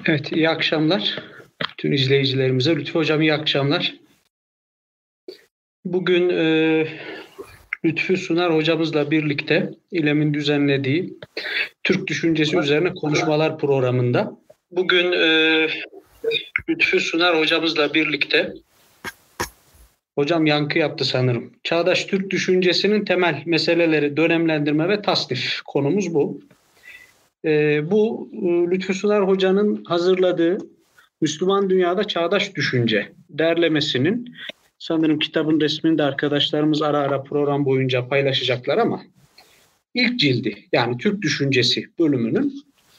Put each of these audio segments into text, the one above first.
Evet, iyi akşamlar. Bütün izleyicilerimize. Lütfü Hocam iyi akşamlar. Bugün Lütfü Sunar hocamızla birlikte İLEM'in düzenlediği Türk Düşüncesi üzerine konuşmalar programında. Bugün Lütfü Sunar hocamızla birlikte, hocam yankı yaptı sanırım. Çağdaş Türk Düşüncesi'nin temel meseleleri, dönemlendirme ve tasnif konumuz bu. Bu Lütfü Sunar hocanın hazırladığı Müslüman Dünyada Çağdaş Düşünce derlemesinin, sanırım kitabın resmini de arkadaşlarımız ara ara program boyunca paylaşacaklar ama ilk cildi, yani Türk Düşüncesi bölümünün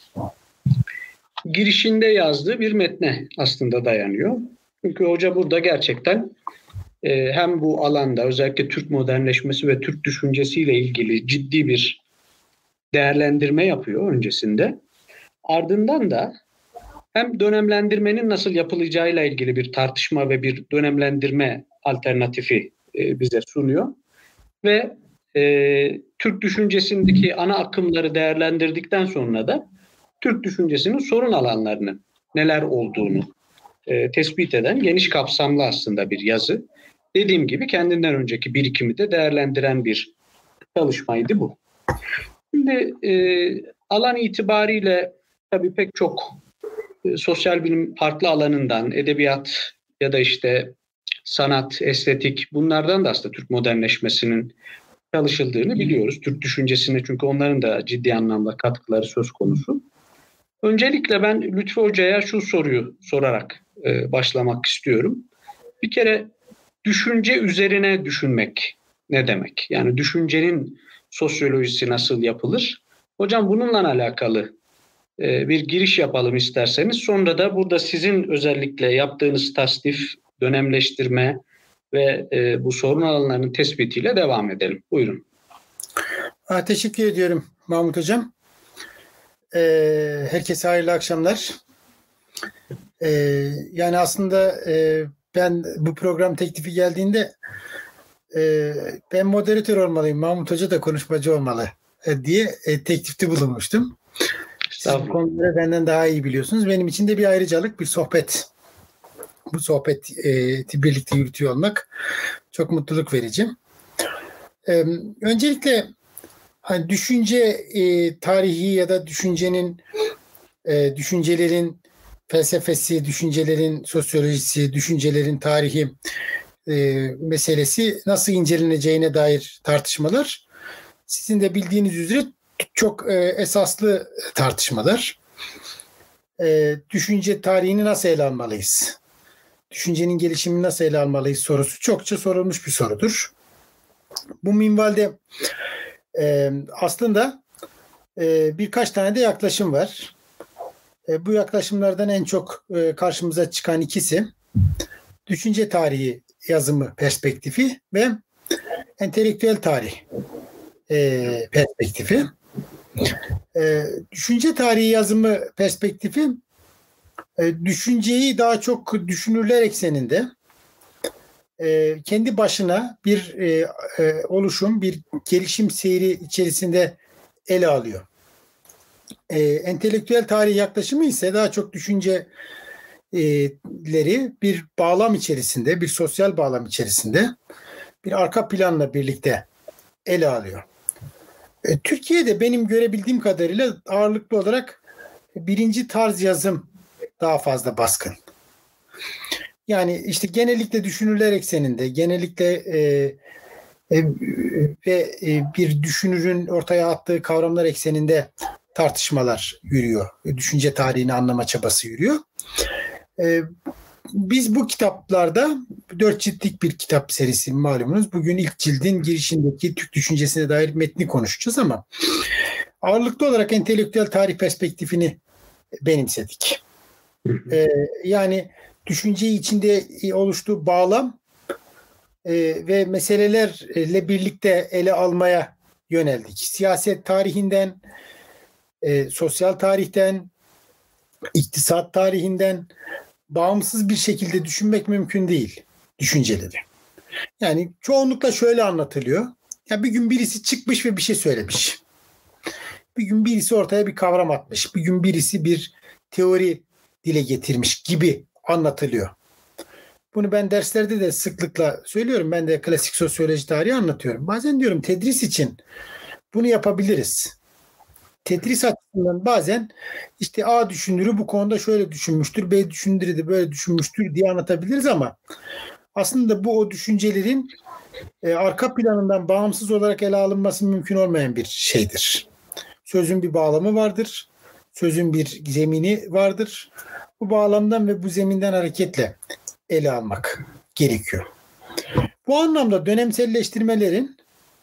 girişinde yazdığı bir metne aslında dayanıyor. Çünkü hoca burada gerçekten hem bu alanda özellikle Türk modernleşmesi ve Türk düşüncesiyle ilgili ciddi bir değerlendirme yapıyor öncesinde. Ardından da hem dönemlendirmenin nasıl yapılacağıyla ilgili bir tartışma ve bir dönemlendirme alternatifi bize sunuyor. Ve Türk düşüncesindeki ana akımları değerlendirdikten sonra da Türk düşüncesinin sorun alanlarını, neler olduğunu tespit eden geniş kapsamlı aslında bir yazı. Dediğim gibi kendinden önceki birikimi de değerlendiren bir çalışmaydı bu. Şimdi alan itibariyle tabii pek çok sosyal bilim farklı alanından, edebiyat ya da işte sanat, estetik, bunlardan da aslında Türk modernleşmesinin çalışıldığını biliyoruz. Türk düşüncesine, çünkü onların da ciddi anlamda katkıları söz konusu. Öncelikle ben Lütfü Hoca'ya şu soruyu sorarak başlamak istiyorum. Bir kere düşünce üzerine düşünmek ne demek? Yani düşüncenin sosyolojisi nasıl yapılır? Hocam bununla alakalı bir giriş yapalım isterseniz. Sonra da burada sizin özellikle yaptığınız tasnif, dönemleştirme ve bu sorun alanlarının tespitiyle devam edelim. Buyurun. Teşekkür ediyorum Mahmut Hocam. Herkese hayırlı akşamlar. Yani aslında ben bu program teklifi geldiğinde ben moderatör olmalıyım, Mahmut Hoca da konuşmacı olmalı diye teklifte bulunmuştum. Siz bu konuları benden daha iyi biliyorsunuz. Benim için de bir ayrıcalık, bir sohbet. Bu sohbeti birlikte yürütüyor olmak çok mutluluk verici. Öncelikle hani düşünce tarihi ya da düşüncelerin felsefesi, düşüncelerin sosyolojisi, düşüncelerin tarihi meselesi nasıl inceleneceğine dair tartışmalar, sizin de bildiğiniz üzere çok esaslı tartışmalar. Düşünce tarihini nasıl ele almalıyız? Düşüncenin gelişimini nasıl ele almalıyız sorusu çokça sorulmuş bir sorudur. Bu minvalde aslında birkaç tane de yaklaşım var. Bu yaklaşımlardan en çok karşımıza çıkan ikisi düşünce tarihi yazımı perspektifi ve entelektüel tarih perspektifi. Düşünce tarihi yazımı perspektifi düşünceyi daha çok düşünürler ekseninde kendi başına bir oluşum, bir gelişim seyri içerisinde ele alıyor. Entelektüel tarih yaklaşımı ise daha çok düşünceleri bir bağlam içerisinde, bir sosyal bağlam içerisinde bir arka planla birlikte ele alıyor. Türkiye'de benim görebildiğim kadarıyla ağırlıklı olarak birinci tarz yazım daha fazla baskın. Yani işte genellikle düşünürler ekseninde, genellikle ve bir düşünürün ortaya attığı kavramlar ekseninde tartışmalar yürüyor. Düşünce tarihini anlama çabası yürüyor. Biz bu kitaplarda 4 ciltlik bir kitap serisi malumunuz. Bugün ilk cildin girişindeki Türk düşüncesine dair metni konuşacağız ama ağırlıklı olarak entelektüel tarih perspektifini benimsedik. Yani düşünceyi içinde oluştuğu bağlam ve meselelerle birlikte ele almaya yöneldik. Siyaset tarihinden, sosyal tarihten, iktisat tarihinden bağımsız bir şekilde düşünmek mümkün değil düşünceleri. Yani çoğunlukla şöyle anlatılıyor. Ya bir gün birisi çıkmış ve bir şey söylemiş. Bir gün birisi ortaya bir kavram atmış. Bir gün birisi bir teori dile getirmiş gibi anlatılıyor. Bunu ben derslerde de sıklıkla söylüyorum. Ben de klasik sosyoloji tarihi anlatıyorum. Bazen diyorum tedris için bunu yapabiliriz. Tedris açısından bazen işte A düşünürü bu konuda şöyle düşünmüştür, B düşünürü de böyle düşünmüştür diye anlatabiliriz ama aslında bu o düşüncelerin arka planından bağımsız olarak ele alınması mümkün olmayan bir şeydir. Sözün bir bağlamı vardır. Sözün bir zemini vardır. Bu bağlamdan ve bu zeminden hareketle ele almak gerekiyor. Bu anlamda dönemselleştirmelerin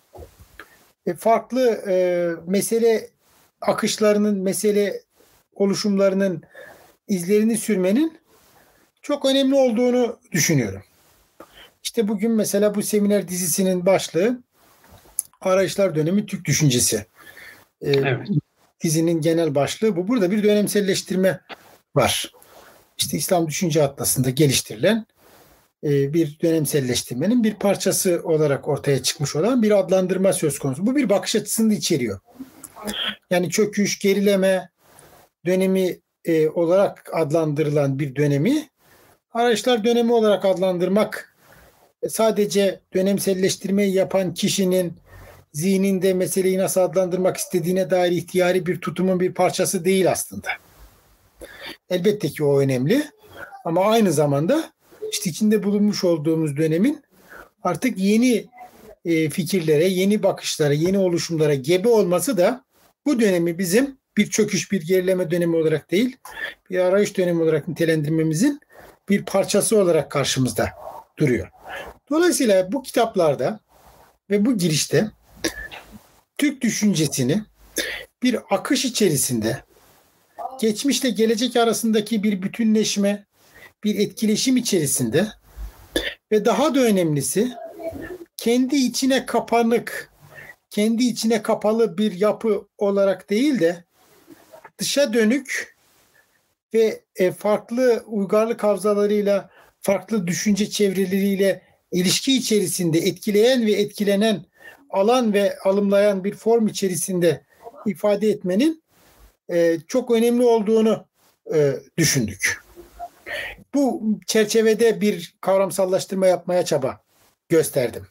farklı mesele akışlarının, mesele oluşumlarının izlerini sürmenin çok önemli olduğunu düşünüyorum. İşte bugün mesela bu seminer dizisinin başlığı Arayışlar Dönemi Türk Düşüncesi. Evet. Dizinin genel başlığı bu. Burada bir dönemselleştirme var. İşte İslam Düşünce Atlası'nda geliştirilen bir dönemselleştirmenin bir parçası olarak ortaya çıkmış olan bir adlandırma söz konusu. Bu bir bakış açısını içeriyor. Yani çöküş, gerileme dönemi olarak adlandırılan bir dönemi arayışlar dönemi olarak adlandırmak sadece dönemselleştirmeyi yapan kişinin zihninde meseleyi nasıl adlandırmak istediğine dair ihtiyari bir tutumun bir parçası değil aslında. Elbette ki o önemli ama aynı zamanda işte içinde bulunmuş olduğumuz dönemin artık yeni fikirlere, yeni bakışlara, yeni oluşumlara gebe olması da bu dönemi bizim bir çöküş, bir gerileme dönemi olarak değil, bir arayış dönemi olarak nitelendirmemizin bir parçası olarak karşımızda duruyor. Dolayısıyla bu kitaplarda ve bu girişte Türk düşüncesini bir akış içerisinde geçmişle gelecek arasındaki bir bütünleşme, bir etkileşim içerisinde ve daha da önemlisi kendi içine kapanık, kendi içine kapalı bir yapı olarak değil de dışa dönük ve farklı uygarlık havzalarıyla, farklı düşünce çevreleriyle ilişki içerisinde etkileyen ve etkilenen alan ve alımlayan bir form içerisinde ifade etmenin çok önemli olduğunu düşündük. Bu çerçevede bir kavramsallaştırma yapmaya çaba gösterdim.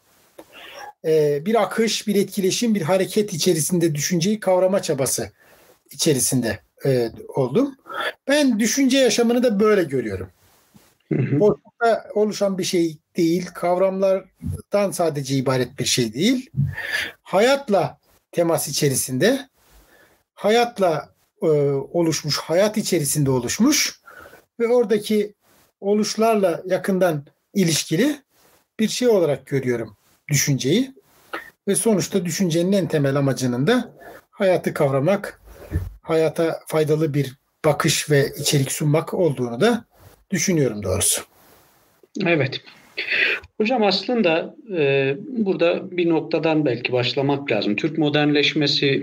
Bir akış, bir etkileşim, bir hareket içerisinde düşünceyi kavrama çabası içerisinde oldum. Ben düşünce yaşamını da böyle görüyorum. Boşlukta oluşan bir şey değil, kavramlardan sadece ibaret bir şey değil. Hayatla temas içerisinde, hayatla oluşmuş, hayat içerisinde oluşmuş ve oradaki oluşlarla yakından ilişkili bir şey olarak görüyorum düşünceyi. Ve sonuçta düşüncenin en temel amacının da hayatı kavramak, hayata faydalı bir bakış ve içerik sunmak olduğunu da düşünüyorum doğrusu. Evet. Hocam aslında burada bir noktadan belki başlamak lazım. Türk modernleşmesi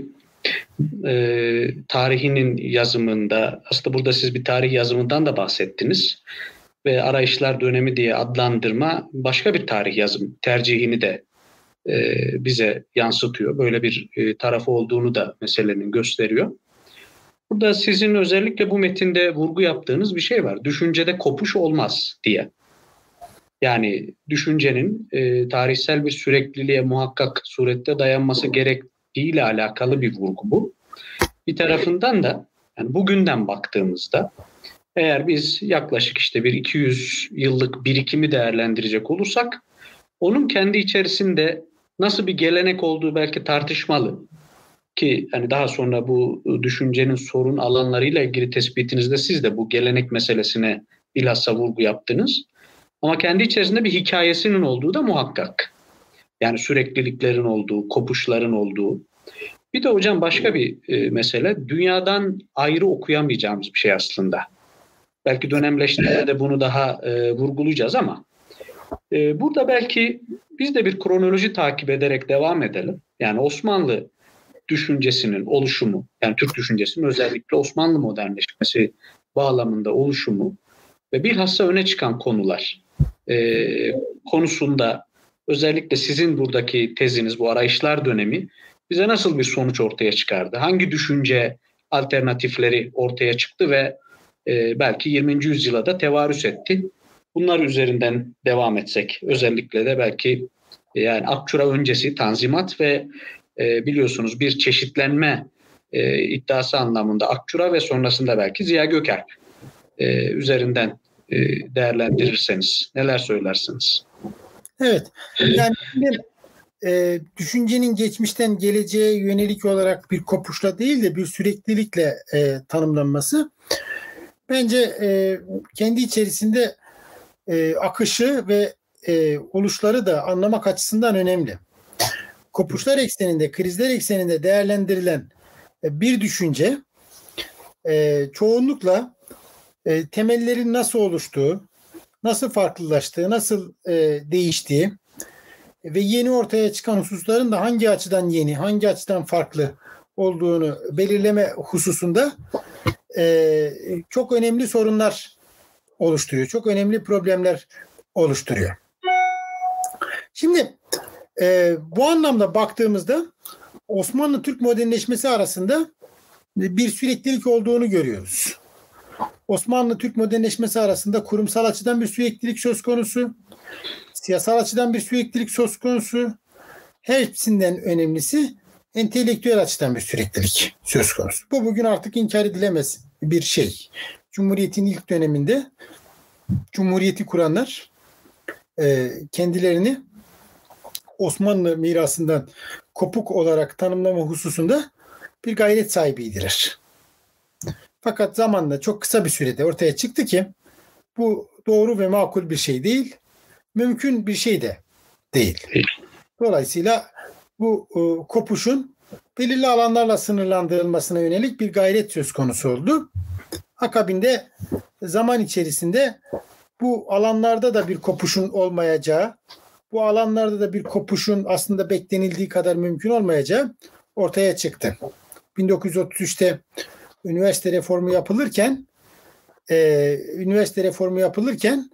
tarihinin yazımında, aslında burada siz bir tarih yazımından da bahsettiniz ve arayışlar dönemi diye adlandırma başka bir tarih yazım tercihini de bize yansıtıyor. Böyle bir tarafı olduğunu da meselenin gösteriyor. Burada sizin özellikle bu metinde vurgu yaptığınız bir şey var. Düşüncede kopuş olmaz diye. Yani düşüncenin tarihsel bir sürekliliğe muhakkak surette dayanması gerektiğiyle alakalı bir vurgu bu. Bir tarafından da yani bugünden baktığımızda eğer biz yaklaşık işte bir 200 yıllık birikimi değerlendirecek olursak onun kendi içerisinde nasıl bir gelenek olduğu belki tartışmalı. Ki hani daha sonra bu düşüncenin sorun alanlarıyla ilgili tespitinizde siz de bu gelenek meselesine bilhassa vurgu yaptınız. Ama kendi içerisinde bir hikayesinin olduğu da muhakkak. Yani sürekliliklerin olduğu, kopuşların olduğu. Bir de hocam başka bir mesele, dünyadan ayrı okuyamayacağımız bir şey aslında. Belki dönemleştirmede bunu daha vurgulayacağız ama burada belki biz de bir kronoloji takip ederek devam edelim. Yani Osmanlı düşüncesinin oluşumu, yani Türk düşüncesinin özellikle Osmanlı modernleşmesi bağlamında oluşumu ve bilhassa öne çıkan konular konusunda özellikle sizin buradaki teziniz, bu arayışlar dönemi bize nasıl bir sonuç ortaya çıkardı? Hangi düşünce alternatifleri ortaya çıktı ve belki 20. yüzyıla da tevarüs etti. Bunlar üzerinden devam etsek, özellikle de belki yani Akçura öncesi Tanzimat ve biliyorsunuz bir çeşitlenme iddiası anlamında Akçura ve sonrasında belki Ziya Gökalp üzerinden değerlendirirseniz neler söylersiniz? Evet, yani düşüncenin geçmişten geleceğe yönelik olarak bir kopuşla değil de bir süreklilikle tanımlanması bence kendi içerisinde akışı ve oluşları da anlamak açısından önemli. Kopuşlar ekseninde, krizler ekseninde değerlendirilen bir düşünce çoğunlukla temellerin nasıl oluştuğu, nasıl farklılaştığı, nasıl değiştiği ve yeni ortaya çıkan hususların da hangi açıdan yeni, hangi açıdan farklı olduğunu belirleme hususunda çok önemli sorunlar oluşturuyor. Çok önemli problemler oluşturuyor. Şimdi bu anlamda baktığımızda Osmanlı-Türk modernleşmesi arasında bir süreklilik olduğunu görüyoruz. Osmanlı-Türk modernleşmesi arasında kurumsal açıdan bir süreklilik söz konusu, siyasal açıdan bir süreklilik söz konusu, hepsinden önemlisi entelektüel açıdan bir süreklilik söz konusu. Bu bugün artık inkar edilemez bir şey. Cumhuriyet'in ilk döneminde Cumhuriyet'i kuranlar kendilerini Osmanlı mirasından kopuk olarak tanımlama hususunda bir gayret sahibiydiler. Fakat zamanla çok kısa bir sürede ortaya çıktı ki bu doğru ve makul bir şey değil, mümkün bir şey de değil. Dolayısıyla bu kopuşun belirli alanlarla sınırlandırılmasına yönelik bir gayret söz konusu oldu. Akabinde zaman içerisinde bu alanlarda da bir kopuşun olmayacağı, bu alanlarda da bir kopuşun aslında beklenildiği kadar mümkün olmayacağı ortaya çıktı. 1933'te üniversite reformu yapılırken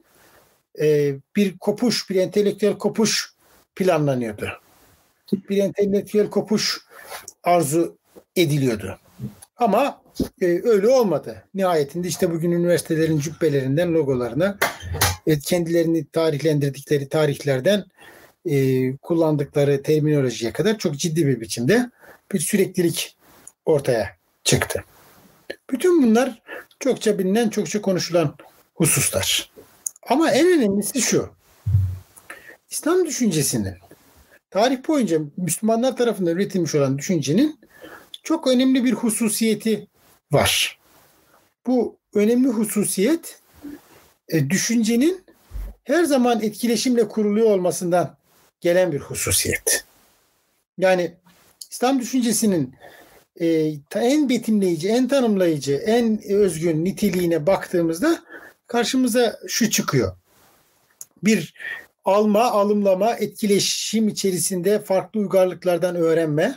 bir kopuş, bir entelektüel kopuş planlanıyordu. Bir entelektüel kopuş arzu ediliyordu. Ama öyle olmadı. Nihayetinde işte bugün üniversitelerin cübbelerinden logolarına kendilerini tarihlendirdikleri tarihlerden kullandıkları terminolojiye kadar çok ciddi bir biçimde bir süreklilik ortaya çıktı. Bütün bunlar çokça bilinen, çokça konuşulan hususlar. Ama en önemlisi şu. İslam düşüncesinin tarih boyunca Müslümanlar tarafından üretilmiş olan düşüncenin çok önemli bir hususiyeti var. Bu önemli hususiyet düşüncenin her zaman etkileşimle kuruluyor olmasından gelen bir hususiyet. Yani İslam düşüncesinin en betimleyici, en tanımlayıcı, en özgün niteliğine baktığımızda karşımıza şu çıkıyor. Bir alma, alımlama, etkileşim içerisinde farklı uygarlıklardan öğrenme,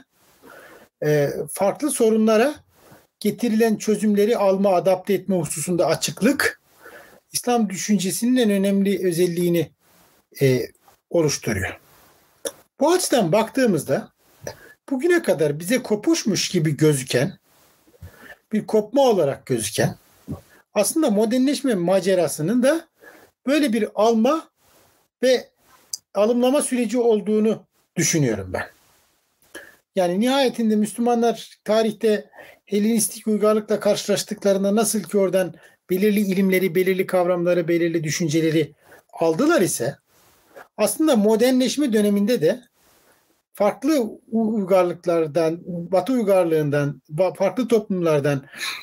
farklı sorunlara getirilen çözümleri alma, adapte etme hususunda açıklık, İslam düşüncesinin en önemli özelliğini oluşturuyor. Bu açıdan baktığımızda bugüne kadar bize kopuşmuş gibi gözüken, bir kopma olarak gözüken, aslında modernleşme macerasının da böyle bir alma ve alımlama süreci olduğunu düşünüyorum ben. Yani nihayetinde Müslümanlar tarihte Helenistik uygarlıkla karşılaştıklarında nasıl ki oradan belirli ilimleri, belirli kavramları, belirli düşünceleri aldılar ise aslında modernleşme döneminde de farklı uygarlıklardan, Batı uygarlığından, farklı toplumlardan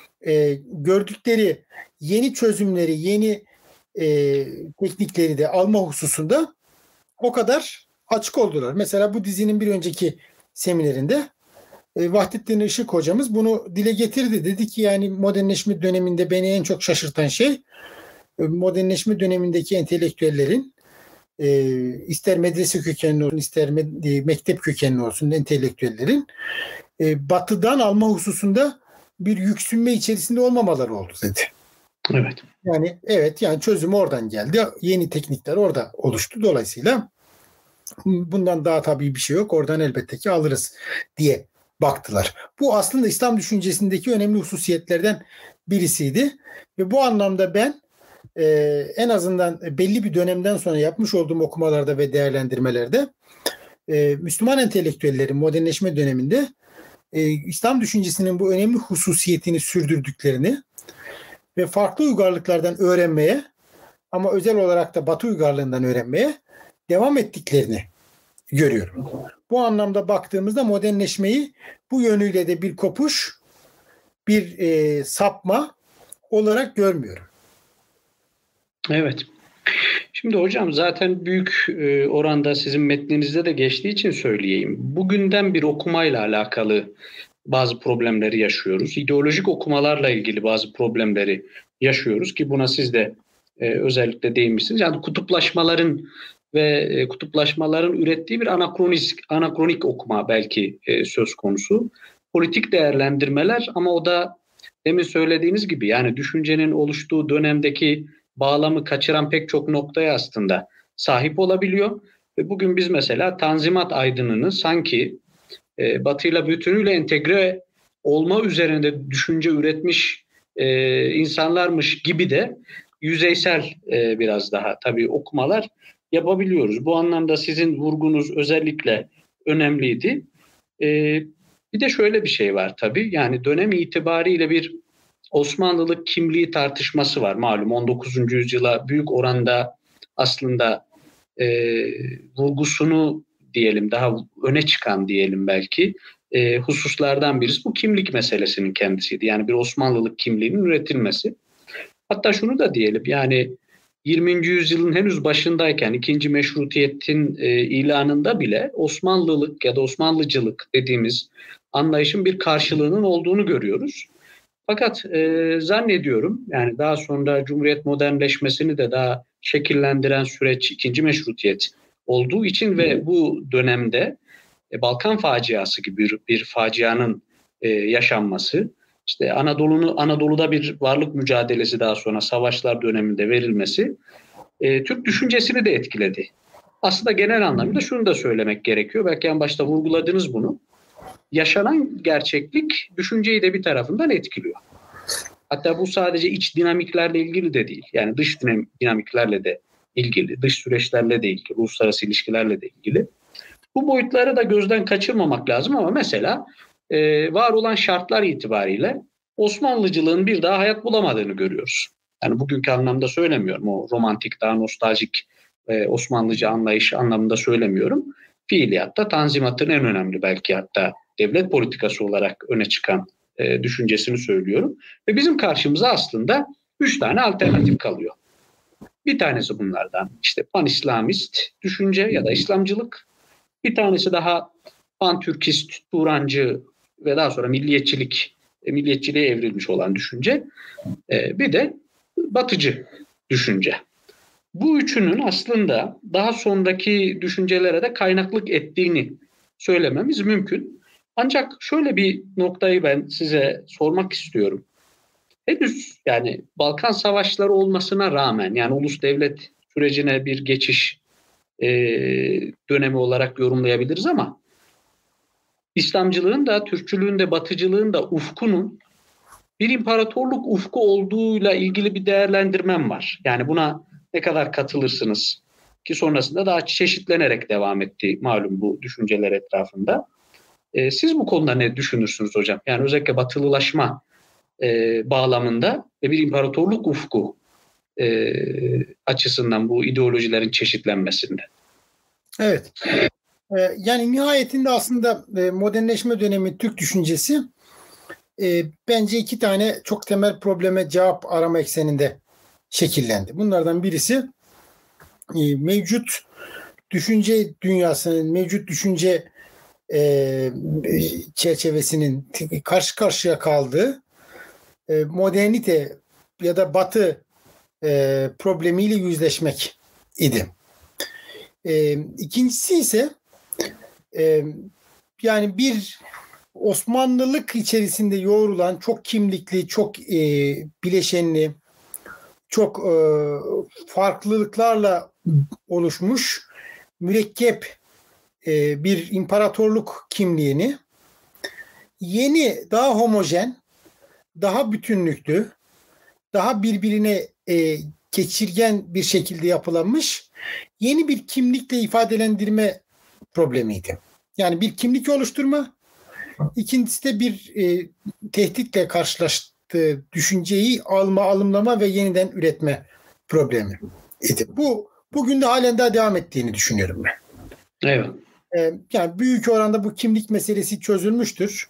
gördükleri yeni çözümleri, yeni teknikleri de alma hususunda o kadar açık oldular. Mesela bu dizinin bir önceki seminerinde Vahdettin Işık hocamız bunu dile getirdi. Dedi ki yani modernleşme döneminde beni en çok şaşırtan şey modernleşme dönemindeki entelektüellerin ister medrese kökenli olsun, ister mektep kökenli olsun entelektüellerin batıdan alma hususunda bir yüksünme içerisinde olmamaları oldu dedi. Evet. Yani çözüm oradan geldi. Yeni teknikler orada oluştu. Dolayısıyla bundan daha tabii bir şey yok. Oradan elbette ki alırız diye baktılar. Bu aslında İslam düşüncesindeki önemli hususiyetlerden birisiydi. Ve bu anlamda ben en azından belli bir dönemden sonra yapmış olduğum okumalarda ve değerlendirmelerde Müslüman entelektüellerin modernleşme döneminde İslam düşüncesinin bu önemli hususiyetini sürdürdüklerini ve farklı uygarlıklardan öğrenmeye ama özel olarak da Batı uygarlığından öğrenmeye devam ettiklerini görüyorum. Bu anlamda baktığımızda modernleşmeyi bu yönüyle de bir kopuş, bir sapma olarak görmüyorum. Evet. Şimdi hocam zaten büyük oranda sizin metninizde de geçtiği için söyleyeyim. Bugünden bir okumayla alakalı bazı problemleri yaşıyoruz. İdeolojik okumalarla ilgili bazı problemleri yaşıyoruz ki buna siz de özellikle değinmişsiniz. Yani kutuplaşmaların ve kutuplaşmaların ürettiği bir anakronik okuma belki söz konusu. Politik değerlendirmeler ama o da demin söylediğiniz gibi yani düşüncenin oluştuğu dönemdeki bağlamı kaçıran pek çok noktaya aslında sahip olabiliyor. Ve bugün biz mesela Tanzimat aydınını sanki Batı'yla bütünüyle entegre olma üzerinde düşünce üretmiş insanlarmış gibi de yüzeysel biraz daha tabii okumalar yapabiliyoruz. Bu anlamda sizin vurgunuz özellikle önemliydi. Bir de şöyle bir şey var tabii. Yani dönem itibariyle bir Osmanlılık kimliği tartışması var. Malum 19. yüzyıla büyük oranda aslında vurgusunu diyelim daha öne çıkan diyelim belki hususlardan birisi bu kimlik meselesinin kendisiydi. Yani bir Osmanlılık kimliğinin üretilmesi. Hatta şunu da diyelim yani 20. yüzyılın henüz başındayken 2. Meşrutiyet'in ilanında bile Osmanlılık ya da Osmanlıcılık dediğimiz anlayışın bir karşılığının olduğunu görüyoruz. Fakat zannediyorum yani daha sonra Cumhuriyet modernleşmesini de daha şekillendiren süreç 2. Meşrutiyet olduğu için ve bu dönemde Balkan faciası gibi bir facianın yaşanması, işte Anadolu'da bir varlık mücadelesi daha sonra savaşlar döneminde verilmesi Türk düşüncesini de etkiledi. Aslında genel anlamda şunu da söylemek gerekiyor. Belki en başta vurguladınız bunu. Yaşanan gerçeklik düşünceyi de bir tarafından etkiliyor. Hatta bu sadece iç dinamiklerle ilgili de değil. Yani dış dinamiklerle de ilgili, dış süreçlerle de ilgili, uluslararası ilişkilerle de ilgili. Bu boyutları da gözden kaçırmamak lazım ama mesela var olan şartlar itibariyle Osmanlıcılığın bir daha hayat bulamadığını görüyoruz. Yani bugünkü anlamda söylemiyorum. O romantik, daha nostaljik Osmanlıcı anlayış anlamında söylemiyorum. Fiiliyatta Tanzimat'ın en önemli belki hatta devlet politikası olarak öne çıkan düşüncesini söylüyorum. Ve bizim karşımıza aslında 3 tane alternatif kalıyor. Bir tanesi bunlardan işte pan-İslamist düşünce ya da İslamcılık. Bir tanesi daha pan-Türkist, Turancı ve daha sonra milliyetçiliğe evrilmiş olan düşünce. Bir de Batıcı düşünce. Bu üçünün aslında daha sonraki düşüncelere de kaynaklık ettiğini söylememiz mümkün. Ancak şöyle bir noktayı ben size sormak istiyorum. Henüz yani Balkan savaşları olmasına rağmen yani ulus devlet sürecine bir geçiş dönemi olarak yorumlayabiliriz ama İslamcılığın da Türkçülüğün de Batıcılığın da ufkunun bir imparatorluk ufku olduğuyla ilgili bir değerlendirmem var. Yani buna ne kadar katılırsınız ki sonrasında daha çeşitlenerek devam etti malum bu düşünceler etrafında. Siz bu konuda ne düşünürsünüz hocam? Yani özellikle batılılaşma bağlamında ve bir imparatorluk ufku açısından bu ideolojilerin çeşitlenmesinde. Evet. Yani nihayetinde aslında modernleşme dönemi Türk düşüncesi bence 2 tane çok temel probleme cevap arama ekseninde şekillendi. Bunlardan birisi mevcut düşünce dünyasının, mevcut düşünce çerçevesinin karşı karşıya kaldığı modernite ya da batı problemiyle yüzleşmek idi. İkincisi ise yani bir Osmanlılık içerisinde yoğrulan çok kimlikli, çok bileşenli, çok farklılıklarla oluşmuş mürekkep bir imparatorluk kimliğini yeni, daha homojen daha bütünlüklü, daha birbirine geçirgen bir şekilde yapılanmış yeni bir kimlikle ifadelendirme problemiydi. Yani bir kimlik oluşturma, ikincisi de bir tehditle karşılaştığı düşünceyi alımlama ve yeniden üretme problemi idi. Bu bugün de halen daha devam ettiğini düşünüyorum ben. Evet. Yani büyük oranda bu kimlik meselesi çözülmüştür.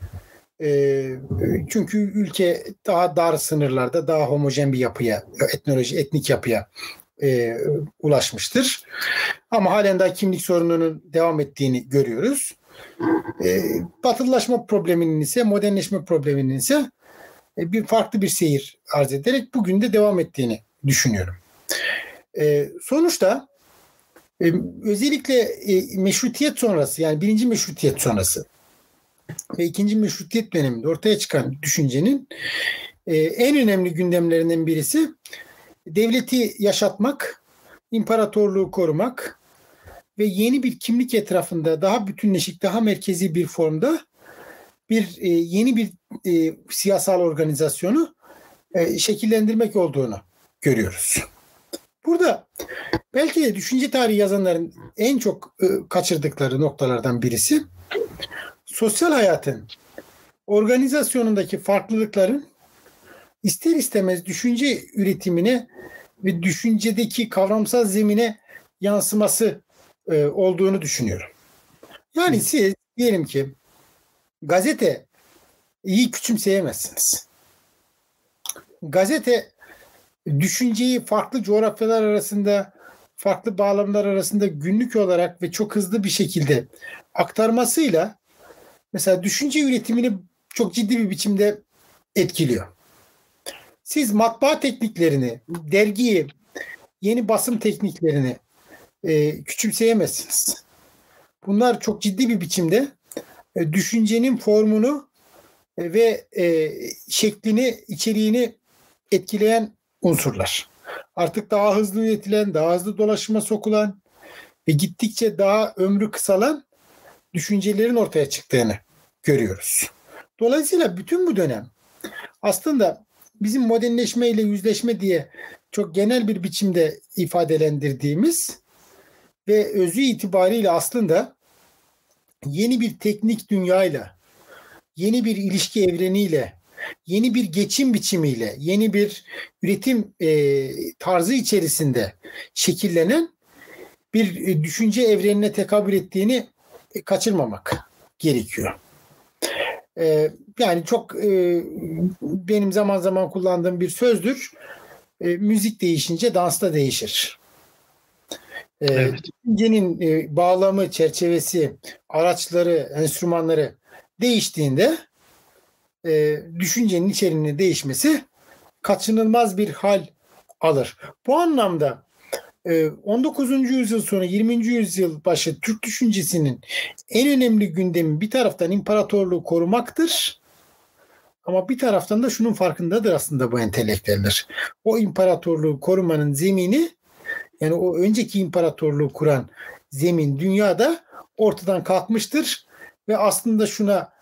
Çünkü ülke daha dar sınırlarda, daha homojen bir yapıya, etnik yapıya ulaşmıştır. Ama halen daha kimlik sorununun devam ettiğini görüyoruz. Batılılaşma probleminin ise, modernleşme probleminin ise bir farklı bir seyir arz ederek bugün de devam ettiğini düşünüyorum. Sonuçta özellikle meşrutiyet sonrası, yani birinci meşrutiyet sonrası ve ikinci meşrutiyet döneminde ortaya çıkan düşüncenin en önemli gündemlerinden birisi devleti yaşatmak, imparatorluğu korumak ve yeni bir kimlik etrafında daha bütünleşik, daha merkezi bir formda yeni bir siyasal organizasyonu şekillendirmek olduğunu görüyoruz. Burada belki de düşünce tarihi yazanların en çok kaçırdıkları noktalardan birisi sosyal hayatın organizasyonundaki farklılıkların ister istemez düşünce üretimine ve düşüncedeki kavramsal zemine yansıması olduğunu düşünüyorum. Yani siz diyelim ki gazeteyi küçümseyemezsiniz. Gazete düşünceyi farklı coğrafyalar arasında, farklı bağlamlar arasında günlük olarak ve çok hızlı bir şekilde aktarmasıyla mesela düşünce üretimini çok ciddi bir biçimde etkiliyor. Siz matbaa tekniklerini, dergiyi, yeni basım tekniklerini küçümseyemezsiniz. Bunlar çok ciddi bir biçimde düşüncenin formunu ve şeklini, içeriğini etkileyen unsurlar. Artık daha hızlı üretilen, daha hızlı dolaşıma sokulan ve gittikçe daha ömrü kısalan düşüncelerin ortaya çıktığını görüyoruz. Dolayısıyla bütün bu dönem aslında bizim modernleşme ile yüzleşme diye çok genel bir biçimde ifadelendirdiğimiz ve özü itibariyle aslında yeni bir teknik dünyayla, yeni bir ilişki evreniyle, yeni bir geçim biçimiyle, yeni bir üretim tarzı içerisinde şekillenen bir düşünce evrenine tekabül ettiğini kaçırmamak gerekiyor. Yani çok benim zaman zaman kullandığım bir sözdür. Müzik değişince dans da değişir. Evet. Düşüncenin bağlamı, çerçevesi, araçları, enstrümanları değiştiğinde düşüncenin içeriğinin değişmesi kaçınılmaz bir hal alır. Bu anlamda 19. yüzyıl sonu 20. yüzyıl başı Türk düşüncesinin en önemli gündemi bir taraftan imparatorluğu korumaktır. Ama bir taraftan da şunun farkındadır aslında bu entelektüeller. O imparatorluğu korumanın zemini, yani o önceki imparatorluğu kuran zemin dünyada ortadan kalkmıştır ve aslında şuna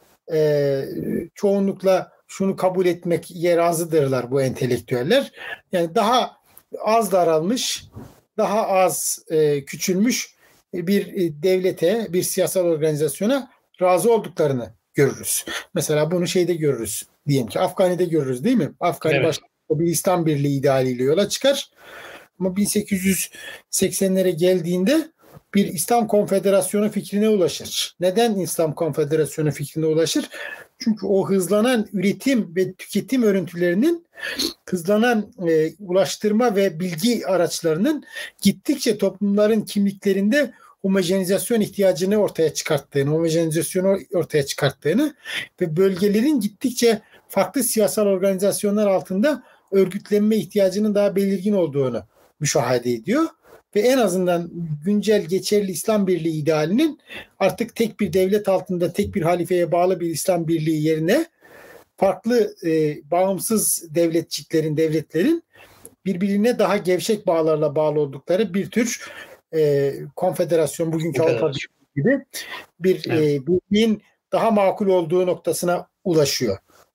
çoğunlukla şunu kabul etmeye razıdırlar bu entelektüeller. Yani daha az daralmış, daha az küçülmüş bir devlete, bir siyasal organizasyona razı olduklarını görürüz. Mesela bunu şeyde görürüz. Diyelim ki Afgani'de görürüz, değil mi? Afgani başta bir İslam Birliği idealiyle yola çıkar. Ama 1880'lere geldiğinde bir İslam Konfederasyonu fikrine ulaşır. Neden İslam Konfederasyonu fikrine ulaşır? Çünkü o hızlanan üretim ve tüketim örüntülerinin, hızlanan ulaştırma ve bilgi araçlarının gittikçe toplumların kimliklerinde homojenizasyon ihtiyacını ortaya çıkarttığını, homojenizasyonu ortaya çıkarttığını ve bölgelerin gittikçe farklı siyasal organizasyonlar altında örgütlenme ihtiyacının daha belirgin olduğunu müşahede ediyor. Ve en azından güncel geçerli İslam Birliği idealinin artık tek bir devlet altında tek bir halifeye bağlı bir İslam Birliği yerine farklı bağımsız devletlerin birbirine daha gevşek bağlarla bağlı oldukları bir tür konfederasyon, bugünkü Avrupa gibi bir birliğin daha makul olduğu noktasına ulaşıyor.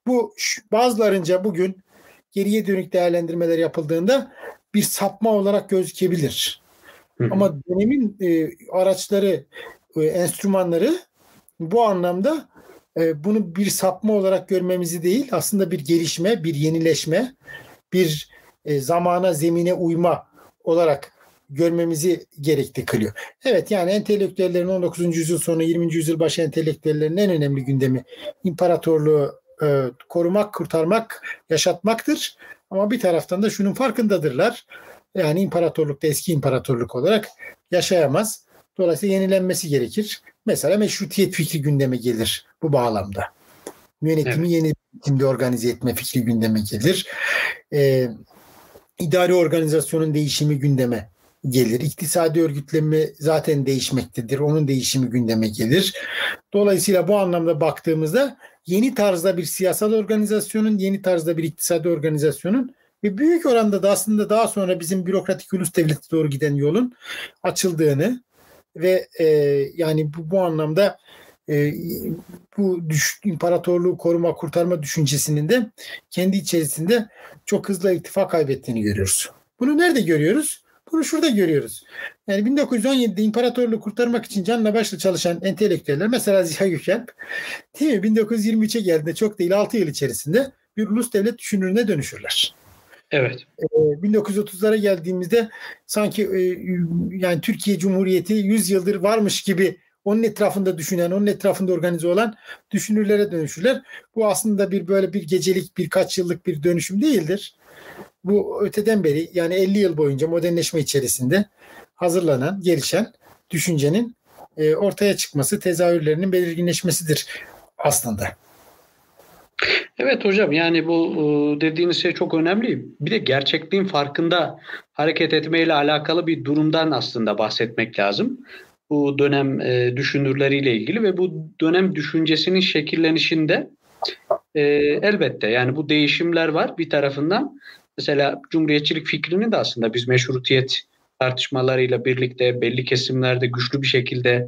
Bu bazılarınca bugün geriye dönük değerlendirmeler yapıldığında bir sapma olarak gözükebilir. Ama dönemin araçları, enstrümanları bu anlamda bunu bir sapma olarak görmemizi değil, aslında bir gelişme, bir yenileşme, bir zamana, zemine uyma olarak görmemizi gerekli kılıyor. Evet, yani entelektüellerin 19. yüzyıl sonu 20. yüzyıl başı entelektüellerin en önemli gündemi imparatorluğu korumak, kurtarmak, yaşatmaktır. Ama bir taraftan da şunun farkındadırlar. Yani imparatorluk da eski imparatorluk olarak yaşayamaz. Dolayısıyla yenilenmesi gerekir. Mesela meşrutiyet fikri gündeme gelir bu bağlamda. Yönetimi yeni biçimde organize etme fikri gündeme gelir. İdari organizasyonun değişimi gündeme gelir. İktisadi örgütlenme zaten değişmektedir. Onun değişimi gündeme gelir. Dolayısıyla bu anlamda baktığımızda yeni tarzda bir siyasal organizasyonun, yeni tarzda bir iktisadi organizasyonun ve büyük oranda da aslında daha sonra bizim bürokratik ulus devlete doğru giden yolun açıldığını ve yani bu anlamda bu imparatorluğu koruma, kurtarma düşüncesinin de kendi içerisinde çok hızlı irtifa kaybettiğini görüyoruz. Bunu nerede görüyoruz? Bunu şurada görüyoruz. Yani 1917'de imparatorluğu kurtarmak için canla başla çalışan entelektüeller, mesela Ziya Gökalp, değil mi? 1923'e geldiğinde çok değil 6 yıl içerisinde bir ulus devlet düşünürüne dönüşürler. Evet. 1930'lara geldiğimizde sanki yani Türkiye Cumhuriyeti 100 yıldır varmış gibi onun etrafında düşünen, onun etrafında organize olan düşünürlere dönüşürler. Bu aslında böyle bir gecelik, birkaç yıllık bir dönüşüm değildir. Bu öteden beri, yani 50 yıl boyunca modernleşme içerisinde hazırlanan, gelişen düşüncenin ortaya çıkması, tezahürlerinin belirginleşmesidir aslında. Evet hocam, yani bu dediğiniz şey çok önemli. Bir de gerçekliğin farkında hareket etmeyle alakalı bir durumdan aslında bahsetmek lazım. Bu dönem düşünürleriyle ilgili ve bu dönem düşüncesinin şekillenişinde elbette yani bu değişimler var bir tarafından. Mesela cumhuriyetçilik fikrinin de aslında biz meşrutiyet tartışmalarıyla birlikte belli kesimlerde güçlü bir şekilde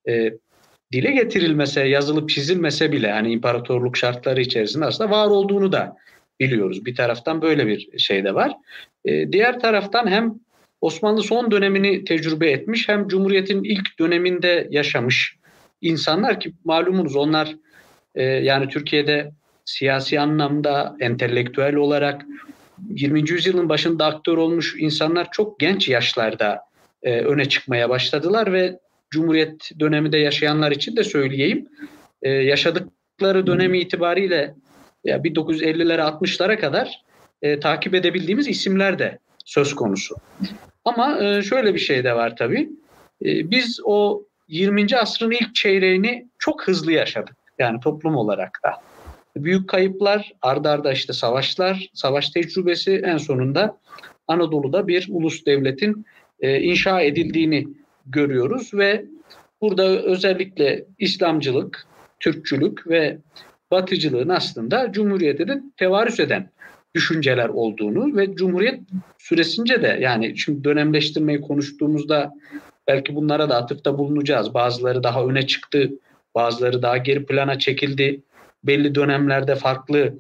dile getirilmese, yazılıp çizilmese bile hani imparatorluk şartları içerisinde aslında var olduğunu da biliyoruz. Bir taraftan böyle bir şey de var. Diğer taraftan hem Osmanlı son dönemini tecrübe etmiş hem Cumhuriyet'in ilk döneminde yaşamış insanlar ki malumunuz onlar yani Türkiye'de siyasi anlamda, entelektüel olarak 20. yüzyılın başında aktör olmuş insanlar çok genç yaşlarda öne çıkmaya başladılar ve Cumhuriyet döneminde yaşayanlar için de söyleyeyim. Yaşadıkları dönemi itibariyle 1950'lere 60'lara kadar takip edebildiğimiz isimler de söz konusu. Ama şöyle bir şey de var tabii. Biz o 20. asrın ilk çeyreğini çok hızlı yaşadık. Yani toplum olarak da. Büyük kayıplar, arda arda işte savaşlar, savaş tecrübesi, en sonunda Anadolu'da bir ulus devletin inşa edildiğini görüyoruz ve burada özellikle İslamcılık, Türkçülük ve Batıcılığın aslında Cumhuriyet'e de tevarüs eden düşünceler olduğunu ve Cumhuriyet süresince de yani şimdi dönemleştirmeyi konuştuğumuzda belki bunlara da atıfta bulunacağız. Bazıları daha öne çıktı, bazıları daha geri plana çekildi. Belli dönemlerde farklı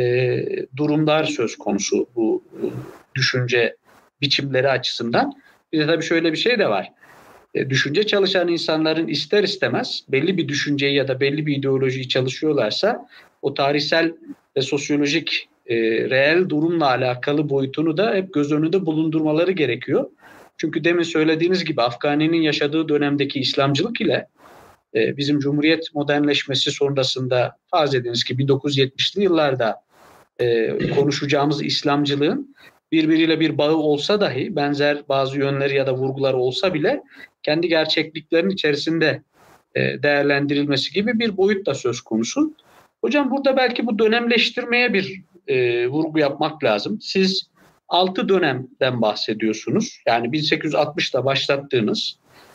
durumlar söz konusu bu düşünce biçimleri açısından. Bir de tabii şöyle bir şey de var. Düşünce çalışan insanların ister istemez belli bir düşünceyi ya da belli bir ideolojiyi çalışıyorlarsa o tarihsel ve sosyolojik reel durumla alakalı boyutunu da hep göz önünde bulundurmaları gerekiyor. Çünkü demin söylediğiniz gibi Afgani'nin yaşadığı dönemdeki İslamcılık ile bizim Cumhuriyet modernleşmesi sonrasında farz ediniz ki 1970'li yıllarda konuşacağımız İslamcılığın birbiriyle bir bağı olsa dahi benzer bazı yönleri ya da vurguları olsa bile kendi gerçekliklerin içerisinde değerlendirilmesi gibi bir boyut da söz konusu. Hocam burada belki bu dönemleştirmeye bir vurgu yapmak lazım. Siz 6 dönemden bahsediyorsunuz. Yani 1860'da başlattığınız.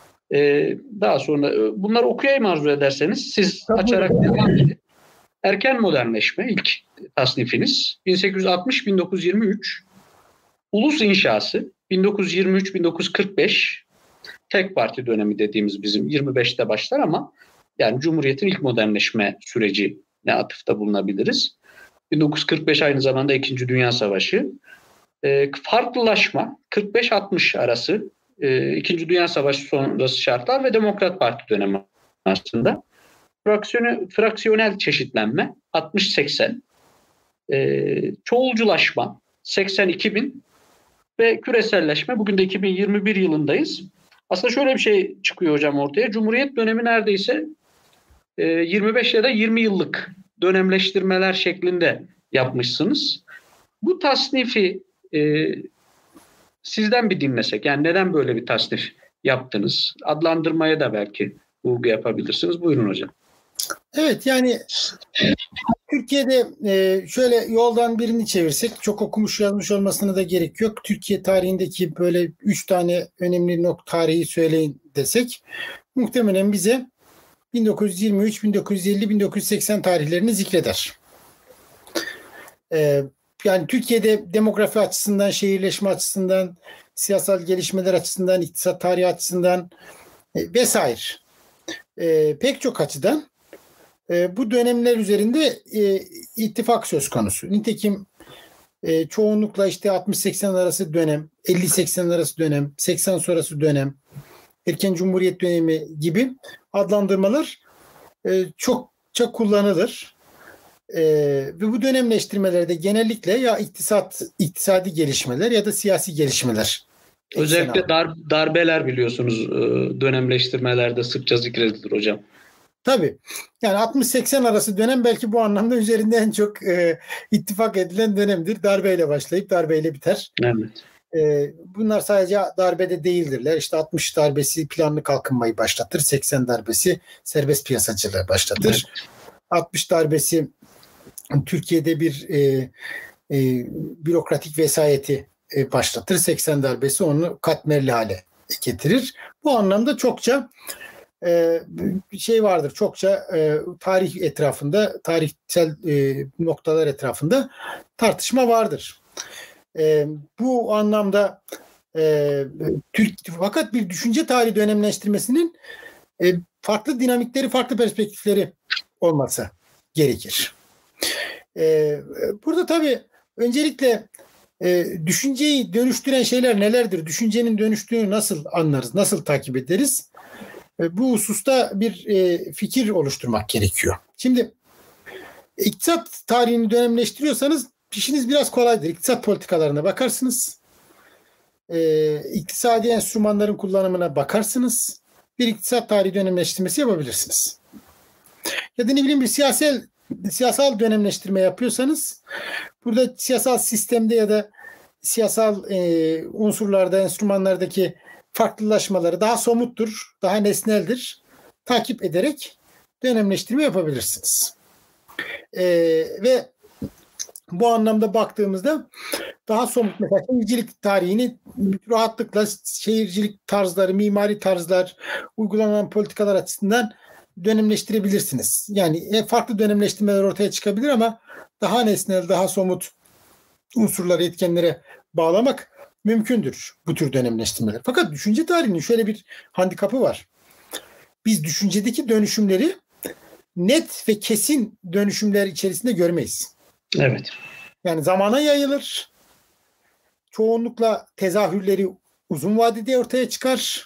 Daha sonra bunları okuyayım arzu ederseniz. Siz açarak devam edin. Erken modernleşme ilk tasnifiniz. 1860-1923. Ulus inşası 1923-1945. Tek parti dönemi dediğimiz bizim 25'te başlar ama yani Cumhuriyet'in ilk modernleşme sürecine atıfta bulunabiliriz. 1945 aynı zamanda 2. Dünya Savaşı. Farklılaşma 45-60 arası 2. Dünya Savaşı sonrası şartlar ve Demokrat Parti dönemi aslında. Fraksiyonel çeşitlenme 60-80. Çoğulculaşma 80-2000 ve küreselleşme, bugün de 2021 yılındayız. Aslında şöyle bir şey çıkıyor hocam ortaya. Cumhuriyet dönemi neredeyse 25 ya da 20 yıllık dönemleştirmeler şeklinde yapmışsınız. Bu tasnifi sizden bir dinlesek. Yani neden böyle bir tasnif yaptınız? Adlandırmaya da belki vurgu yapabilirsiniz. Buyurun hocam. Evet, yani Türkiye'de şöyle yoldan birini çevirsek, çok okumuş yazmış olmasına da gerek yok. Türkiye tarihindeki böyle 3 tane önemli tarihi söyleyin desek muhtemelen bize 1923, 1950, 1980 tarihlerini zikreder. Yani Türkiye'de demografi açısından, şehirleşme açısından, siyasal gelişmeler açısından, iktisat tarihi açısından vesaire pek çok açıdan bu dönemler üzerinde ittifak söz konusu. Nitekim çoğunlukla işte 60-80 arası dönem, 50-80 arası dönem, 80 sonrası dönem, erken cumhuriyet dönemi gibi adlandırmalar çokça kullanılır. Ve bu dönemleştirmelerde genellikle ya iktisadi gelişmeler ya da siyasi gelişmeler. Özellikle darbeler biliyorsunuz dönemleştirmelerde sıkça zikredilir hocam. Tabii. Yani 60-80 arası dönem belki bu anlamda üzerinde en çok ittifak edilen dönemdir. Darbeyle başlayıp darbeyle biter. Evet. Bunlar sadece darbede değildirler. İşte 60 darbesi planlı kalkınmayı başlatır. 80 darbesi serbest piyasacılığı başlatır. Evet. 60 darbesi Türkiye'de bir bürokratik vesayeti başlatır. 80 darbesi onu katmerli hale getirir. Bu anlamda çokça şey vardır. Çokça tarih etrafında, tarihsel noktalar etrafında tartışma vardır. Bu anlamda fakat bir düşünce tarihi dönemleştirmesinin farklı dinamikleri, farklı perspektifleri olması gerekir. Burada tabii öncelikle düşünceyi dönüştüren şeyler nelerdir? Düşüncenin dönüştüğünü nasıl anlarız? Nasıl takip ederiz? Bu hususta bir fikir oluşturmak gerekiyor. Şimdi iktisat tarihini dönemleştiriyorsanız işiniz biraz kolaydır. İktisat politikalarına bakarsınız. İktisadi enstrümanların kullanımına bakarsınız. Bir iktisat tarihi dönemleştirmesi yapabilirsiniz. Ya da ne bileyim bir siyasal dönemleştirme yapıyorsanız burada siyasal sistemde ya da siyasal unsurlarda, enstrümanlardaki farklılaşmaları daha somuttur, daha nesneldir. Takip ederek dönemleştirme yapabilirsiniz. Ve bu anlamda baktığımızda daha somut, mesela şehircilik tarihini rahatlıkla şehircilik tarzları, mimari tarzlar, uygulanan politikalar açısından dönemleştirebilirsiniz. Yani farklı dönemleştirmeler ortaya çıkabilir ama daha nesnel, daha somut unsurları, etkenlere bağlamak mümkündür bu tür dönemleştirmeler. Fakat düşünce tarihinin şöyle bir handikapı var. Biz düşüncedeki dönüşümleri net ve kesin dönüşümler içerisinde görmeyiz. Evet. Yani zamana yayılır. Çoğunlukla tezahürleri uzun vadede ortaya çıkar.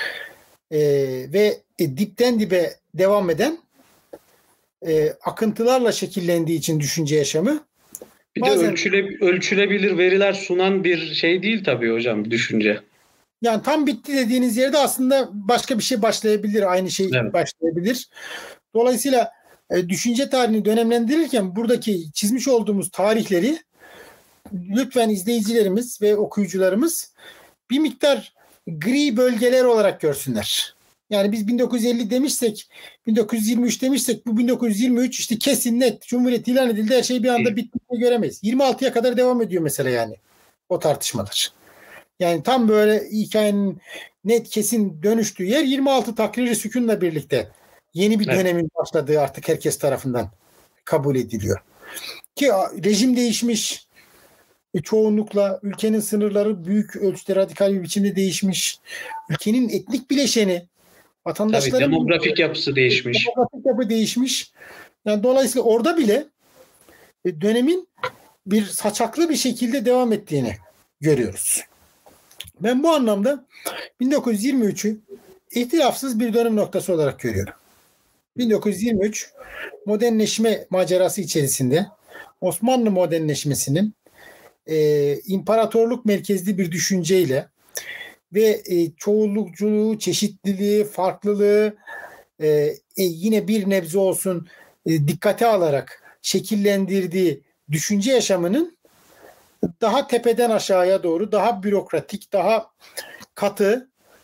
Ve dipten dibe devam eden akıntılarla şekillendiği için düşünce yaşamı. Bir de ölçülebilir veriler sunan bir şey değil tabii hocam düşünce. Yani tam bitti dediğiniz yerde aslında başka bir şey başlayabilir. Aynı şey başlayabilir. Dolayısıyla düşünce tarihini dönemlendirirken buradaki çizmiş olduğumuz tarihleri lütfen izleyicilerimiz ve okuyucularımız bir miktar gri bölgeler olarak görsünler. Yani biz 1950 demişsek, 1923 demişsek bu 1923 işte kesin net Cumhuriyet ilan edildi, her şey bir anda bittiğini göremeyiz. 26'ya kadar devam ediyor mesela yani o tartışmalar. Yani tam böyle hikayenin net kesin dönüştüğü yer 26 takriri sükunla birlikte yeni bir dönemin başladığı artık herkes tarafından kabul ediliyor. Ki rejim değişmiş. Çoğunlukla ülkenin sınırları büyük ölçüde radikal bir biçimde değişmiş. Ülkenin etnik bileşeni, vatandaşların demografik yapısı değişmiş. Demografik yapı değişmiş. Yani dolayısıyla orada bile dönemin bir saçaklı bir şekilde devam ettiğini görüyoruz. Ben bu anlamda 1923'ü ihtilafsız bir dönüm noktası olarak görüyorum. 1923 modernleşme macerası içerisinde Osmanlı modernleşmesinin imparatorluk merkezli bir düşünceyle ve çoğulculuğu, çeşitliliği, farklılığı yine bir nebze olsun dikkate alarak şekillendirdiği düşünce yaşamının daha tepeden aşağıya doğru, daha bürokratik, daha katı,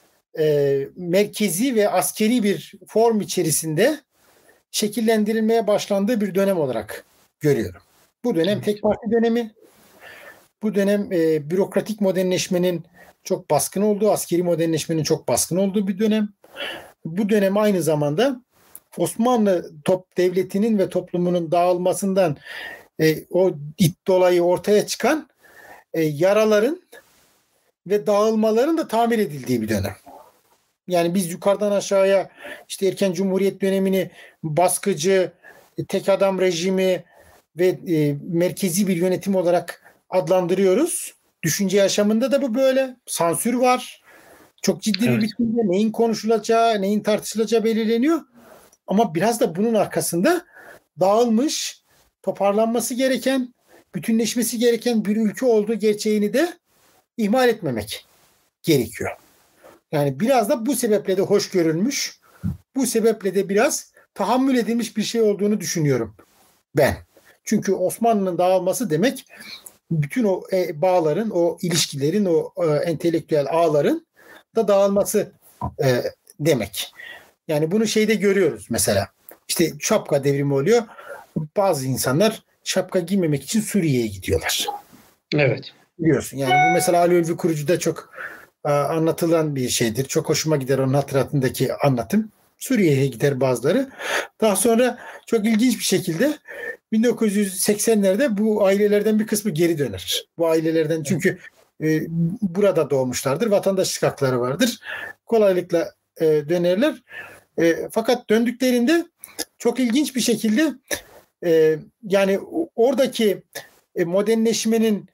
merkezi ve askeri bir form içerisinde şekillendirilmeye başlandığı bir dönem olarak görüyorum. Bu dönem tek parti dönemi. Bu dönem bürokratik modernleşmenin çok baskın olduğu, askeri modernleşmenin çok baskın olduğu bir dönem. Bu dönem aynı zamanda Osmanlı devletinin ve toplumunun dağılmasından o dolayı ortaya çıkan yaraların ve dağılmaların da tamir edildiği bir dönem. Yani biz yukarıdan aşağıya işte erken Cumhuriyet dönemini baskıcı, tek adam rejimi ve merkezi bir yönetim olarak adlandırıyoruz. Düşünce yaşamında da bu böyle. Sansür var. Çok ciddi bir biçimde neyin konuşulacağı, neyin tartışılacağı belirleniyor. Ama biraz da bunun arkasında dağılmış, toparlanması gereken, bütünleşmesi gereken bir ülke olduğu gerçeğini de ihmal etmemek gerekiyor. Yani biraz da bu sebeple de hoş görülmüş, bu sebeple de biraz tahammül edilmiş bir şey olduğunu düşünüyorum ben. Çünkü Osmanlı'nın dağılması demek bütün o bağların, o ilişkilerin, o entelektüel ağların da dağılması demek. Yani bunu şeyde görüyoruz mesela. İşte şapka devrimi oluyor. Bazı insanlar şapka giymemek için Suriye'ye gidiyorlar. Evet. Biliyorsun. Yani bu mesela Ali Ulvi Kurucu'da çok anlatılan bir şeydir. Çok hoşuma gider onun hatıratındaki anlatım. Suriye'ye gider bazıları. Daha sonra çok ilginç bir şekilde 1980'lerde bu ailelerden bir kısmı geri döner. Bu ailelerden çünkü burada doğmuşlardır. Vatandaşlık hakları vardır. Kolaylıkla dönerler. Fakat döndüklerinde çok ilginç bir şekilde yani oradaki modernleşmenin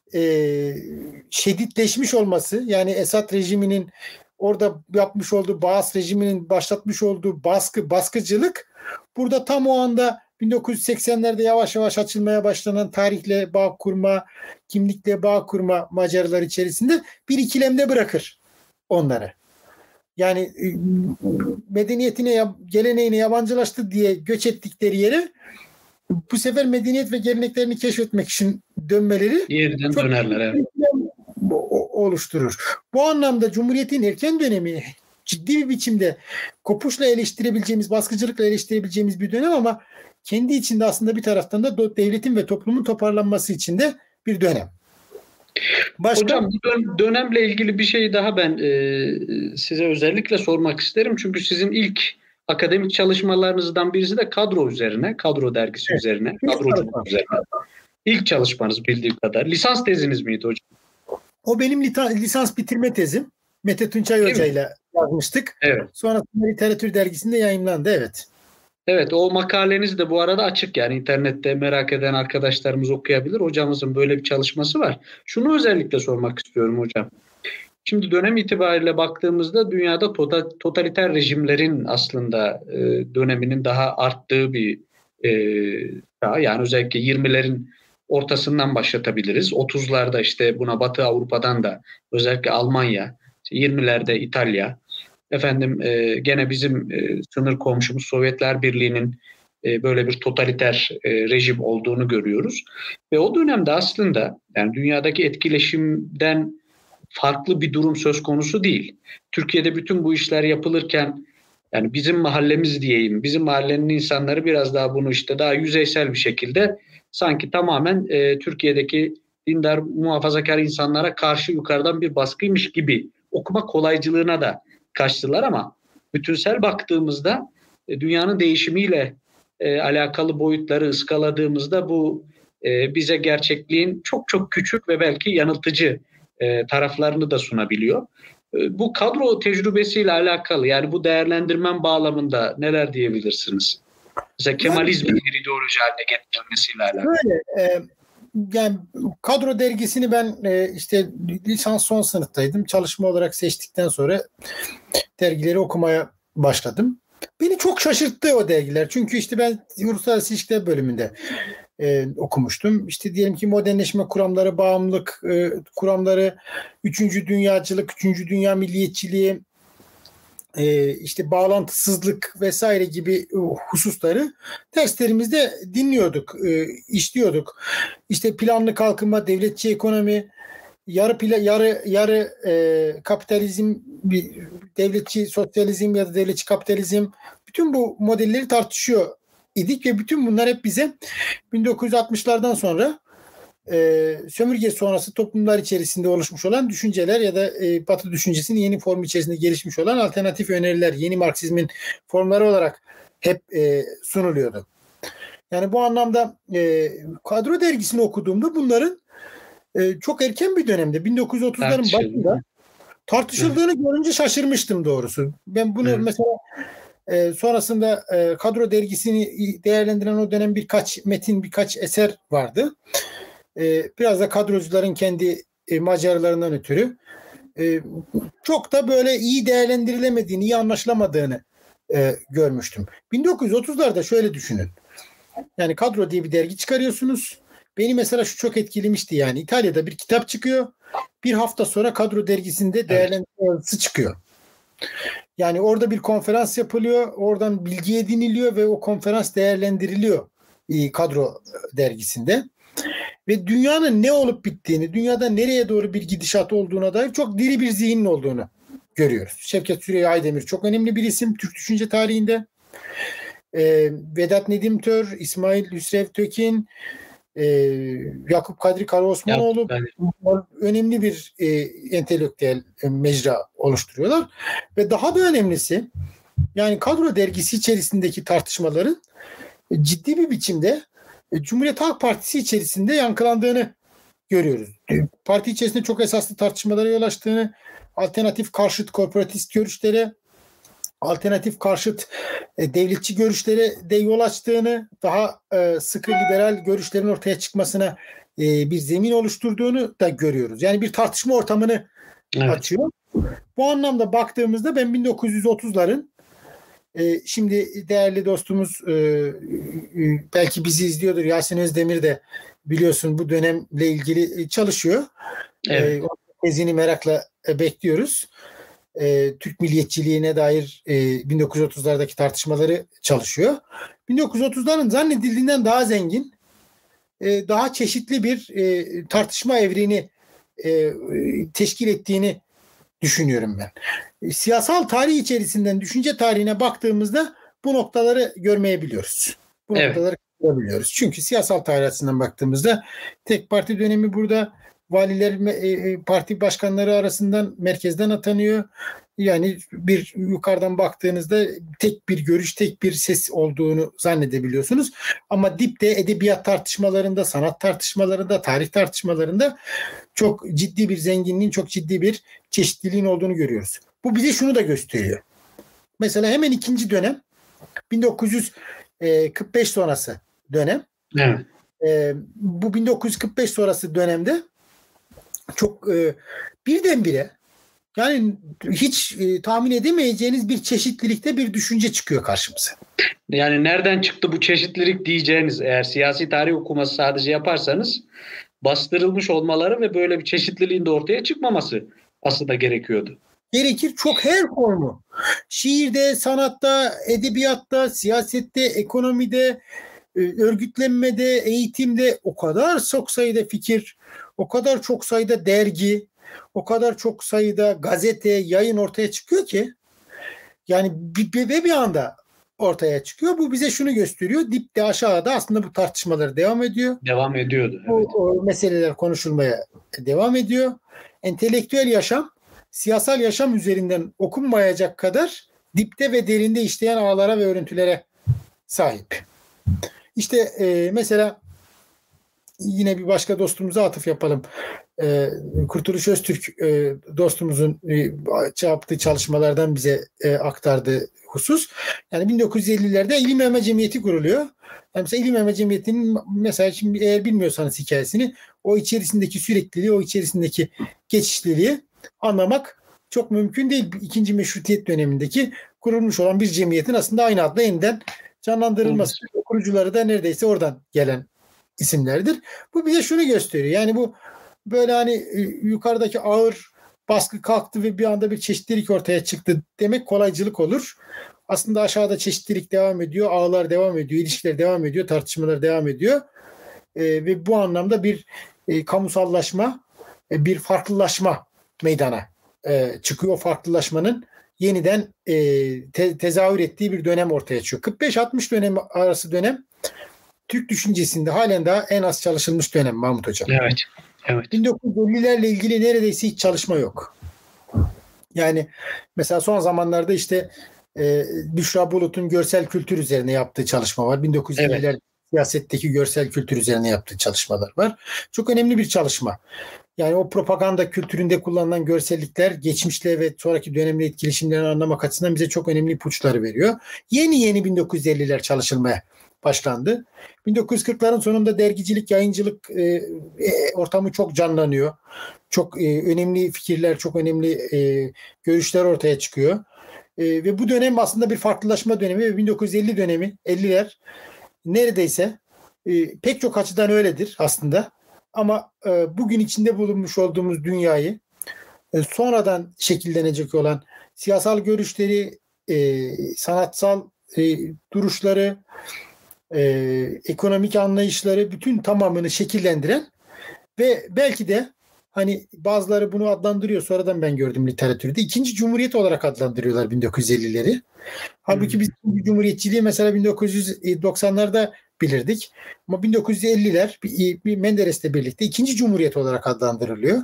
şiddetleşmiş olması, yani Esad rejiminin orada yapmış olduğu, Baas rejiminin başlatmış olduğu baskıcılık burada tam o anda 1980'lerde yavaş yavaş açılmaya başlanan tarihle bağ kurma, kimlikle bağ kurma maceralar içerisinde bir ikilemde bırakır onları. Yani medeniyetine, geleneğine yabancılaştı diye göç ettikleri yere bu sefer medeniyet ve geleneklerini keşfetmek için dönmeleri yeniden dönerler. Evet. Oluşturur. Bu anlamda Cumhuriyet'in erken dönemi ciddi bir biçimde kopuşla eleştirebileceğimiz, baskıcılıkla eleştirebileceğimiz bir dönem ama kendi içinde aslında bir taraftan da devletin ve toplumun toparlanması için de bir dönem. Hocam bu dönemle ilgili bir şey daha ben size özellikle sormak isterim. Çünkü sizin ilk akademik çalışmalarınızdan birisi de kadro üzerine, kadro dergisi üzerine, kadroculuk üzerine. İlk çalışmanız bildiğim kadar. Lisans teziniz miydi hocam? O benim lisans bitirme tezim. Mete Tunçay Hoca ile yazmıştık. Evet. Sonrasında Literatür Dergisi'nde yayınlandı. Evet. Evet, o makaleniz de bu arada açık, yani internette merak eden arkadaşlarımız okuyabilir. Hocamızın böyle bir çalışması var. Şunu özellikle sormak istiyorum hocam. Şimdi dönem itibariyle baktığımızda dünyada totaliter rejimlerin aslında döneminin daha arttığı bir yani özellikle 20'lerin ortasından başlatabiliriz. 30'larda işte buna Batı Avrupa'dan da özellikle Almanya, 20'lerde İtalya, gene bizim sınır komşumuz Sovyetler Birliği'nin böyle bir totaliter rejim olduğunu görüyoruz. Ve o dönemde aslında yani dünyadaki etkileşimden farklı bir durum söz konusu değil. Türkiye'de bütün bu işler yapılırken yani bizim mahallemiz diyeyim, bizim mahallenin insanları biraz daha bunu işte daha yüzeysel bir şekilde sanki tamamen Türkiye'deki dindar, muhafazakar insanlara karşı yukarıdan bir baskıymış gibi okuma kolaycılığına da kaçtılar ama bütünsel baktığımızda dünyanın değişimiyle alakalı boyutları ıskaladığımızda bu bize gerçekliğin çok çok küçük ve belki yanıltıcı taraflarını da sunabiliyor. Bu kadro tecrübesiyle alakalı yani bu değerlendirmen bağlamında neler diyebilirsiniz? Mesela Kemalizmin bir ideoloji haline getirilmesiyle alakalı. Böyle, yani Kadro dergisini ben işte lisans son sınıftaydım. Çalışma olarak seçtikten sonra dergileri okumaya başladım. Beni çok şaşırttı o dergiler. Çünkü işte ben uluslararası ilişkiler bölümünde okumuştum. İşte diyelim ki modernleşme kuramları, bağımlılık kuramları, üçüncü dünyacılık, üçüncü dünya milliyetçiliği, işte bağlantısızlık vesaire gibi hususları derslerimizde dinliyorduk, işliyorduk. İşte planlı kalkınma, devletçi ekonomi, yarı kapitalizm, devletçi sosyalizm ya da devletçi kapitalizm, bütün bu modelleri tartışıyor idik ve bütün bunlar hep bize 1960'lardan sonra sömürge sonrası toplumlar içerisinde oluşmuş olan düşünceler ya da Batı düşüncesinin yeni formu içerisinde gelişmiş olan alternatif öneriler, yeni Marksizmin formları olarak hep sunuluyordu. Yani bu anlamda Kadro dergisini okuduğumda bunların çok erken bir dönemde 1930'ların başında tartışıldığını görünce şaşırmıştım doğrusu. Ben bunu mesela sonrasında Kadro dergisini değerlendiren o dönem birkaç metin, birkaç eser vardı. Biraz da kadrocuların kendi maceralarından ötürü çok da böyle iyi değerlendirilemediğini, iyi anlaşılamadığını görmüştüm. 1930'larda şöyle düşünün. Yani Kadro diye bir dergi çıkarıyorsunuz. Beni mesela şu çok etkilemişti yani. İtalya'da bir kitap çıkıyor. Bir hafta sonra Kadro dergisinde değerlendirmesi çıkıyor. Yani orada bir konferans yapılıyor. Oradan bilgi ediniliyor ve o konferans değerlendiriliyor Kadro dergisinde. Ve dünyanın ne olup bittiğini, dünyada nereye doğru bir gidişat olduğuna dair çok diri bir zihnin olduğunu görüyoruz. Şevket Süreyya Aydemir çok önemli bir isim Türk düşünce tarihinde. Vedat Nedim Tör, İsmail Hüsrev Tökin, Yakup Kadri Karaosmanoğlu önemli bir entelektüel mecra oluşturuyorlar. Ve daha da önemlisi, yani Kadro dergisi içerisindeki tartışmaların ciddi bir biçimde Cumhuriyet Halk Partisi içerisinde yankılandığını görüyoruz. Parti içerisinde çok esaslı tartışmalara yol açtığını, alternatif karşıt korporatist görüşlere, alternatif karşıt devletçi görüşlere de yol açtığını, daha sıkı liberal görüşlerin ortaya çıkmasına bir zemin oluşturduğunu da görüyoruz. Yani bir tartışma ortamını açıyor. Bu anlamda baktığımızda ben 1930'ların şimdi değerli dostumuz belki bizi izliyordur, Yasin Özdemir de biliyorsun bu dönemle ilgili çalışıyor. Evet. Tezini merakla bekliyoruz. Türk milliyetçiliğine dair 1930'lardaki tartışmaları çalışıyor. 1930'ların zannedildiğinden daha zengin, daha çeşitli bir tartışma evreni teşkil ettiğini düşünüyorum ben. Siyasal tarih içerisinden düşünce tarihine baktığımızda bu noktaları görmeyebiliyoruz. Bu noktaları görebiliyoruz. Çünkü siyasal tarih açısından baktığımızda tek parti dönemi burada, valiler parti başkanları arasından merkezden atanıyor. Yani bir yukarıdan baktığınızda tek bir görüş, tek bir ses olduğunu zannedebiliyorsunuz. Ama dipte edebiyat tartışmalarında, sanat tartışmalarında, tarih tartışmalarında çok ciddi bir zenginliğin, çok ciddi bir çeşitliliğin olduğunu görüyoruz. Bu bize şunu da gösteriyor. Mesela hemen ikinci dönem 1945 sonrası dönem. Evet. Bu 1945 sonrası dönemde çok birdenbire, yani hiç tahmin edemeyeceğiniz bir çeşitlilikte bir düşünce çıkıyor karşımıza. Yani nereden çıktı bu çeşitlilik diyeceğiniz, eğer siyasi tarih okuması sadece yaparsanız, bastırılmış olmaları ve böyle bir çeşitliliğin de ortaya çıkmaması aslında gerekiyordu. Gerekir, çok her formu. Şiirde, sanatta, edebiyatta, siyasette, ekonomide, örgütlenmede, eğitimde o kadar çok sayıda fikir, o kadar çok sayıda dergi, o kadar çok sayıda gazete, yayın ortaya çıkıyor ki, yani bir anda ortaya çıkıyor. Bu bize şunu gösteriyor. Dipte, aşağıda aslında bu tartışmalar devam ediyor. Devam ediyordu. Evet. O meseleler konuşulmaya devam ediyor. Entelektüel yaşam, siyasal yaşam üzerinden okunmayacak kadar dipte ve derinde işleyen ağlara ve örüntülere sahip. İşte mesela yine bir başka dostumuza atıf yapalım. Kurtuluş Öztürk dostumuzun yaptığı çalışmalardan bize aktardığı husus. Yani 1950'lerde İlim Öğrenme Cemiyeti kuruluyor. Yani mesela İlim Öğrenme Cemiyeti'nin mesela şimdi eğer bilmiyorsanız hikayesini, o içerisindeki sürekliliği, o içerisindeki geçişliliği anlamak çok mümkün değil. İkinci Meşrutiyet dönemindeki kurulmuş olan bir cemiyetin aslında aynı adla yeniden canlandırılması. Kurucuları da neredeyse oradan gelen isimlerdir. Bu bize şunu gösteriyor. Yani bu böyle hani yukarıdaki ağır baskı kalktı ve bir anda bir çeşitlilik ortaya çıktı demek kolaycılık olur. Aslında aşağıda çeşitlilik devam ediyor, ağlar devam ediyor, ilişkiler devam ediyor, tartışmalar devam ediyor. Ve bu anlamda bir kamusallaşma, bir farklılaşma meydana çıkıyor. O farklılaşmanın yeniden tezahür ettiği bir dönem ortaya çıkıyor. 45-60 dönemi arası dönem Türk düşüncesinde halen daha en az çalışılmış dönem Mahmut Hocam. Evet. Evet. 1950'lerle ilgili neredeyse hiç çalışma yok. Yani mesela son zamanlarda işte Büşra Bulut'un görsel kültür üzerine yaptığı çalışma var. 1950'ler siyasetteki görsel kültür üzerine yaptığı çalışmalar var. Çok önemli bir çalışma. Yani o propaganda kültüründe kullanılan görsellikler geçmişle ve sonraki dönemle etkileşimlerini anlamak açısından bize çok önemli ipuçları veriyor. Yeni 1950'ler çalışılmaya başlandı. 1940'ların sonunda dergicilik, yayıncılık ortamı çok canlanıyor. Çok önemli fikirler, çok önemli görüşler ortaya çıkıyor. Ve bu dönem aslında bir farklılaşma dönemi ve 1950 dönemi, 50'ler neredeyse pek çok açıdan öyledir aslında. Ama bugün içinde bulunmuş olduğumuz dünyayı sonradan şekillenecek olan siyasal görüşleri, sanatsal duruşları, ekonomik anlayışları bütün tamamını şekillendiren ve belki de hani bazıları bunu adlandırıyor, sonradan ben gördüm literatürde, İkinci Cumhuriyet olarak adlandırıyorlar 1950'leri. Halbuki biz Cumhuriyetçiliği mesela 1990'larda bilirdik. Ama 1950'ler bir Menderes'le birlikte İkinci Cumhuriyet olarak adlandırılıyor.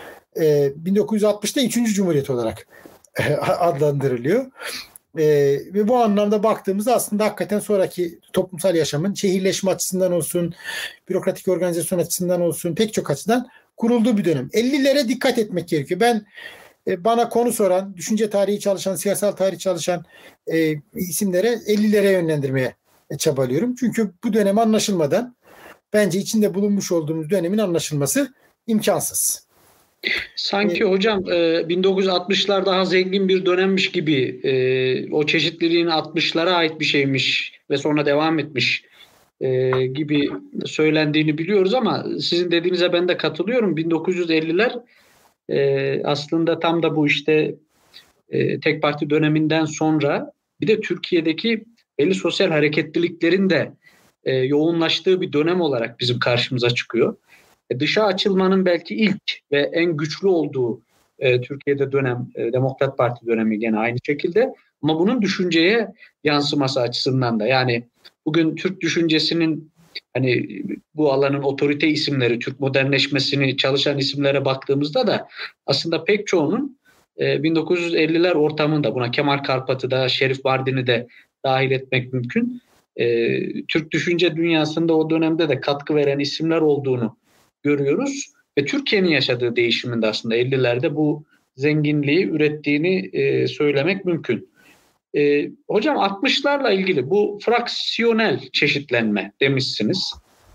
1960'da Üçüncü Cumhuriyet olarak adlandırılıyor. Ve bu anlamda baktığımızda aslında hakikaten sonraki toplumsal yaşamın şehirleşme açısından olsun, bürokratik organizasyon açısından olsun pek çok açıdan kurulduğu bir dönem. 50'lere dikkat etmek gerekiyor. Ben bana konu soran, düşünce tarihi çalışan, siyasal tarih çalışan isimlere 50'lere yönlendirmeye çabalıyorum. Çünkü bu dönem anlaşılmadan bence içinde bulunmuş olduğumuz dönemin anlaşılması imkansız. Sanki hocam 1960'lar daha zengin bir dönemmiş gibi, o çeşitliliğin 60'lara ait bir şeymiş ve sonra devam etmiş gibi söylendiğini biliyoruz ama sizin dediğinize ben de katılıyorum. 1950'ler aslında tam da bu işte tek parti döneminden sonra bir de Türkiye'deki belli sosyal hareketliliklerin de yoğunlaştığı bir dönem olarak bizim karşımıza çıkıyor. Dışa açılmanın belki ilk ve en güçlü olduğu Türkiye'de dönem Demokrat Parti dönemi gene aynı şekilde, ama bunun düşünceye yansıması açısından da, yani bugün Türk düşüncesinin hani bu alanın otorite isimleri, Türk modernleşmesini çalışan isimlere baktığımızda da aslında pek çoğunun 1950'ler ortamında, buna Kemal Karpat'ı da Şerif Bardin'i de dahil etmek mümkün, Türk düşünce dünyasında o dönemde de katkı veren isimler olduğunu görüyoruz ve Türkiye'nin yaşadığı değişimin de aslında 50'lerde bu zenginliği ürettiğini söylemek mümkün. Hocam 60'larla ilgili bu fraksiyonel çeşitlenme demişsiniz.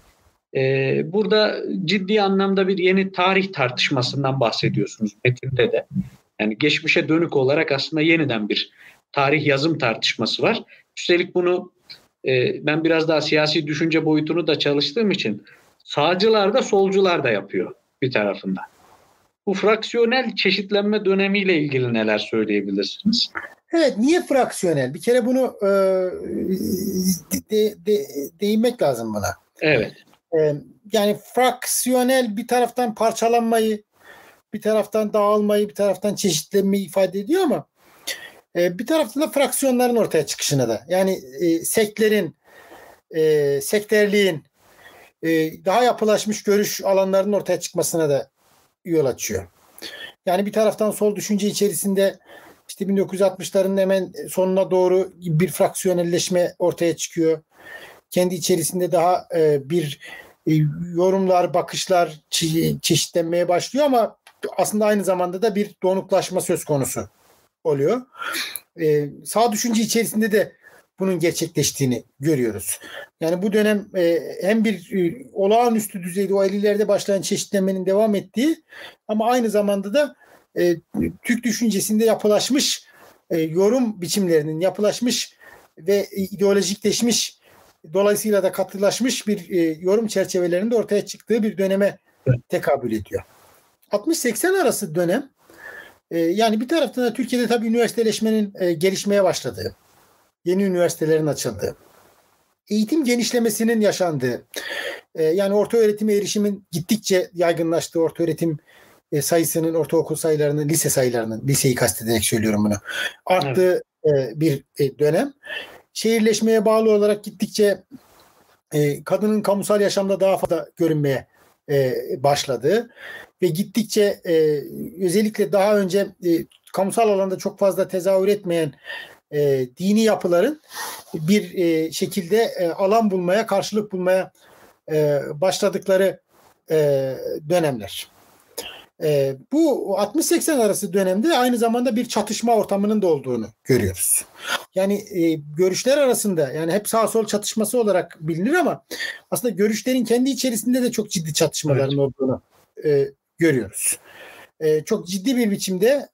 Burada ciddi anlamda bir yeni tarih tartışmasından bahsediyorsunuz metinde de. Yani geçmişe dönük olarak aslında yeniden bir tarih yazım tartışması var. Üstelik bunu ben biraz daha siyasi düşünce boyutunu da çalıştığım için sağcılar da solcular da yapıyor bir tarafında. Bu fraksiyonel çeşitlenme dönemiyle ilgili neler söyleyebilirsiniz? Evet, niye fraksiyonel? Bir kere bunu değinmek lazım buna. Evet. Yani fraksiyonel bir taraftan parçalanmayı, bir taraftan dağılmayı, bir taraftan çeşitlenmeyi ifade ediyor ama bir taraftan da fraksiyonların ortaya çıkışına da, yani sektlerin, sektörlüğün, daha yapılaşmış görüş alanlarının ortaya çıkmasına da yol açıyor. Yani bir taraftan sol düşünce içerisinde işte 1960'ların hemen sonuna doğru bir fraksiyonelleşme ortaya çıkıyor. Kendi içerisinde daha bir yorumlar, bakışlar çeşitlenmeye başlıyor ama aslında aynı zamanda da bir donuklaşma söz konusu oluyor. Sağ düşünce içerisinde de bunun gerçekleştiğini görüyoruz. Yani bu dönem hem bir olağanüstü düzeyde o 50'lerde başlayan çeşitlenmenin devam ettiği ama aynı zamanda da Türk düşüncesinde yapılaşmış yorum biçimlerinin yapılaşmış ve ideolojikleşmiş, dolayısıyla da katılaşmış bir yorum çerçevelerinde ortaya çıktığı bir döneme tekabül ediyor. 60-80 arası dönem, yani bir taraftan da Türkiye'de tabii üniversiteleşmenin gelişmeye başladığı, yeni üniversitelerin açıldığı, eğitim genişlemesinin yaşandığı, yani orta öğretime erişimin gittikçe yaygınlaştığı, orta öğretim sayısının, ortaokul sayılarının, lise sayılarının, liseyi kastederek söylüyorum bunu, arttığı bir dönem. Şehirleşmeye bağlı olarak gittikçe kadının kamusal yaşamda daha fazla görünmeye başladığı ve gittikçe özellikle daha önce kamusal alanda çok fazla tezahür etmeyen dini yapıların bir şekilde alan bulmaya, karşılık bulmaya başladıkları dönemler. Bu 60-80 arası dönemde aynı zamanda bir çatışma ortamının da olduğunu görüyoruz. Yani görüşler arasında, yani hep sağ sol çatışması olarak bilinir ama aslında görüşlerin kendi içerisinde de çok ciddi çatışmaların olduğunu görüyoruz. Çok ciddi bir biçimde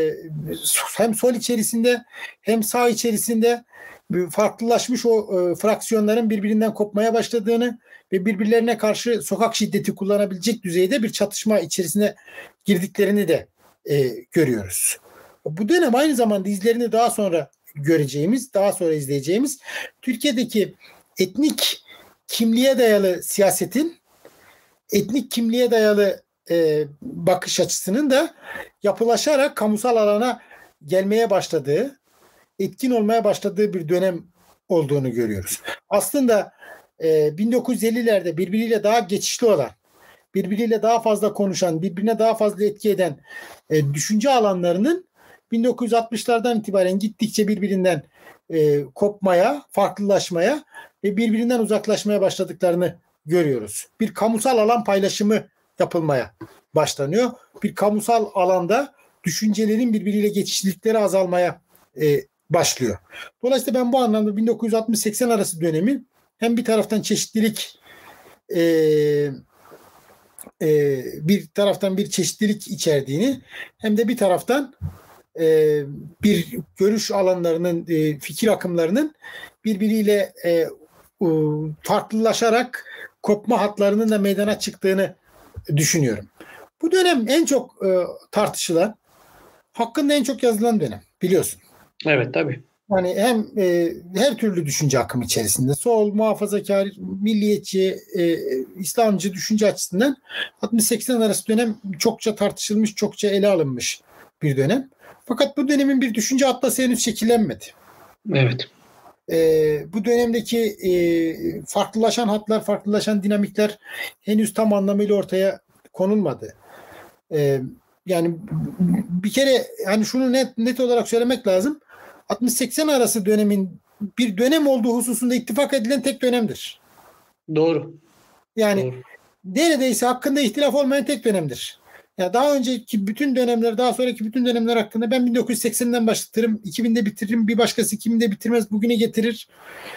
hem sol içerisinde hem sağ içerisinde farklılaşmış o fraksiyonların birbirinden kopmaya başladığını ve birbirlerine karşı sokak şiddeti kullanabilecek düzeyde bir çatışma içerisine girdiklerini de görüyoruz. Bu dönem aynı zamanda izlerini daha sonra göreceğimiz, daha sonra izleyeceğimiz Türkiye'deki etnik kimliğe dayalı siyasetin, etnik kimliğe dayalı bakış açısının da yapılaşarak kamusal alana gelmeye başladığı, etkin olmaya başladığı bir dönem olduğunu görüyoruz. Aslında 1950'lerde birbiriyle daha geçişli olan, birbiriyle daha fazla konuşan, birbirine daha fazla etki eden düşünce alanlarının 1960'lardan itibaren gittikçe birbirinden kopmaya, farklılaşmaya ve birbirinden uzaklaşmaya başladıklarını görüyoruz. Bir kamusal alan paylaşımı yapılmaya başlanıyor. Bir kamusal alanda düşüncelerin birbiriyle geçişlilikleri azalmaya başlıyor. Dolayısıyla ben bu anlamda 1960-80 arası dönemi hem bir taraftan çeşitlilik bir taraftan bir çeşitlilik içerdiğini hem de bir taraftan bir görüş alanlarının, fikir akımlarının birbiriyle farklılaşarak kopma hatlarının da meydana çıktığını düşünüyorum. Bu dönem en çok tartışılan, hakkında en çok yazılan dönem, biliyorsun. Evet, tabii. Yani hem her türlü düşünce akımı içerisinde sol, muhafazakar, milliyetçi, İslamcı düşünce açısından 60-80 arası dönem çokça tartışılmış, çokça ele alınmış bir dönem. Fakat bu dönemin bir düşünce atlası henüz şekillenmedi. Evet. Bu dönemdeki farklılaşan hatlar, farklılaşan dinamikler henüz tam anlamıyla ortaya konulmadı. Yani bir kere hani şunu net olarak söylemek lazım. 60-80 arası dönemin bir dönem olduğu hususunda ittifak edilen tek dönemdir. Doğru. Yani Doğru. Neredeyse hakkında ihtilaf olmayan tek dönemdir. Yani daha önceki bütün dönemler, daha sonraki bütün dönemler hakkında ben 1980'den başlatırım, 2000'de bitiririm, bir başkası 2000'de bitirmez, bugüne getirir.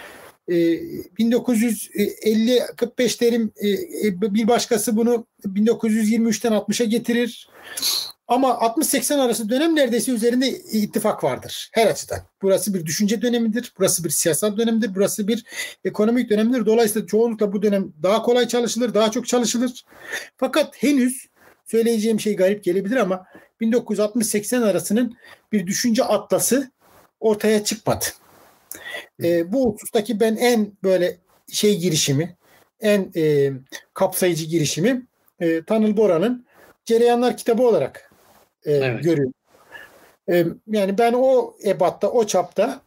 1950-45 derim, bir başkası bunu 1923'ten 60'a getirir. Ama 60-80 arası dönem neredeyse üzerinde ittifak vardır her açıdan. Burası bir düşünce dönemidir, burası bir siyasal dönemdir, burası bir ekonomik dönemdir. Dolayısıyla çoğunlukla bu dönem daha kolay çalışılır, daha çok çalışılır. Fakat henüz söyleyeceğim şey garip gelebilir ama 1960-80 arasının bir düşünce atlası ortaya çıkmadı. Bu husustaki ben en böyle girişimi, en kapsayıcı girişimi Tanıl Bora'nın Cereyanlar kitabı olarak görüyorum. Yani ben o ebatta, o çapta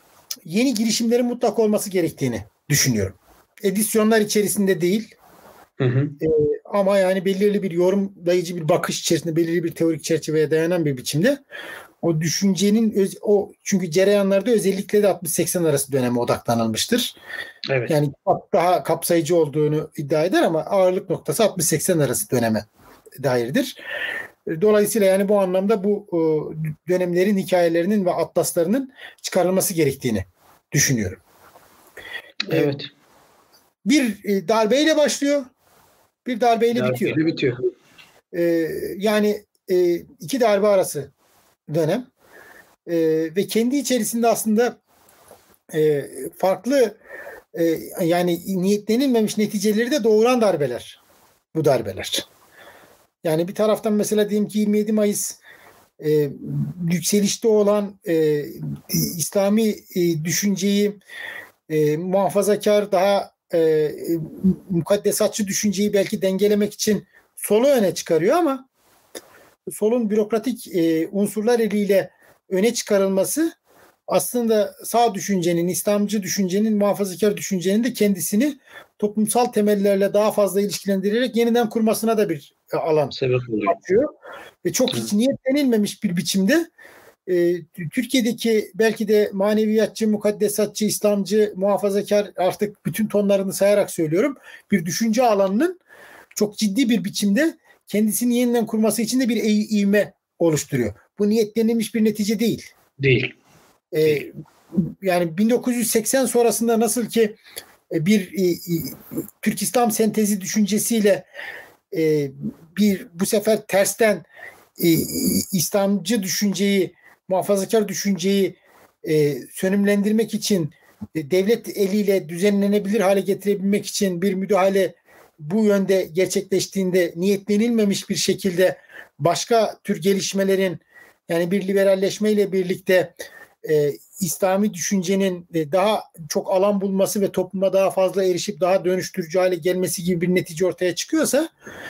yeni girişimlerin mutlak olması gerektiğini düşünüyorum. Edisyonlar içerisinde değil, Hı hı. Ama yani belirli bir yorumlayıcı bir bakış içerisinde, belirli bir teorik çerçeveye dayanan bir biçimde o düşüncenin çünkü cereyanlarda özellikle de 60-80 arası döneme odaklanılmıştır. Evet. Yani daha kapsayıcı olduğunu iddia eder ama ağırlık noktası 60-80 arası döneme dairdir. Dolayısıyla yani bu anlamda bu dönemlerin hikayelerinin ve atlaslarının çıkarılması gerektiğini düşünüyorum. Evet. Bir darbeyle başlıyor, bir darbeyle bitiyor. Bitiyor. Yani iki darbe arası dönem ve kendi içerisinde aslında farklı yani niyetlenilmemiş neticeleri de doğuran darbeler. Bu darbeler. Yani bir taraftan mesela diyelim ki 27 Mayıs yükselişte olan İslami düşünceyi muhafazakar daha mukaddesatçı düşünceyi belki dengelemek için solu öne çıkarıyor ama solun bürokratik unsurlar eliyle öne çıkarılması aslında sağ düşüncenin, İslamcı düşüncenin, muhafazakar düşüncenin de kendisini toplumsal temellerle daha fazla ilişkilendirerek yeniden kurmasına da bir alan sebep oluyor. Açıyor. Ve çok hiç niyetlenilmemiş bir biçimde Türkiye'deki belki de maneviyatçı, mukaddesatçı, İslamcı, muhafazakar artık bütün tonlarını sayarak söylüyorum. Bir düşünce alanının çok ciddi bir biçimde kendisini yeniden kurması için de bir ivme oluşturuyor. Bu niyetlenilmiş bir netice değil. Değil. Yani 1980 sonrasında nasıl ki bir Türk İslam sentezi düşüncesiyle bu sefer tersten İslamcı düşünceyi, muhafazakar düşünceyi sönümlendirmek için devlet eliyle düzenlenebilir hale getirebilmek için bir müdahale bu yönde gerçekleştiğinde niyetlenilmemiş bir şekilde başka tür gelişmelerin yani bir liberalleşmeyle birlikte İslami düşüncenin daha çok alan bulması ve topluma daha fazla erişip daha dönüştürücü hale gelmesi gibi bir netice ortaya çıkıyorsa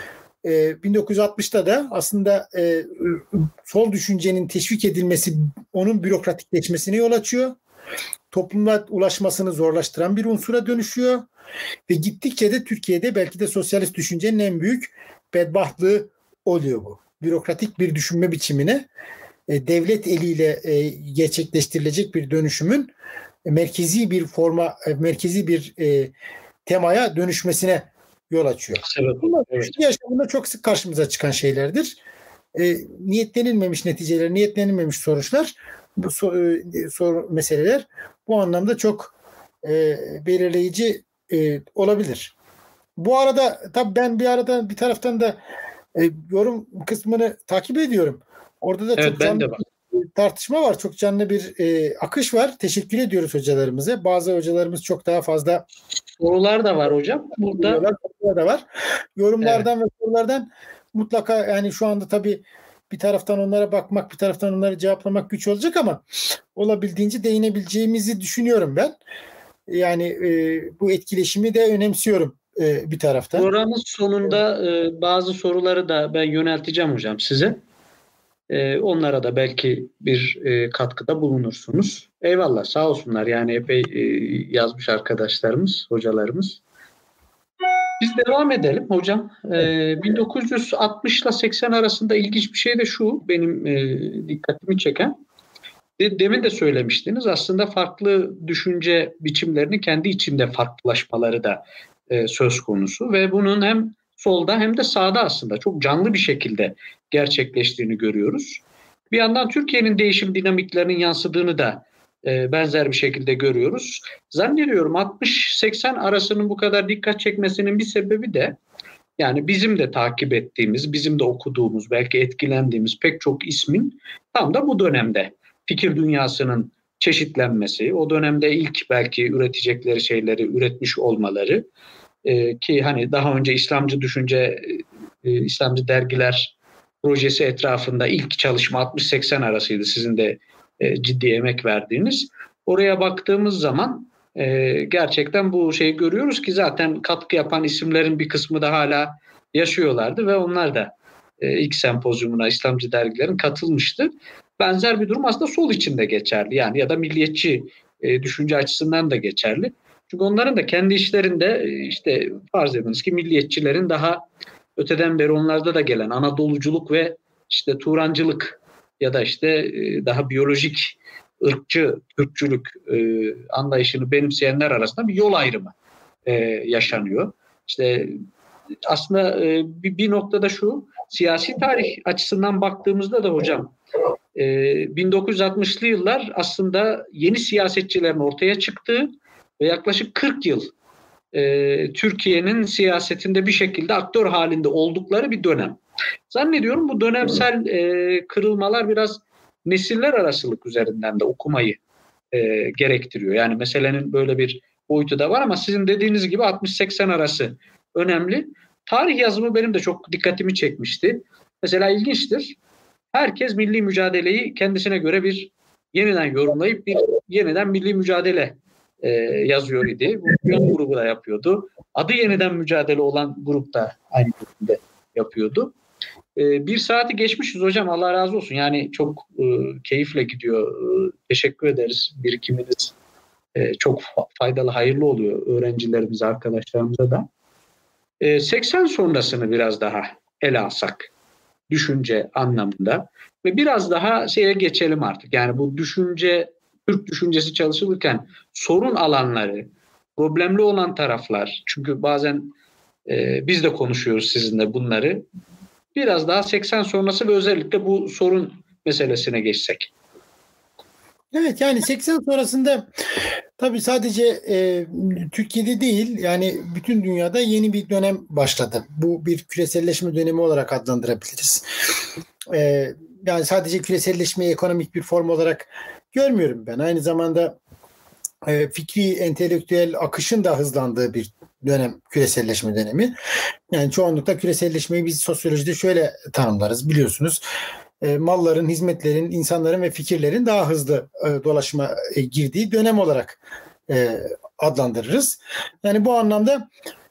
1960'ta da aslında sol düşüncenin teşvik edilmesi onun bürokratikleşmesine yol açıyor. Topluma ulaşmasını zorlaştıran bir unsura dönüşüyor. Ve gittikçe de Türkiye'de belki de sosyalist düşüncenin en büyük bedbahtlığı oluyor bu. Bürokratik bir düşünme biçimine devlet eliyle gerçekleştirilecek bir dönüşümün merkezi bir forma, merkezi bir temaya dönüşmesine yol açıyor. Bunlar yaşamında çok sık karşımıza çıkan şeylerdir. Niyetlenilmemiş neticeler, niyetlenilmemiş sonuçlar, bu meseleler bu anlamda çok belirleyici olabilir. Bu arada tabii ben bir taraftan da yorum kısmını takip ediyorum. Orada da çok canlı bir tartışma var. Çok canlı bir akış var. Teşekkür ediyoruz hocalarımıza. Bazı hocalarımız çok daha fazla sorular da var hocam. Burada da var. Yorumlardan ve sorulardan mutlaka yani şu anda tabii bir taraftan onlara bakmak, bir taraftan onları cevaplamak güç olacak ama olabildiğince değinebileceğimizi düşünüyorum ben. Yani bu etkileşimi de önemsiyorum bir taraftan. Programın sonunda bazı soruları da ben yönelteceğim hocam size. Onlara da belki bir katkıda bulunursunuz. Eyvallah, sağ olsunlar. Yani epey yazmış arkadaşlarımız, hocalarımız. Biz devam edelim hocam. 1960 ile 80 arasında ilginç bir şey de şu, benim dikkatimi çeken. Demin de söylemiştiniz, aslında farklı düşünce biçimlerinin kendi içinde farklılaşmaları da söz konusu ve bunun hem solda hem de sağda aslında çok canlı bir şekilde gerçekleştiğini görüyoruz. Bir yandan Türkiye'nin değişim dinamiklerinin yansıdığını da benzer bir şekilde görüyoruz. Zannediyorum 60-80 arasının bu kadar dikkat çekmesinin bir sebebi de yani bizim de takip ettiğimiz, bizim de okuduğumuz, belki etkilendiğimiz pek çok ismin tam da bu dönemde fikir dünyasının çeşitlenmesi, o dönemde ilk belki üretecekleri şeyleri üretmiş olmaları ki hani daha önce İslamcı düşünce, İslamcı dergiler projesi etrafında ilk çalışma 60-80 arasıydı, sizin de ciddi emek verdiğiniz. Oraya baktığımız zaman gerçekten bu şeyi görüyoruz ki zaten katkı yapan isimlerin bir kısmı da hala yaşıyorlardı ve onlar da ilk sempozyumuna İslamcı dergilerin katılmıştı. Benzer bir durum aslında sol için de geçerli yani ya da milliyetçi düşünce açısından da geçerli. Çünkü onların da kendi işlerinde işte farz ediniz ki milliyetçilerin daha öteden beri onlarda da gelen Anadoluculuk ve işte Turancılık ya da işte daha biyolojik ırkçı Türkçülük anlayışını benimseyenler arasında bir yol ayrımı yaşanıyor. İşte aslında bir noktada şu, siyasi tarih açısından baktığımızda da hocam 1960'lı yıllar aslında yeni siyasetçilerin ortaya çıktığı ve yaklaşık 40 yıl Türkiye'nin siyasetinde bir şekilde aktör halinde oldukları bir dönem. Zannediyorum bu dönemsel kırılmalar biraz nesiller arasılık üzerinden de okumayı gerektiriyor. Yani meselenin böyle bir boyutu da var ama sizin dediğiniz gibi 60-80 arası önemli. Tarih yazımı benim de çok dikkatimi çekmişti. Mesela ilginçtir. Herkes milli mücadeleyi kendisine göre bir yeniden yorumlayıp bir yeniden milli mücadele yazıyor idi. Bu yön grubu da yapıyordu. Adı yeniden mücadele olan grup da aynı şekilde yapıyordu. Bir saati geçmişiz hocam, Allah razı olsun. Yani çok keyifle gidiyor. Teşekkür ederiz. Birikiminiz çok faydalı, hayırlı oluyor öğrencilerimize, arkadaşlarımıza da. 80 sonrasını biraz daha ele alsak düşünce anlamında ve biraz daha şeye geçelim artık. Yani bu düşünce, Türk düşüncesi çalışılırken sorun alanları, problemli olan taraflar, çünkü bazen biz de konuşuyoruz sizinle bunları. Biraz daha 80 sonrası ve özellikle bu sorun meselesine geçsek. Evet, yani 80 sonrasında tabii sadece Türkiye'de değil, yani bütün dünyada yeni bir dönem başladı. Bu bir küreselleşme dönemi olarak adlandırabiliriz. Yani sadece küreselleşmeyi ekonomik bir form olarak görmüyorum ben. Aynı zamanda fikri, entelektüel akışın da hızlandığı bir dönem küreselleşme dönemi. Yani çoğunlukla küreselleşmeyi biz sosyolojide şöyle tanımlarız, biliyorsunuz. Malların, hizmetlerin, insanların ve fikirlerin daha hızlı dolaşıma girdiği dönem olarak adlandırırız. Yani bu anlamda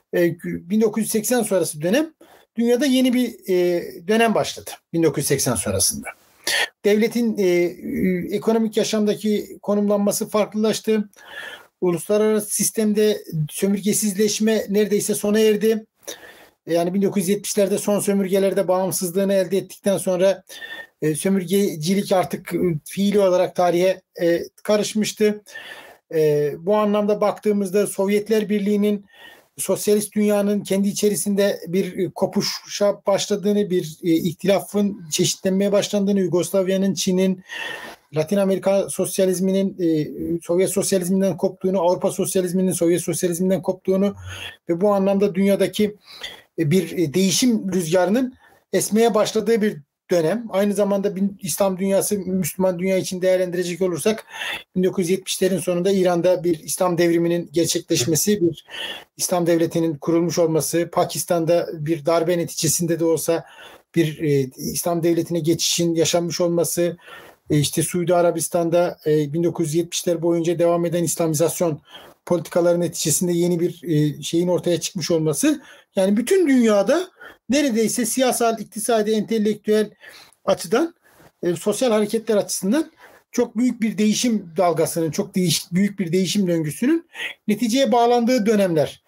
1980 sonrası dönem, dünyada yeni bir dönem başladı 1980 sonrasında. Devletin ekonomik yaşamdaki konumlanması farklılaştı. Uluslararası sistemde sömürgesizleşme neredeyse sona erdi. Yani 1970'lerde son sömürgelerde bağımsızlığını elde ettikten sonra sömürgecilik artık fiili olarak tarihe karışmıştı. Bu anlamda baktığımızda Sovyetler Birliği'nin sosyalist dünyanın kendi içerisinde bir kopuşa başladığını, bir ihtilafın çeşitlenmeye başlandığını, Yugoslavya'nın, Çin'in, Latin Amerika sosyalizminin Sovyet sosyalizminden koptuğunu, Avrupa sosyalizminin Sovyet sosyalizminden koptuğunu ve bu anlamda dünyadaki bir değişim rüzgarının esmeye başladığı bir dönem. Aynı zamanda İslam dünyası, Müslüman dünya için değerlendirecek olursak 1970'lerin sonunda İran'da bir İslam devriminin gerçekleşmesi, bir İslam devletinin kurulmuş olması, Pakistan'da bir darbe neticesinde de olsa bir İslam devletine geçişin yaşanmış olması, işte Suudi Arabistan'da 1970'ler boyunca devam eden İslamizasyon politikaları neticesinde yeni bir şeyin ortaya çıkmış olması. Yani bütün dünyada neredeyse siyasal, iktisadi, entelektüel açıdan, sosyal hareketler açısından çok büyük bir değişim dalgasının, çok büyük bir değişim döngüsünün neticeye bağlandığı dönemler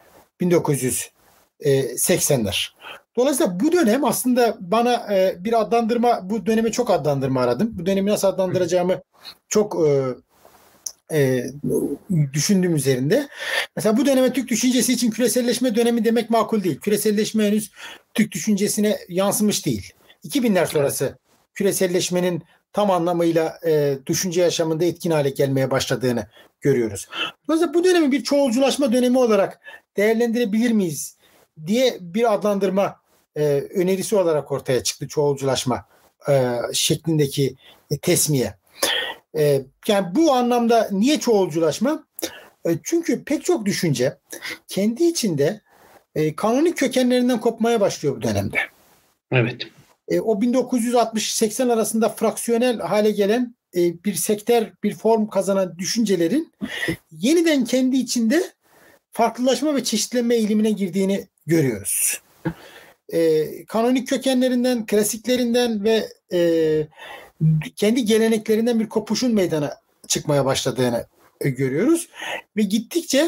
1980'ler. Dolayısıyla bu dönem aslında bana bir adlandırma, bu döneme çok adlandırma aradım. Bu dönemi nasıl adlandıracağımı çok düşündüğüm üzerinde. Mesela bu döneme Türk düşüncesi için küreselleşme dönemi demek makul değil. Küreselleşme henüz Türk düşüncesine yansımış değil. 2000'ler sonrası küreselleşmenin tam anlamıyla düşünce yaşamında etkin hale gelmeye başladığını görüyoruz. Dolayısıyla bu dönemi bir çoğulculaşma dönemi olarak değerlendirebilir miyiz diye bir adlandırma önerisi olarak ortaya çıktı, çoğulculaşma şeklindeki tesmiye. Yani bu anlamda niye çoğulculaşma? Çünkü pek çok düşünce kendi içinde kanonik kökenlerinden kopmaya başlıyor bu dönemde. Evet. O 1960-80 arasında fraksiyonel hale gelen bir sektör, bir form kazanan düşüncelerin yeniden kendi içinde farklılaşma ve çeşitlenme eğilimine girdiğini görüyoruz. Kanonik kökenlerinden, klasiklerinden ve kendi geleneklerinden bir kopuşun meydana çıkmaya başladığını görüyoruz. Ve gittikçe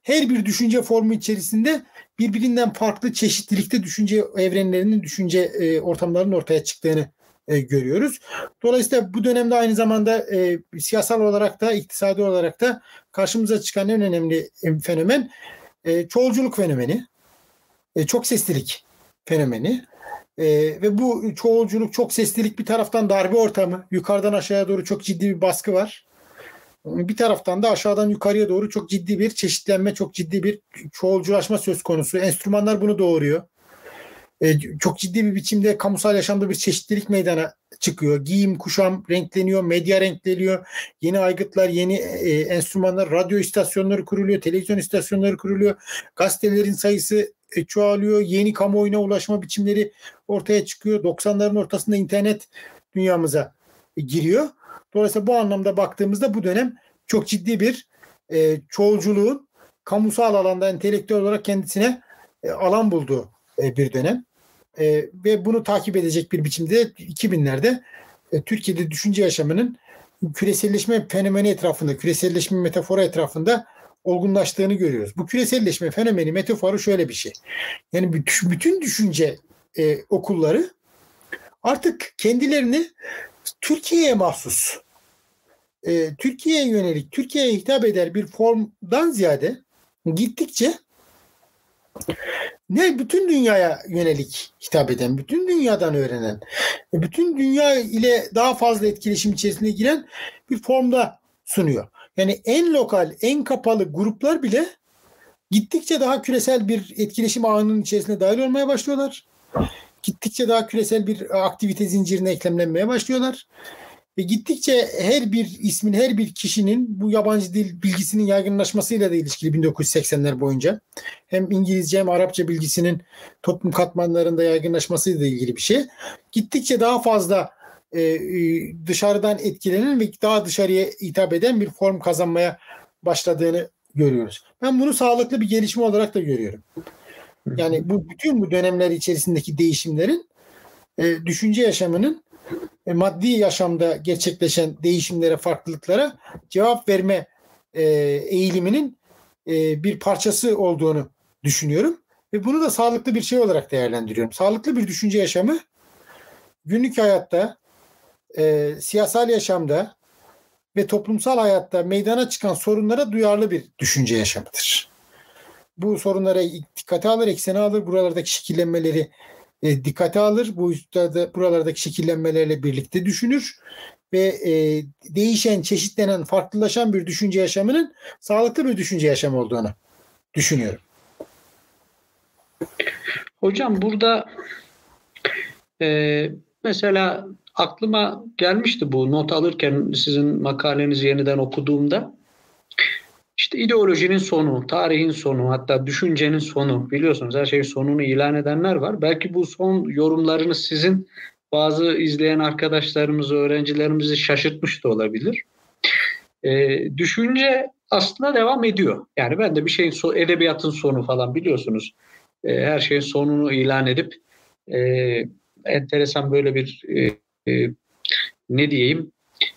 her bir düşünce formu içerisinde birbirinden farklı çeşitlilikte düşünce evrenlerinin, düşünce ortamlarının ortaya çıktığını görüyoruz. Dolayısıyla bu dönemde aynı zamanda siyasal olarak da, iktisadi olarak da karşımıza çıkan en önemli fenomen çoğulculuk fenomeni, çok seslilik fenomeni. Ve bu çoğulculuk, çok seslilik bir taraftan darbe ortamı, yukarıdan aşağıya doğru çok ciddi bir baskı var. Bir taraftan da aşağıdan yukarıya doğru çok ciddi bir çeşitlenme, çok ciddi bir çoğulculaşma söz konusu. Enstrümanlar bunu doğuruyor. Çok ciddi bir biçimde kamusal yaşamda bir çeşitlilik meydana çıkıyor. Giyim, kuşam renkleniyor, medya renkleniyor. Yeni aygıtlar, yeni enstrümanlar, radyo istasyonları kuruluyor, televizyon istasyonları kuruluyor. Gazetelerin sayısı çoğalıyor. Yeni kamuoyuna ulaşma biçimleri ortaya çıkıyor. 90'ların ortasında internet dünyamıza giriyor. Dolayısıyla bu anlamda baktığımızda bu dönem çok ciddi bir çoğulculuğun kamusal alanda entelektüel olarak kendisine alan bulduğu bir dönem. Ve bunu takip edecek bir biçimde 2000'lerde Türkiye'de düşünce yaşamının küreselleşme fenomeni etrafında, küreselleşme metaforu etrafında olgunlaştığını görüyoruz. Bu küreselleşme fenomeni metaforu şöyle bir şey. Yani bütün düşünce okulları artık kendilerini Türkiye'ye mahsus, Türkiye'ye yönelik, Türkiye'ye hitap eder bir formdan ziyade gittikçe bütün dünyaya yönelik hitap eden, bütün dünyadan öğrenen, bütün dünya ile daha fazla etkileşim içerisine giren bir formda sunuyor. Yani en lokal, en kapalı gruplar bile gittikçe daha küresel bir etkileşim ağının içerisine dahil olmaya başlıyorlar. Gittikçe daha küresel bir aktivite zincirine eklemlenmeye başlıyorlar. Ve gittikçe her bir ismin, her bir kişinin bu yabancı dil bilgisinin yaygınlaşmasıyla da ilişkili 1980'ler boyunca. Hem İngilizce hem Arapça bilgisinin toplum katmanlarında yaygınlaşmasıyla da ilgili bir şey. Gittikçe daha fazla dışarıdan etkilenen ve daha dışarıya hitap eden bir form kazanmaya başladığını görüyoruz. Ben bunu sağlıklı bir gelişme olarak da görüyorum. Yani bütün bu dönemler içerisindeki değişimlerin düşünce yaşamının maddi yaşamda gerçekleşen değişimlere, farklılıklara cevap verme eğiliminin bir parçası olduğunu düşünüyorum. Ve bunu da sağlıklı bir şey olarak değerlendiriyorum. Sağlıklı bir düşünce yaşamı günlük hayatta, siyasal yaşamda ve toplumsal hayatta meydana çıkan sorunlara duyarlı bir düşünce yaşamıdır. Bu sorunlara dikkate alır, eksene alır, buralardaki şekillenmeleri dikkate alır. Buralardaki şekillenmelerle birlikte düşünür ve değişen, çeşitlenen, farklılaşan bir düşünce yaşamının sağlıklı bir düşünce yaşamı olduğunu düşünüyorum. Hocam burada mesela aklıma gelmişti bu not alırken sizin makalenizi yeniden okuduğumda. İşte ideolojinin sonu, tarihin sonu, hatta düşüncenin sonu, biliyorsunuz her şeyin sonunu ilan edenler var. Belki bu son yorumlarınız sizin bazı izleyen arkadaşlarımızı, öğrencilerimizi şaşırtmış da olabilir. Düşünce aslında devam ediyor. Yani ben de bir şeyin edebiyatın sonu falan biliyorsunuz. Her şeyin sonunu ilan edip enteresan böyle bir ne diyeyim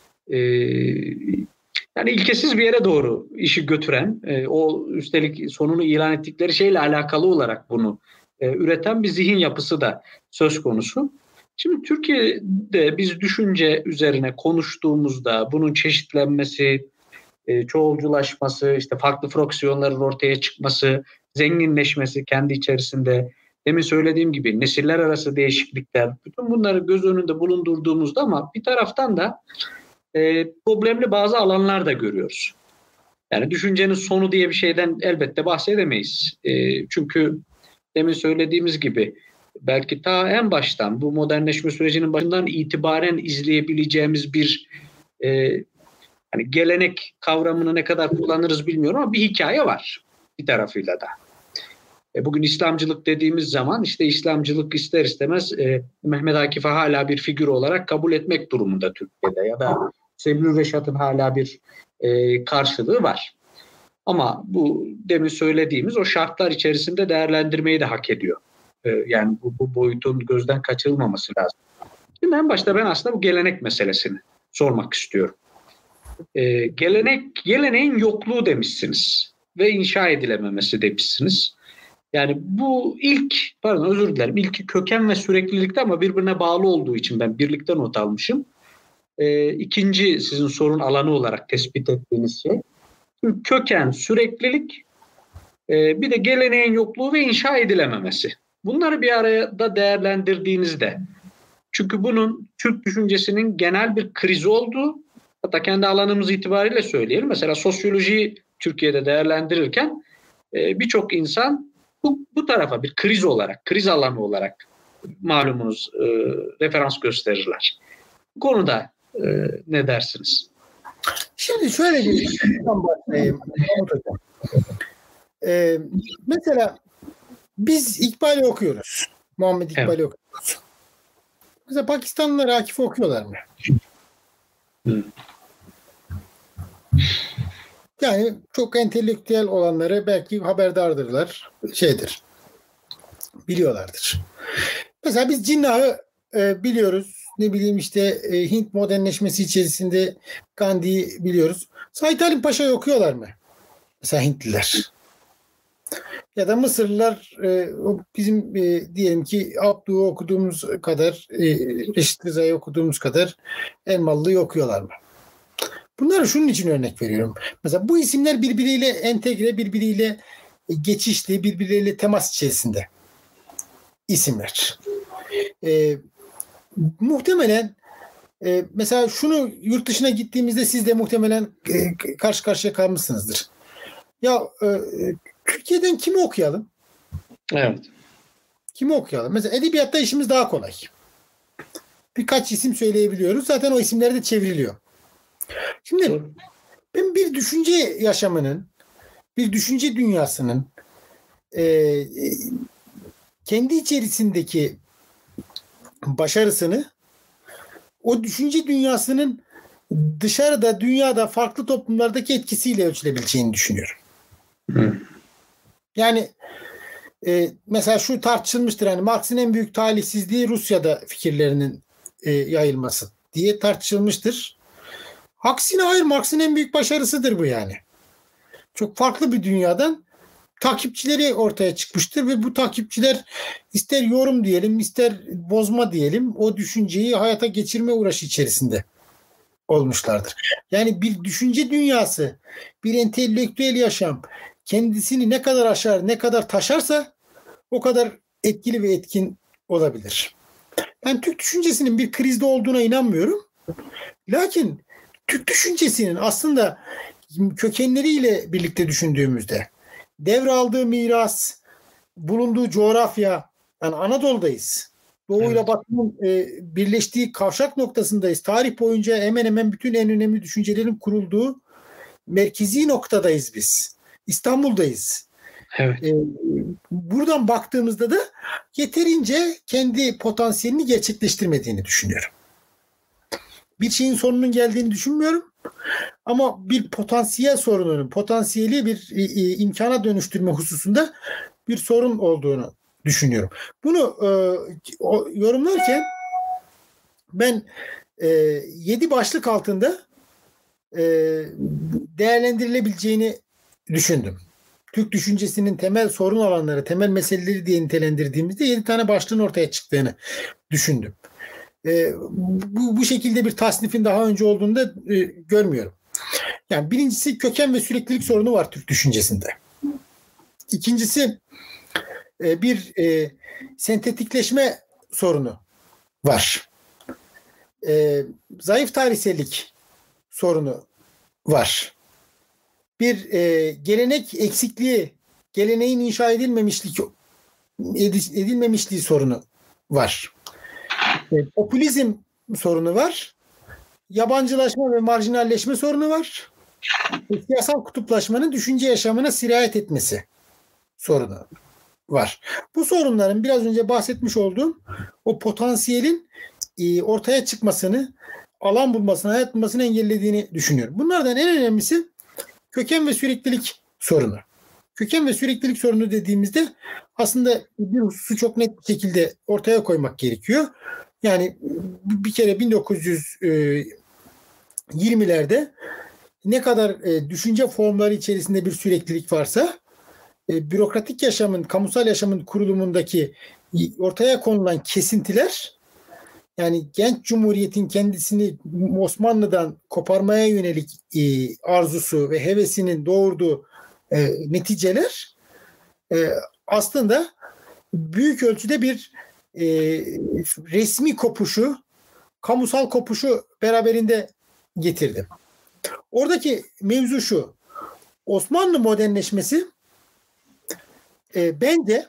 yani ilkesiz bir yere doğru işi götüren, o üstelik sonunu ilan ettikleri şeyle alakalı olarak bunu üreten bir zihin yapısı da söz konusu. Şimdi Türkiye'de biz düşünce üzerine konuştuğumuzda bunun çeşitlenmesi, çoğulculaşması, işte farklı fraksiyonların ortaya çıkması, zenginleşmesi kendi içerisinde, demin söylediğim gibi nesiller arası değişiklikler, bütün bunları göz önünde bulundurduğumuzda ama bir taraftan da problemli bazı alanlar da görüyoruz. Yani düşüncenin sonu diye bir şeyden elbette bahsedemeyiz. Çünkü demin söylediğimiz gibi belki ta en baştan bu modernleşme sürecinin başından itibaren izleyebileceğimiz bir hani gelenek kavramını ne kadar kullanırız bilmiyorum ama bir hikaye var bir tarafıyla da. Bugün İslamcılık dediğimiz zaman işte İslamcılık ister istemez Mehmet Akif'i hala bir figür olarak kabul etmek durumunda Türkiye'de ya da Sebil Reşat'ın hala bir karşılığı var. Ama bu demin söylediğimiz o şartlar içerisinde değerlendirmeyi de hak ediyor. Yani bu boyutun gözden kaçırılmaması lazım. Şimdi en başta ben aslında bu gelenek meselesini sormak istiyorum. Geleneğin yokluğu demişsiniz. ve inşa edilememesi demişsiniz. Yani bu ilk köken ve süreklilikte ama birbirine bağlı olduğu için ben birlikte not almışım. İkinci sizin sorun alanı olarak tespit ettiğiniz şey. Köken, süreklilik, bir de geleneğin yokluğu ve inşa edilememesi. Bunları bir arada değerlendirdiğinizde, çünkü bunun Türk düşüncesinin genel bir krizi olduğu, hatta kendi alanımız itibariyle söyleyelim. Mesela sosyolojiyi Türkiye'de değerlendirirken birçok insan bu tarafa bir kriz olarak, kriz alanı olarak malumunuz referans gösterirler. Bu konuda ne dersiniz? Şimdi şöyle bir başlayayım. Mesela biz İkbal'i okuyoruz. Muhammed İkbal'i okuyoruz. Mesela Pakistanlılar Akif'i okuyorlar mı? Yani çok entelektüel olanları belki haberdardırlar. Biliyorlardır. Mesela biz Cinnah'ı biliyoruz. Ne bileyim işte Hint modernleşmesi içerisinde Gandhi'yi biliyoruz. Said Halim Paşa'yı okuyorlar mı? Mesela Hintliler. Ya da Mısırlılar bizim diyelim ki Abdu'yu okuduğumuz kadar, Reşit Rıza'yı okuduğumuz kadar Elmalı'yı okuyorlar mı? Bunları şunun için örnek veriyorum. Mesela bu isimler birbiriyle entegre, birbiriyle geçişli, birbirleriyle temas içerisinde isimler. Muhtemelen mesela şunu yurt dışına gittiğimizde siz de muhtemelen karşı karşıya kalmışsınızdır. Ya Türkiye'den kimi okuyalım? Evet. Kimi okuyalım? Mesela edebiyatta işimiz daha kolay. Birkaç isim söyleyebiliyoruz. Zaten o isimler de çevriliyor. Şimdi ben bir düşünce yaşamının, bir düşünce dünyasının kendi içerisindeki başarısını o düşünce dünyasının dışarıda, dünyada, farklı toplumlardaki etkisiyle ölçülebileceğini düşünüyorum. Yani mesela şu tartışılmıştır. Yani Marx'ın en büyük talihsizliği Rusya'da fikirlerinin yayılması diye tartışılmıştır. Aksine hayır, Marx'ın en büyük başarısıdır bu yani. Çok farklı bir dünyadan takipçileri ortaya çıkmıştır ve bu takipçiler ister yorum diyelim, ister bozma diyelim, o düşünceyi hayata geçirme uğraşı içerisinde olmuşlardır. Yani bir düşünce dünyası, bir entelektüel yaşam kendisini ne kadar aşar, ne kadar taşarsa o kadar etkili ve etkin olabilir. Ben Türk düşüncesinin bir krizde olduğuna inanmıyorum. Lakin Türk düşüncesinin aslında kökenleriyle birlikte düşündüğümüzde devraldığı miras, bulunduğu coğrafya, yani Anadolu'dayız. Doğu ile Batı'nın birleştiği kavşak noktasındayız. Tarih boyunca hemen hemen bütün en önemli düşüncelerin kurulduğu merkezi noktadayız biz. İstanbul'dayız. Evet. Buradan baktığımızda da yeterince kendi potansiyelini gerçekleştirmediğini düşünüyorum. Bir şeyin sonunun geldiğini düşünmüyorum. Ama bir potansiyel sorununun, potansiyeli bir imkana dönüştürme hususunda bir sorun olduğunu düşünüyorum. Bunu yorumlarken ben 7 başlık altında değerlendirilebileceğini düşündüm. Türk düşüncesinin temel sorun alanları, temel meseleleri diye nitelendirdiğimizde 7 tane başlığın ortaya çıktığını düşündüm. Bu şekilde bir tasnifin daha önce olduğunu da görmüyorum. Yani birincisi köken ve süreklilik sorunu var Türk düşüncesinde. İkincisi bir sentetikleşme sorunu var. Zayıf tarihsellik sorunu var. Bir gelenek eksikliği, geleneğin inşa edilmemişliği sorunu var. Popülizm sorunu var. Yabancılaşma ve marjinalleşme sorunu var. Siyasal kutuplaşmanın düşünce yaşamına sirayet etmesi sorunu var. Bu sorunların biraz önce bahsetmiş olduğum o potansiyelin ortaya çıkmasını, alan bulmasını, hayat bulmasını engellediğini düşünüyorum. Bunlardan en önemlisi köken ve süreklilik sorunu. Köken ve süreklilik sorunu dediğimizde aslında bir hususu çok net bir şekilde ortaya koymak gerekiyor. Yani bir kere 1920'lerde ne kadar düşünce formları içerisinde bir süreklilik varsa bürokratik yaşamın, kamusal yaşamın kurulumundaki ortaya konulan kesintiler, yani genç cumhuriyetin kendisini Osmanlı'dan koparmaya yönelik arzusu ve hevesinin doğurduğu neticeler aslında büyük ölçüde bir resmi kopuşu, kamusal kopuşu beraberinde getirdi. Oradaki mevzu şu: Osmanlı modernleşmesi bence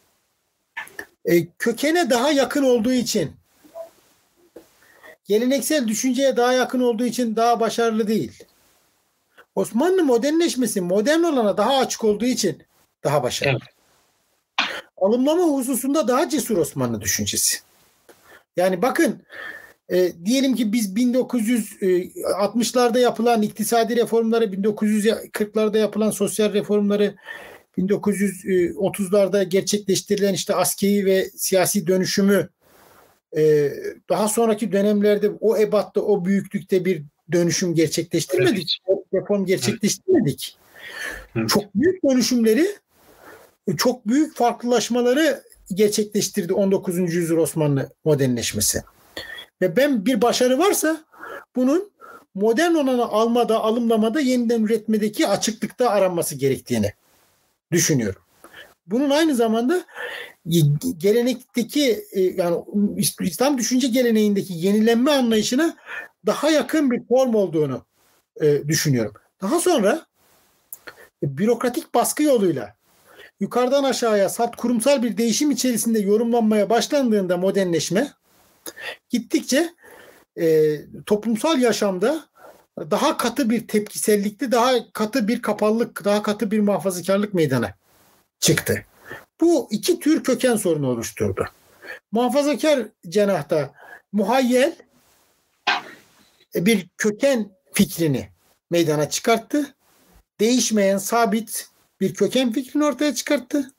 kökene daha yakın olduğu için, geleneksel düşünceye daha yakın olduğu için daha başarılı değil. Osmanlı modernleşmesi modern olana daha açık olduğu için daha başarılı. Evet. Alımlama hususunda daha cesur Osmanlı düşüncesi. Yani bakın, diyelim ki biz 1960'larda yapılan iktisadi reformları, 1940'larda yapılan sosyal reformları, 1930'larda gerçekleştirilen işte askeri ve siyasi dönüşümü daha sonraki dönemlerde o ebatta, o büyüklükte bir dönüşüm gerçekleştirmedik. Evet. Reform gerçekleştirmedik. Evet. Çok büyük dönüşümleri, çok büyük farklılaşmaları gerçekleştirdi 19. yüzyıl Osmanlı modernleşmesi. Ve ben bir başarı varsa bunun modern olanı almada, alımlamada, yeniden üretmedeki açıklıkta aranması gerektiğini düşünüyorum. Bunun aynı zamanda gelenekteki, yani İslam düşünce geleneğindeki yenilenme anlayışına daha yakın bir form olduğunu düşünüyorum. Daha sonra bürokratik baskı yoluyla yukarıdan aşağıya salt kurumsal bir değişim içerisinde yorumlanmaya başlandığında modernleşme gittikçe toplumsal yaşamda daha katı bir tepkisellikti, daha katı bir kapalılık, daha katı bir muhafazakarlık meydana çıktı. Bu iki tür köken sorunu oluşturdu. Muhafazakar cenahta muhayyel bir köken fikrini meydana çıkarttı. Değişmeyen, sabit bir köken fikrini ortaya çıkarttı.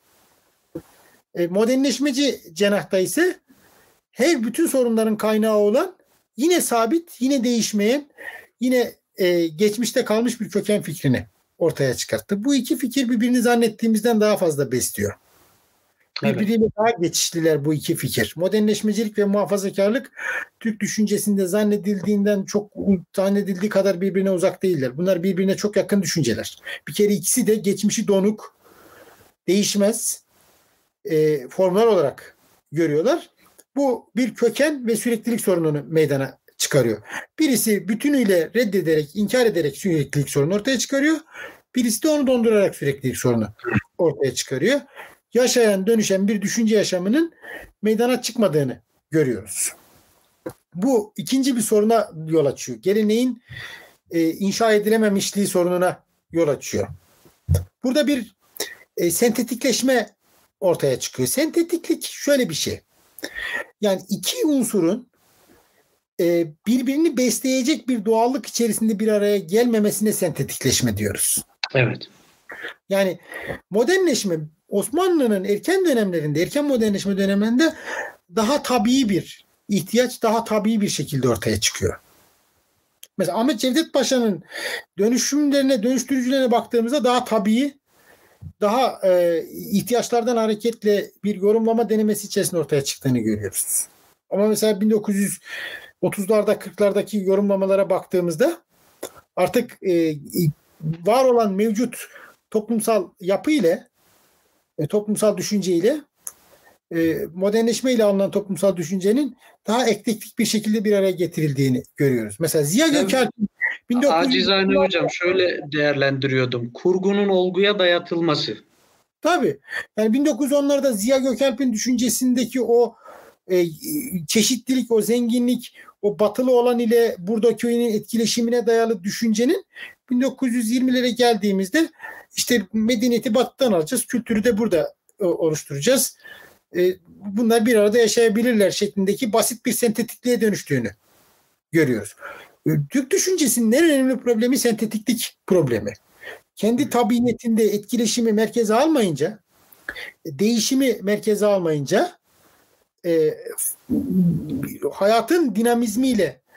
Modernleşmeci cenahta ise her bütün sorunların kaynağı olan, yine sabit, yine değişmeyen, yine geçmişte kalmış bir köken fikrini ortaya çıkarttı. Bu iki fikir birbirini zannettiğimizden daha fazla besliyor. Birbiriyle daha geçişliler bu iki fikir. Modernleşmecilik ve muhafazakarlık Türk düşüncesinde zannedildiği kadar birbirine uzak değiller. Bunlar birbirine çok yakın düşünceler. Bir kere ikisi de geçmişi donuk, değişmez formlar olarak görüyorlar. Bu bir köken ve süreklilik sorununu meydana çıkarıyor. Birisi bütünüyle reddederek, inkar ederek süreklilik sorunu ortaya çıkarıyor. Birisi de onu dondurarak süreklilik sorunu ortaya çıkarıyor. Yaşayan, dönüşen bir düşünce yaşamının meydana çıkmadığını görüyoruz. Bu ikinci bir soruna yol açıyor. Geleneğin inşa edilememişliği sorununa yol açıyor. Burada bir sentetikleşme ortaya çıkıyor. Sentetiklik şöyle bir şey. Yani iki unsurun birbirini besleyecek bir doğallık içerisinde bir araya gelmemesine sentetikleşme diyoruz. Evet. Yani modernleşme Osmanlı'nın erken dönemlerinde, erken modernleşme dönemlerinde daha tabii bir ihtiyaç, daha tabii bir şekilde ortaya çıkıyor. Mesela Ahmet Cevdet Paşa'nın dönüşümlerine, dönüştürücülerine baktığımızda daha tabii, daha ihtiyaçlardan hareketle bir yorumlama denemesi içerisinde ortaya çıktığını görüyoruz. Ama mesela 1930'larda, 40'lardaki yorumlamalara baktığımızda artık var olan mevcut toplumsal yapı ile, toplumsal düşünce ile, modernleşme ile alınan toplumsal düşüncenin daha eklektik bir şekilde bir araya getirildiğini görüyoruz. Mesela Ziya Gökalp'in acizane hocam şöyle değerlendiriyordum. Kurgunun olguya dayatılması. Tabii. Yani 1910'larda Ziya Gökalp'in düşüncesindeki o çeşitlilik, o zenginlik, o batılı olan ile burada köyünün etkileşimine dayalı düşüncenin 1920'lere geldiğimizde işte medeniyeti batıdan alacağız, kültürü de burada oluşturacağız. Bunlar bir arada yaşayabilirler şeklindeki basit bir sentetikliğe dönüştüğünü görüyoruz. Türk düşüncesinin en önemli problemi sentetiklik problemi. Kendi tabiiyetinde etkileşimi merkeze almayınca, değişimi merkeze almayınca hayatın dinamizmiyle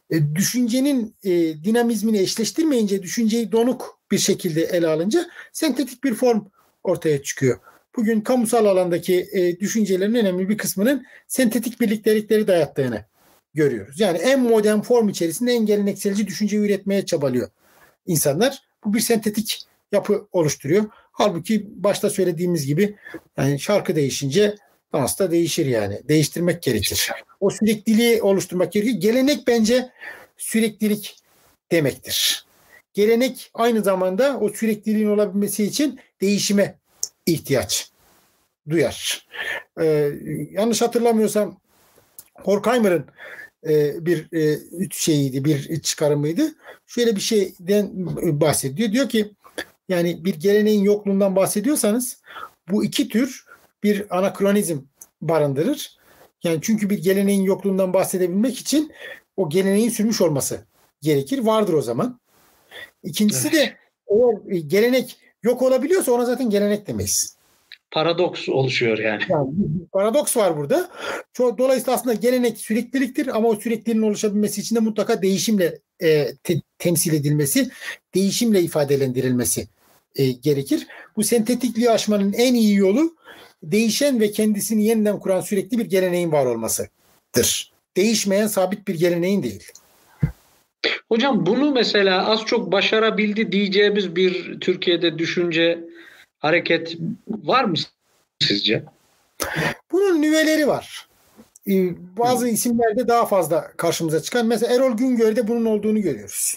düşüncenin dinamizmini eşleştirmeyince, düşünceyi donuk bir şekilde ele alınca sentetik bir form ortaya çıkıyor. Bugün kamusal alandaki düşüncelerin önemli bir kısmının sentetik birliktelikleri dayattığını görüyoruz. Yani en modern form içerisinde en gelenekselci düşünce üretmeye çabalıyor insanlar. Bu bir sentetik yapı oluşturuyor. Halbuki başta söylediğimiz gibi yani şarkı değişince dans da değişir yani. Değiştirmek gerekir. O sürekliliği oluşturmak gerekir. Gelenek bence süreklilik demektir. Gelenek aynı zamanda o sürekliliğin olabilmesi için değişime ihtiyaç duyar. Yanlış hatırlamıyorsam Horkheimer'ın bir şeyiydi, bir çıkarımıydı. Şöyle bir şeyden bahsediyor. Diyor ki yani bir geleneğin yokluğundan bahsediyorsanız bu iki tür bir anakronizm barındırır. Yani çünkü bir geleneğin yokluğundan bahsedebilmek için o geleneğin sürmüş olması gerekir. Vardır o zaman. İkincisi de eğer gelenek yok olabiliyorsa ona zaten gelenek demeyiz. Paradoks oluşuyor yani. Bir paradoks var burada. Dolayısıyla aslında gelenek sürekliliktir ama o sürekliliğin oluşabilmesi için de mutlaka değişimle temsil edilmesi, değişimle ifadelendirilmesi gerekir. Bu sentetikliği aşmanın en iyi yolu değişen ve kendisini yeniden kuran sürekli bir geleneğin var olmasıdır. Değişmeyen sabit bir geleneğin değil. Hocam bunu mesela az çok başarabildi diyeceğimiz bir Türkiye'de düşünce hareket var mı sizce? Bunun nüveleri var. Bazı isimlerde daha fazla karşımıza çıkan. Mesela Erol Güngör'de bunun olduğunu görüyoruz.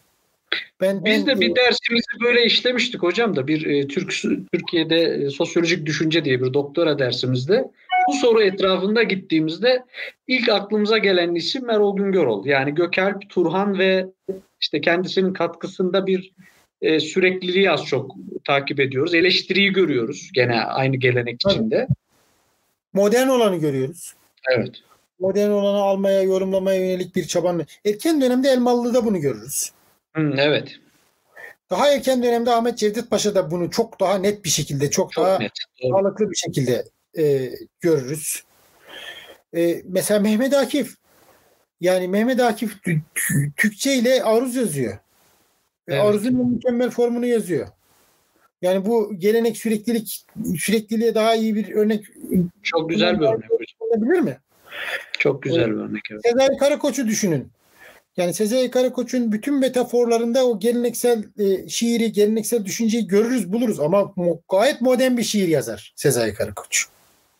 Biz de bir dersimizi böyle işlemiştik hocam da bir Türkiye'de sosyolojik düşünce diye bir doktora dersimizde bu soru etrafında gittiğimizde ilk aklımıza gelen isim Erol Güngör oldu. Yani Gökalp, Turhan ve işte kendisinin katkısında bir sürekliliği az çok takip ediyoruz. Eleştiriyi görüyoruz gene aynı gelenek içinde. Modern olanı görüyoruz. Evet. Modern olanı almaya, yorumlamaya yönelik bir çabanı. Erken dönemde Elmalı'da bunu görürüz. Evet. Daha erken dönemde Ahmet Cevdet Paşa da bunu çok daha net bir şekilde, çok daha net, sağlıklı bir şekilde görürüz. Mesela Mehmet Akif. Yani Mehmet Akif Türkçe ile aruz yazıyor. Evet. Aruzun mükemmel formunu yazıyor. Yani bu gelenek sürekliliğe daha iyi bir örnek. Çok güzel bir örnek. Olabilir mi? Çok güzel bir örnek. Evet. Sezai Karakoç'u düşünün. Yani Sezai Karakoç'un bütün metaforlarında o geleneksel şiiri, geleneksel düşünceyi görürüz, buluruz. Ama gayet modern bir şiir yazar Sezai Karakoç.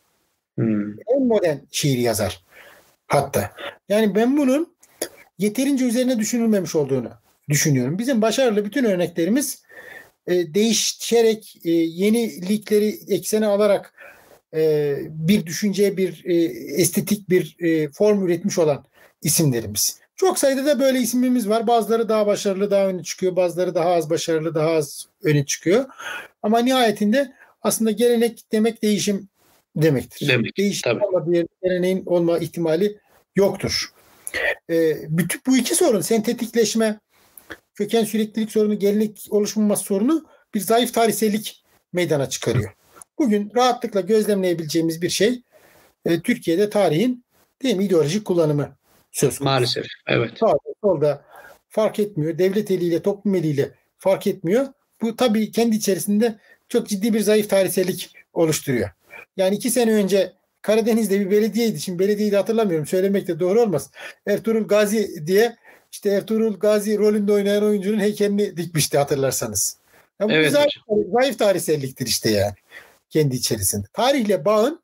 En modern şiir yazar. Hatta. Yani ben bunun yeterince üzerine düşünülmemiş olduğunu düşünüyorum. Bizim başarılı bütün örneklerimiz değişerek, yenilikleri eksene alarak bir düşünceye, bir estetik bir form üretmiş olan isimlerimiz. Çok sayıda da böyle isimimiz var. Bazıları daha başarılı, daha öne çıkıyor. Bazıları daha az başarılı, daha az öne çıkıyor. Ama nihayetinde aslında gelenek demek değişim demektir. Değişim olmadığı geleneğin olma ihtimali yoktur. Bütün bu iki sorun, sentetikleşme, köken süreklilik sorunu, gelenek oluşmaması sorunu bir zayıf tarihsellik meydana çıkarıyor. Bugün rahatlıkla gözlemleyebileceğimiz bir şey Türkiye'de tarihin değil mi, ideolojik kullanımı söz konusu. Maalesef, evet. Sağda, solda fark etmiyor. Devlet eliyle, toplum eliyle fark etmiyor. Bu tabii kendi içerisinde çok ciddi bir zayıf tarihsellik oluşturuyor. Yani 2 sene önce Karadeniz'de bir belediyeydi. Şimdi belediyeyi de hatırlamıyorum. Söylemek de doğru olmaz. Ertuğrul Gazi diye işte Ertuğrul Gazi rolünde oynayan oyuncunun heykelini dikmişti hatırlarsanız. Yani evet, bu zayıf tarihselliktir işte yani. Kendi içerisinde. Tarihle bağın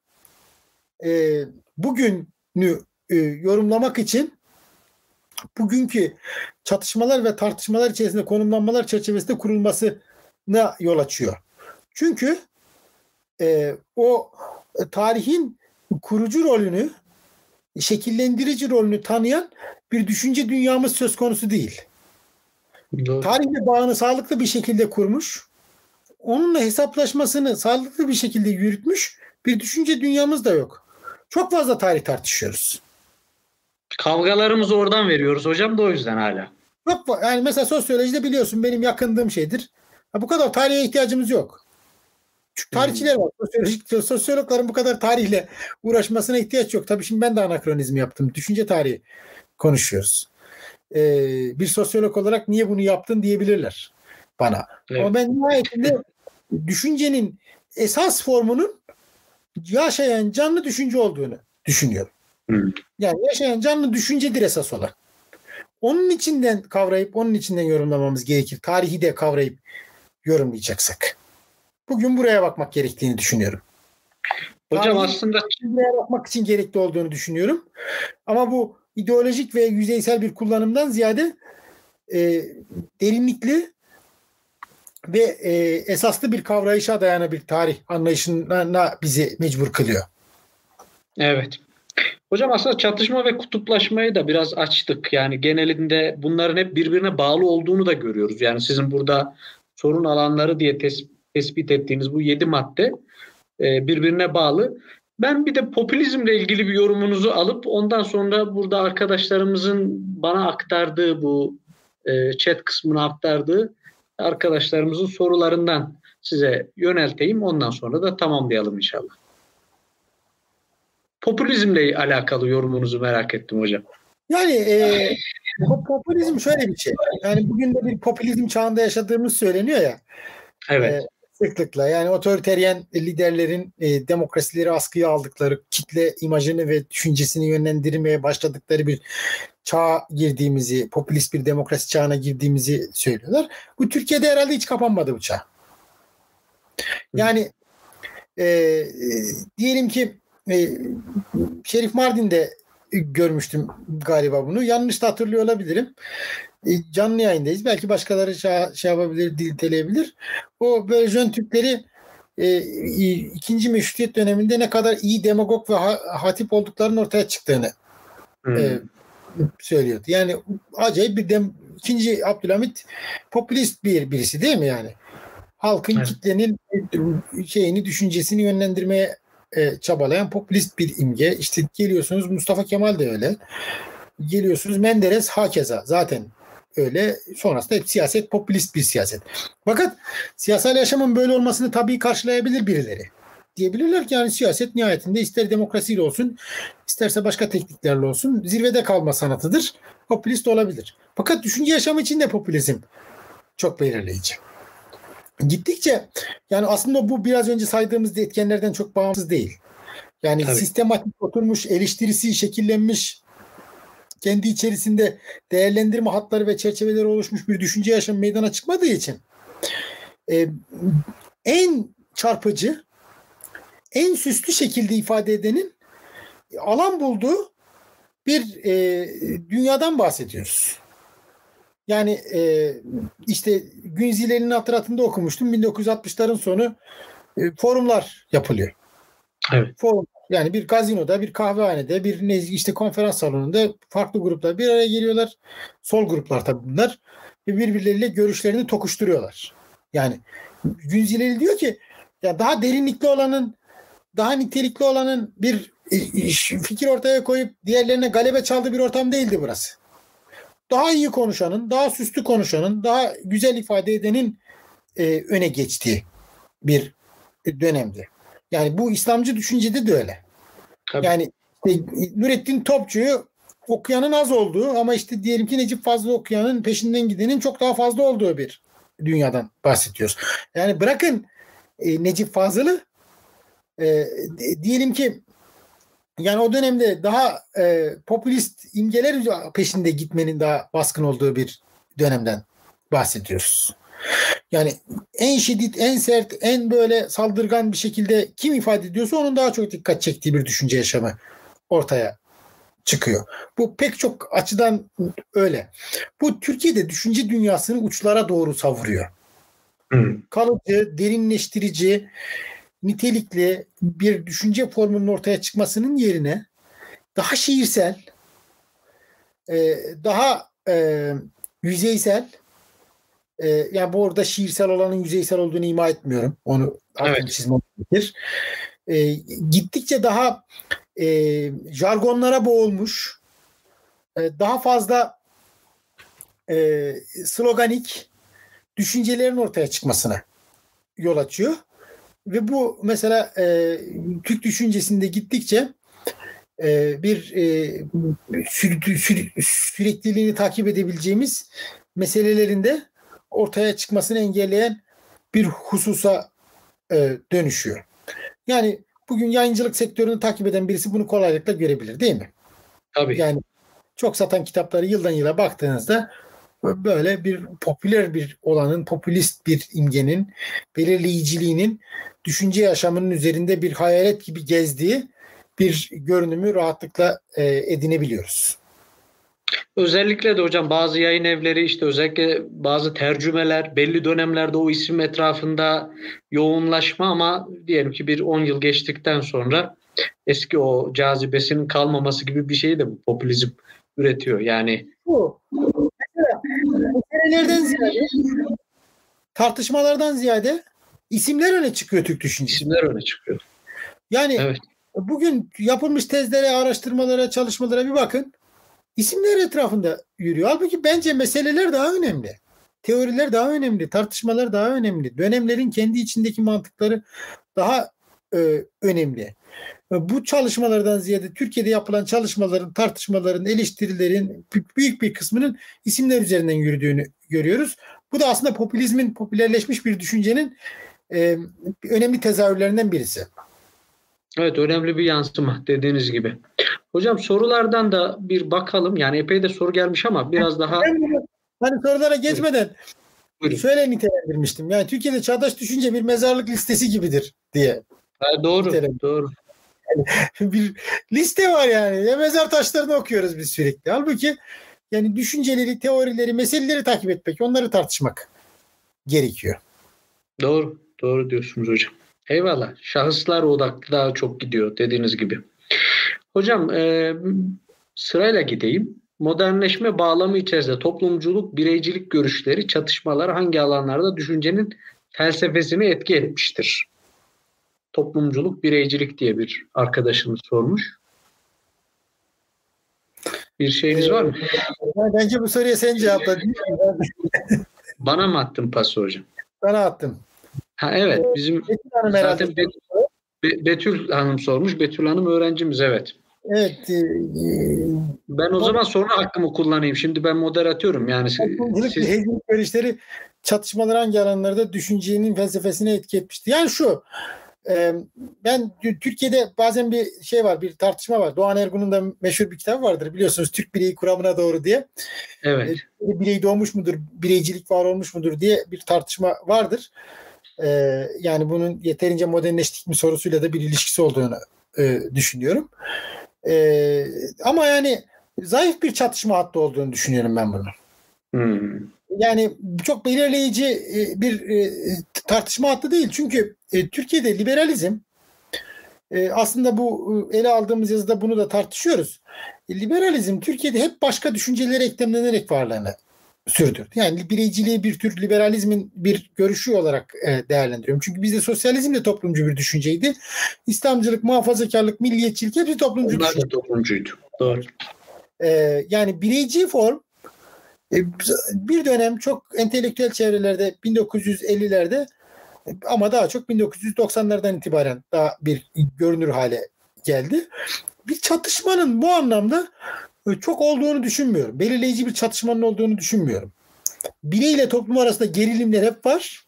bugünü yorumlamak için bugünkü çatışmalar ve tartışmalar içerisinde konumlanmalar çerçevesinde kurulmasına yol açıyor. Çünkü o tarihin kurucu rolünü, şekillendirici rolünü tanıyan bir düşünce dünyamız söz konusu değil. Doğru. Tarihle bağını sağlıklı bir şekilde kurmuş, onunla hesaplaşmasını sağlıklı bir şekilde yürütmüş bir düşünce dünyamız da yok. Çok fazla tarih tartışıyoruz. Kavgalarımızı oradan veriyoruz hocam da o yüzden hala. Yok, yani mesela sosyolojide biliyorsun benim yakındığım şeydir. Bu kadar tarihe ihtiyacımız yok. Çünkü tarihçiler var. Sosyologların bu kadar tarihle uğraşmasına ihtiyaç yok. Tabii şimdi ben de anakronizm yaptım. Düşünce tarihi konuşuyoruz. bir sosyolog olarak niye bunu yaptın diyebilirler bana. Evet. Ama ben nihayetinde düşüncenin esas formunun yaşayan canlı düşünce olduğunu düşünüyorum. Yani yaşayan canlı düşüncedir esas olan. Onun içinden kavrayıp onun içinden yorumlamamız gerekir. Tarihi de kavrayıp yorumlayacaksak. Bugün buraya bakmak gerektiğini düşünüyorum. Hocam aslında buraya bakmak için gerekli olduğunu düşünüyorum. Ama bu ideolojik ve yüzeysel bir kullanımdan ziyade derinlikli ve esaslı bir kavrayışa dayanan bir tarih anlayışına bizi mecbur kılıyor. Evet. Hocam aslında çatışma ve kutuplaşmayı da biraz açtık. Yani genelinde bunların hep birbirine bağlı olduğunu da görüyoruz. Yani sizin burada sorun alanları diye tespit ettiğiniz bu 7 madde birbirine bağlı. Ben bir de popülizmle ilgili bir yorumunuzu alıp ondan sonra burada arkadaşlarımızın bana aktardığı bu chat kısmına aktardığı arkadaşlarımızın sorularından size yönelteyim. Ondan sonra da tamamlayalım inşallah. Popülizmle alakalı yorumunuzu merak ettim hocam. Yani popülizm şöyle bir şey. Yani bugün de bir popülizm çağında yaşadığımız söyleniyor ya. Evet. Sıklıkla yani otoriteryen liderlerin demokrasileri askıya aldıkları, kitle imajını ve düşüncesini yönlendirmeye başladıkları bir çağa girdiğimizi, popülist bir demokrasi çağına girdiğimizi söylüyorlar. Bu Türkiye'de herhalde hiç kapanmadı bu çağ. Yani diyelim ki Şerif Mardin'de görmüştüm galiba bunu. Yanlış da hatırlıyor olabilirim. Canlı yayındayız. Belki başkaları şey yapabilir, dilteleyebilir. O böyle Jön Türkleri ikinci meşrutiyet döneminde ne kadar iyi demagog ve hatip olduklarının ortaya çıktığını söylüyordu. Yani acayip bir ikinci Abdülhamit popülist birisi değil mi yani? Halkın kitlenin düşüncesini yönlendirmeye çabalayan popülist bir imge. İşte geliyorsunuz Mustafa Kemal de öyle. Geliyorsunuz Menderes hakeza zaten öyle. Sonrasında hep siyaset popülist bir siyaset. Fakat siyasal yaşamın böyle olmasını tabii karşılayabilir birileri. Diyebilirler ki yani siyaset nihayetinde ister demokrasiyle olsun isterse başka tekniklerle olsun zirvede kalma sanatıdır. Popülist olabilir. Fakat düşünce yaşamı için de popülizm çok belirleyici. Gittikçe yani aslında bu biraz önce saydığımız etkenlerden çok bağımsız değil. Yani sistematik oturmuş, eleştirisi şekillenmiş, kendi içerisinde değerlendirme hatları ve çerçeveleri oluşmuş bir düşünce yaşamı meydana çıkmadığı için en çarpıcı, en süslü şekilde ifade edenin alan bulduğu bir dünyadan bahsediyoruz. Yani işte Günziler'in hatıratında okumuştum. 1960'ların sonu forumlar yapılıyor. Evet. Forum, yani bir gazinoda, bir kahvehanede, bir işte konferans salonunda farklı gruplar bir araya geliyorlar. Sol gruplar tabii bunlar. Ve birbirleriyle görüşlerini tokuşturuyorlar. Yani Günziler diyor ki ya daha derinlikli olanın, daha nitelikli olanın bir fikir ortaya koyup diğerlerine galebe çaldığı bir ortam değildi burası. Daha iyi konuşanın, daha süslü konuşanın, daha güzel ifade edenin öne geçtiği bir dönemdi. Yani bu İslamcı düşüncede de öyle. Tabii. Yani Nurettin Topçu'yu okuyanın az olduğu ama işte diyelim ki Necip Fazıl'ı okuyanın peşinden gidenin çok daha fazla olduğu bir dünyadan bahsediyoruz. Yani bırakın Necip Fazıl'ı diyelim ki yani o dönemde daha popülist imgeler peşinde gitmenin daha baskın olduğu bir dönemden bahsediyoruz. Yani en şiddet, en sert, en böyle saldırgan bir şekilde kim ifade ediyorsa onun daha çok dikkat çektiği bir düşünce yaşamı ortaya çıkıyor. Bu pek çok açıdan öyle. Bu Türkiye'de düşünce dünyasını uçlara doğru savuruyor. Kalıcı, derinleştirici, nitelikli bir düşünce formunun ortaya çıkmasının yerine daha şiirsel, daha yüzeysel, yani bu arada şiirsel olanın yüzeysel olduğunu ima etmiyorum. Onu altını çizmem gerekir. Gittikçe daha jargonlara boğulmuş, daha fazla sloganik düşüncelerin ortaya çıkmasına yol açıyor. Ve bu mesela Türk düşüncesinde gittikçe bir sürekliliğini takip edebileceğimiz meselelerinde ortaya çıkmasını engelleyen bir hususa dönüşüyor. Yani bugün yayıncılık sektörünü takip eden birisi bunu kolaylıkla görebilir, değil mi? Tabii. Yani çok satan kitapları yıldan yıla baktığınızda böyle bir popüler bir olanın, popülist bir imgenin, belirleyiciliğinin düşünce yaşamının üzerinde bir hayalet gibi gezdiği bir görünümü rahatlıkla edinebiliyoruz. Özellikle de hocam bazı yayın evleri işte özellikle bazı tercümeler belli dönemlerde o isim etrafında yoğunlaşma ama diyelim ki bir 10 yıl geçtikten sonra eski o cazibesinin kalmaması gibi bir şeyi de bu popülizm üretiyor. Yani bu meselelerden ziyade, tartışmalardan ziyade isimler öne çıkıyor Türk düşüncesi. İsimler öne çıkıyor. Yani evet. Bugün yapılmış tezlere, araştırmalara, çalışmalara bir bakın. İsimler etrafında yürüyor. Halbuki bence meseleler daha önemli. Teoriler daha önemli. Tartışmalar daha önemli. Dönemlerin kendi içindeki mantıkları daha önemli. Bu çalışmalardan ziyade Türkiye'de yapılan çalışmaların, tartışmaların, eleştirilerin büyük bir kısmının isimler üzerinden yürüdüğünü görüyoruz. Bu da aslında popülizmin, popülerleşmiş bir düşüncenin önemli tezahürlerinden birisi. Evet, önemli bir yansıma dediğiniz gibi. Hocam sorulardan da bir bakalım. Yani epey de soru gelmiş ama biraz daha... Hani sorulara geçmeden Buyurun. şöyle nitelendirmiştim. Yani Türkiye'de çağdaş düşünce bir mezarlık listesi gibidir diye. Doğru, doğru. Yani bir liste var yani. Ya mezar taşlarını okuyoruz biz sürekli. Halbuki yani düşünceleri, teorileri, meseleleri takip etmek, onları tartışmak gerekiyor. Doğru diyorsunuz hocam. Eyvallah. Şahıslar odaklı daha çok gidiyor dediğiniz gibi. Hocam sırayla gideyim. Modernleşme bağlamı içerisinde toplumculuk, bireycilik görüşleri, çatışmalar hangi alanlarda düşüncenin felsefesini etki etmiştir? Toplumculuk, bireycilik diye bir arkadaşımız sormuş. Bir şeyiniz var mı? Bence bu soruya sen cevapla. Bana mı attın pası hocam? Sana attım. Evet. Bizim zaten Betül Hanım sormuş. Betül Hanım öğrencimiz, evet. Evet. Ben o zaman sonra hakkımı kullanayım. Şimdi ben moderatördüm. Yani bireycilik görüşleri çatışmalar hangi alanlarda düşüncenin felsefesine etki etmişti? Yani şu, ben Türkiye'de bazen bir şey var, bir tartışma var. Doğan Ergun'un da meşhur bir kitabı vardır biliyorsunuz, Türk bireyi kuramına doğru diye. Evet. Birey doğmuş mudur, bireycilik var olmuş mudur diye bir tartışma vardır. Yani bunun yeterince modernleştik mi sorusuyla da bir ilişkisi olduğunu düşünüyorum. Ama yani zayıf bir çatışma hattı olduğunu düşünüyorum ben bunu. Yani çok belirleyici bir tartışma hattı değil. Çünkü Türkiye'de liberalizm, aslında bu ele aldığımız yazıda bunu da tartışıyoruz. Liberalizm Türkiye'de hep başka düşüncelere eklemlenerek varlığını sürdürdü. Yani bireyciliği bir tür liberalizmin bir görüşü olarak değerlendiriyorum. Çünkü bizde sosyalizm de toplumcu bir düşünceydi. İslamcılık, muhafazakarlık, milliyetçilik hepsi toplumcu düşünce. Onlar da toplumcuydu. Doğru. Yani bireyci form bir dönem çok entelektüel çevrelerde 1950'lerde ama daha çok 1990'lardan itibaren daha bir görünür hale geldi. Bir çatışmanın bu anlamda çok olduğunu düşünmüyorum. Belirleyici bir çatışmanın olduğunu düşünmüyorum. Birey ile toplum arasında gerilimler hep var.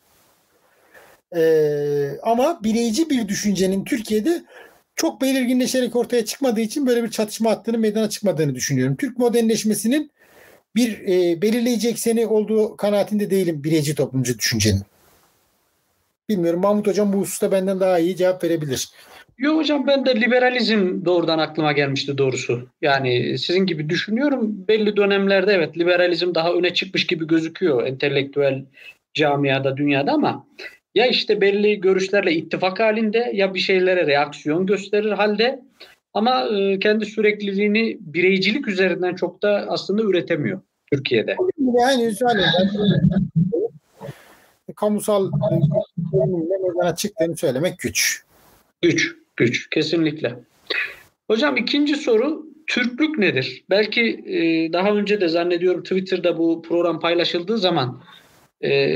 Ama bireyci bir düşüncenin Türkiye'de çok belirginleşerek ortaya çıkmadığı için böyle bir çatışma hattının meydana çıkmadığını düşünüyorum. Türk modernleşmesinin bir belirleyici ekseni olduğu kanaatinde değilim bireyci toplumcu düşüncenin. Bilmiyorum, Mahmut Hocam bu hususta benden daha iyi cevap verebilir. Yok hocam, ben de liberalizm doğrudan aklıma gelmişti doğrusu. Yani sizin gibi düşünüyorum. Belli dönemlerde evet liberalizm daha öne çıkmış gibi gözüküyor entelektüel camiada, dünyada ama ya işte belli görüşlerle ittifak halinde ya bir şeylere reaksiyon gösterir halde ama kendi sürekliliğini bireycilik üzerinden çok da aslında üretemiyor Türkiye'de. Yani kamusal meydana çıktığını söylemek güç. Güç. Kesinlikle. Hocam ikinci soru, Türklük nedir? Belki daha önce de zannediyorum Twitter'da bu program paylaşıldığı zaman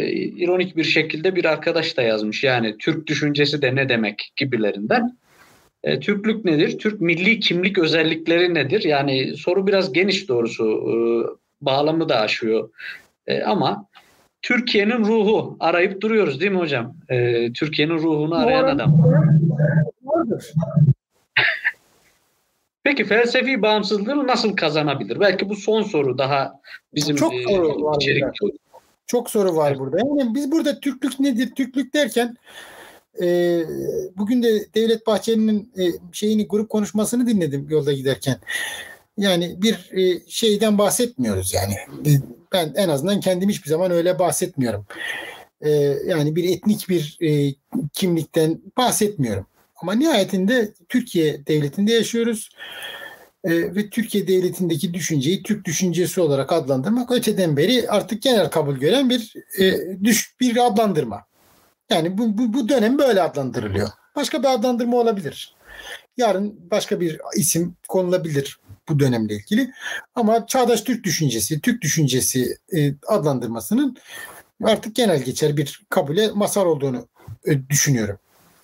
ironik bir şekilde bir arkadaş da yazmış. Yani Türk düşüncesi de ne demek gibilerinden. Türklük nedir? Türk milli kimlik özellikleri nedir? Yani soru biraz geniş doğrusu. Bağlamı da aşıyor. Ama Türkiye'nin ruhu arayıp duruyoruz değil mi hocam? Türkiye'nin ruhunu arayan adam. Vardır. Peki felsefi bağımsızlığı nasıl kazanabilir? Belki bu son soru daha bizim Çok soru var içerik. burada. Çok soru var burada. Yani biz burada Türklük nedir? Türklük derken bugün de Devlet Bahçeli'nin grup konuşmasını dinledim yolda giderken. Yani bir şeyden bahsetmiyoruz yani. Ben en azından kendim hiçbir zaman öyle bahsetmiyorum. Yani bir etnik bir kimlikten bahsetmiyorum. Ama nihayetinde Türkiye Devleti'nde yaşıyoruz. Ve Türkiye Devleti'ndeki düşünceyi Türk düşüncesi olarak adlandırmak öteden beri artık genel kabul gören bir adlandırma. Yani bu dönem böyle adlandırılıyor. Başka bir adlandırma olabilir. Yarın başka bir isim konulabilir bu dönemle ilgili. Ama çağdaş Türk düşüncesi adlandırmasının artık genel geçer bir kabule mazhar olduğunu düşünüyorum.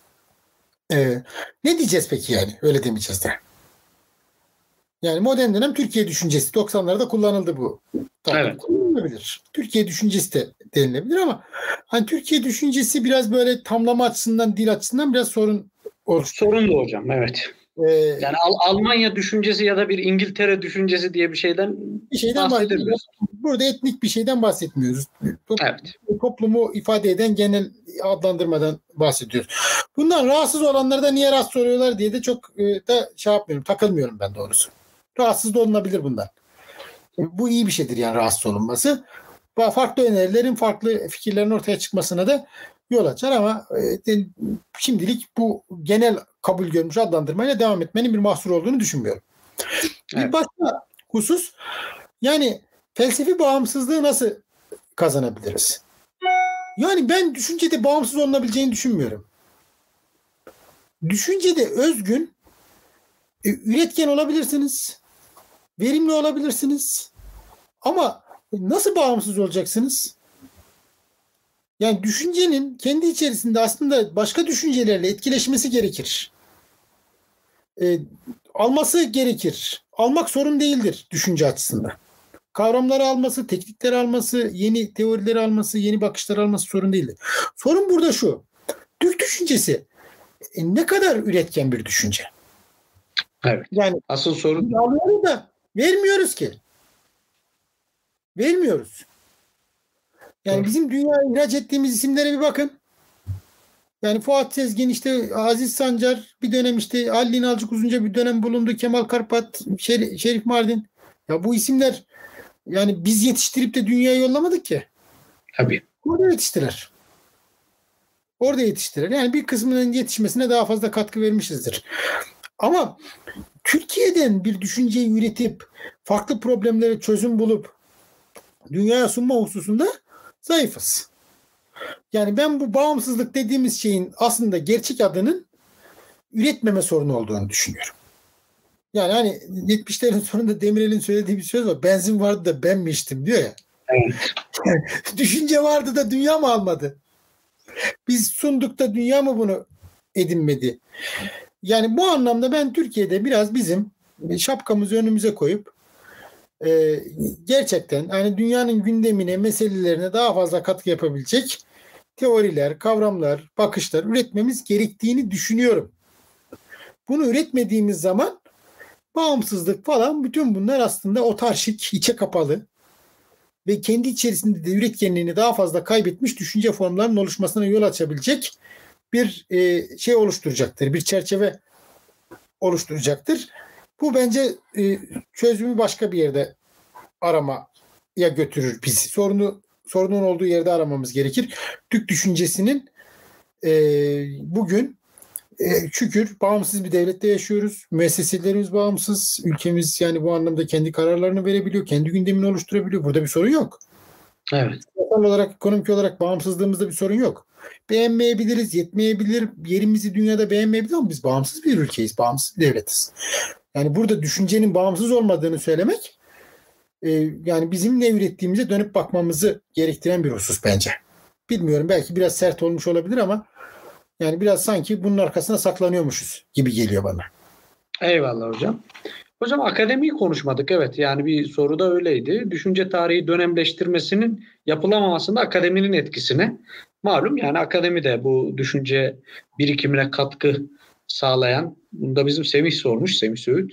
Ne diyeceğiz peki yani? Öyle demeyeceğiz de. Yani modern dönem Türkiye düşüncesi 90'larda kullanıldı bu. Evet. Kullanılabilir. Türkiye düşüncesi de denilebilir ama hani Türkiye düşüncesi biraz böyle tamlama açısından, dil açısından biraz sorun oluşturuyor. Sorun da hocam, evet. Yani Almanya düşüncesi ya da bir İngiltere düşüncesi diye bir şeyden bahsedemiyoruz. Burada etnik bir şeyden bahsetmiyoruz. Evet. Toplumu ifade eden genel adlandırmadan bahsediyoruz. Bundan rahatsız olanlara da niye rahatsız oluyorlar diye de çok da yapmıyorum. Takılmıyorum ben doğrusu. Rahatsız da olunabilir bundan. Bu iyi bir şeydir yani rahatsız olunması. Farklı önerilerin, farklı fikirlerin ortaya çıkmasına da yol açar ama şimdilik bu genel kabul görmüş adlandırmayla devam etmenin bir mahsur olduğunu düşünmüyorum. Evet. Bir başka husus, yani felsefi bağımsızlığı nasıl kazanabiliriz? Yani ben düşüncede bağımsız olunabileceğini düşünmüyorum. Düşüncede özgün, üretken olabilirsiniz, verimli olabilirsiniz ama nasıl bağımsız olacaksınız? Yani düşüncenin kendi içerisinde aslında başka düşüncelerle etkileşmesi gerekir. Alması gerekir. Almak sorun değildir düşünce açısından. Kavramları alması, teknikleri alması, yeni teorileri alması, yeni bakışları alması sorun değildir. Sorun burada şu. Türk düşüncesi ne kadar üretken bir düşünce. Evet. Yani asıl sorun alıyoruz da vermiyoruz ki. Vermiyoruz. Yani doğru. Bizim dünyaya ihraç ettiğimiz isimlere bir bakın. Yani Fuat Sezgin, işte Aziz Sancar, bir dönem işte Ali İnalcık Uzunca bir dönem bulundu. Kemal Karpat, Şerif Mardin. Ya bu isimler yani biz yetiştirip de dünyaya yollamadık ki. Tabii. Orada yetiştiler. Yani bir kısmının yetişmesine daha fazla katkı vermişizdir. Ama Türkiye'den bir düşünceyi üretip farklı problemlere çözüm bulup dünyaya sunma hususunda zayıfız. Yani ben bu bağımsızlık dediğimiz şeyin aslında gerçek adının üretmeme sorunu olduğunu düşünüyorum. Yani hani 70'lerin sonunda Demirel'in söylediği bir söz var. Benzin vardı da ben mi içtim diyor ya. Evet. Düşünce vardı da dünya mı almadı? Biz sunduk da dünya mı bunu edinmedi? Yani bu anlamda ben Türkiye'de biraz bizim şapkamızı önümüze koyup gerçekten hani dünyanın gündemine, meselelerine daha fazla katkı yapabilecek teoriler, kavramlar, bakışlar üretmemiz gerektiğini düşünüyorum. Bunu üretmediğimiz zaman bağımsızlık falan bütün bunlar aslında otarşik, içe kapalı ve kendi içerisinde de üretkenliğini daha fazla kaybetmiş düşünce formlarının oluşmasına yol açabilecek bir şey oluşturacaktır. Bir çerçeve oluşturacaktır. Bu bence çözümü başka bir yerde aramaya götürür bizi. Sorunun olduğu yerde aramamız gerekir. Türk düşüncesinin bugün şükür bağımsız bir devlette yaşıyoruz. Müesseselerimiz bağımsız. Ülkemiz yani bu anlamda kendi kararlarını verebiliyor. Kendi gündemini oluşturabiliyor. Burada bir sorun yok. Evet. Sosyal olarak, ekonomik olarak bağımsızlığımızda bir sorun yok. Beğenmeyebiliriz, yetmeyebilir. Yerimizi dünyada beğenmeyebiliriz ama biz bağımsız bir ülkeyiz. Bağımsız bir devletiz. Yani burada düşüncenin bağımsız olmadığını söylemek yani bizim ne ürettiğimize dönüp bakmamızı gerektiren bir husus bence. Bilmiyorum, belki biraz sert olmuş olabilir ama Yani biraz sanki bunun arkasına saklanıyormuşuz gibi geliyor bana. Eyvallah hocam. Hocam akademiyi konuşmadık. Evet, yani bir soruda öyleydi. Düşünce tarihi dönemleştirmesinin yapılamamasında akademinin etkisine. Malum yani akademi de bu düşünce birikimine katkı sağlayan. Bunu da bizim Semih sormuş. Semih Söğüt.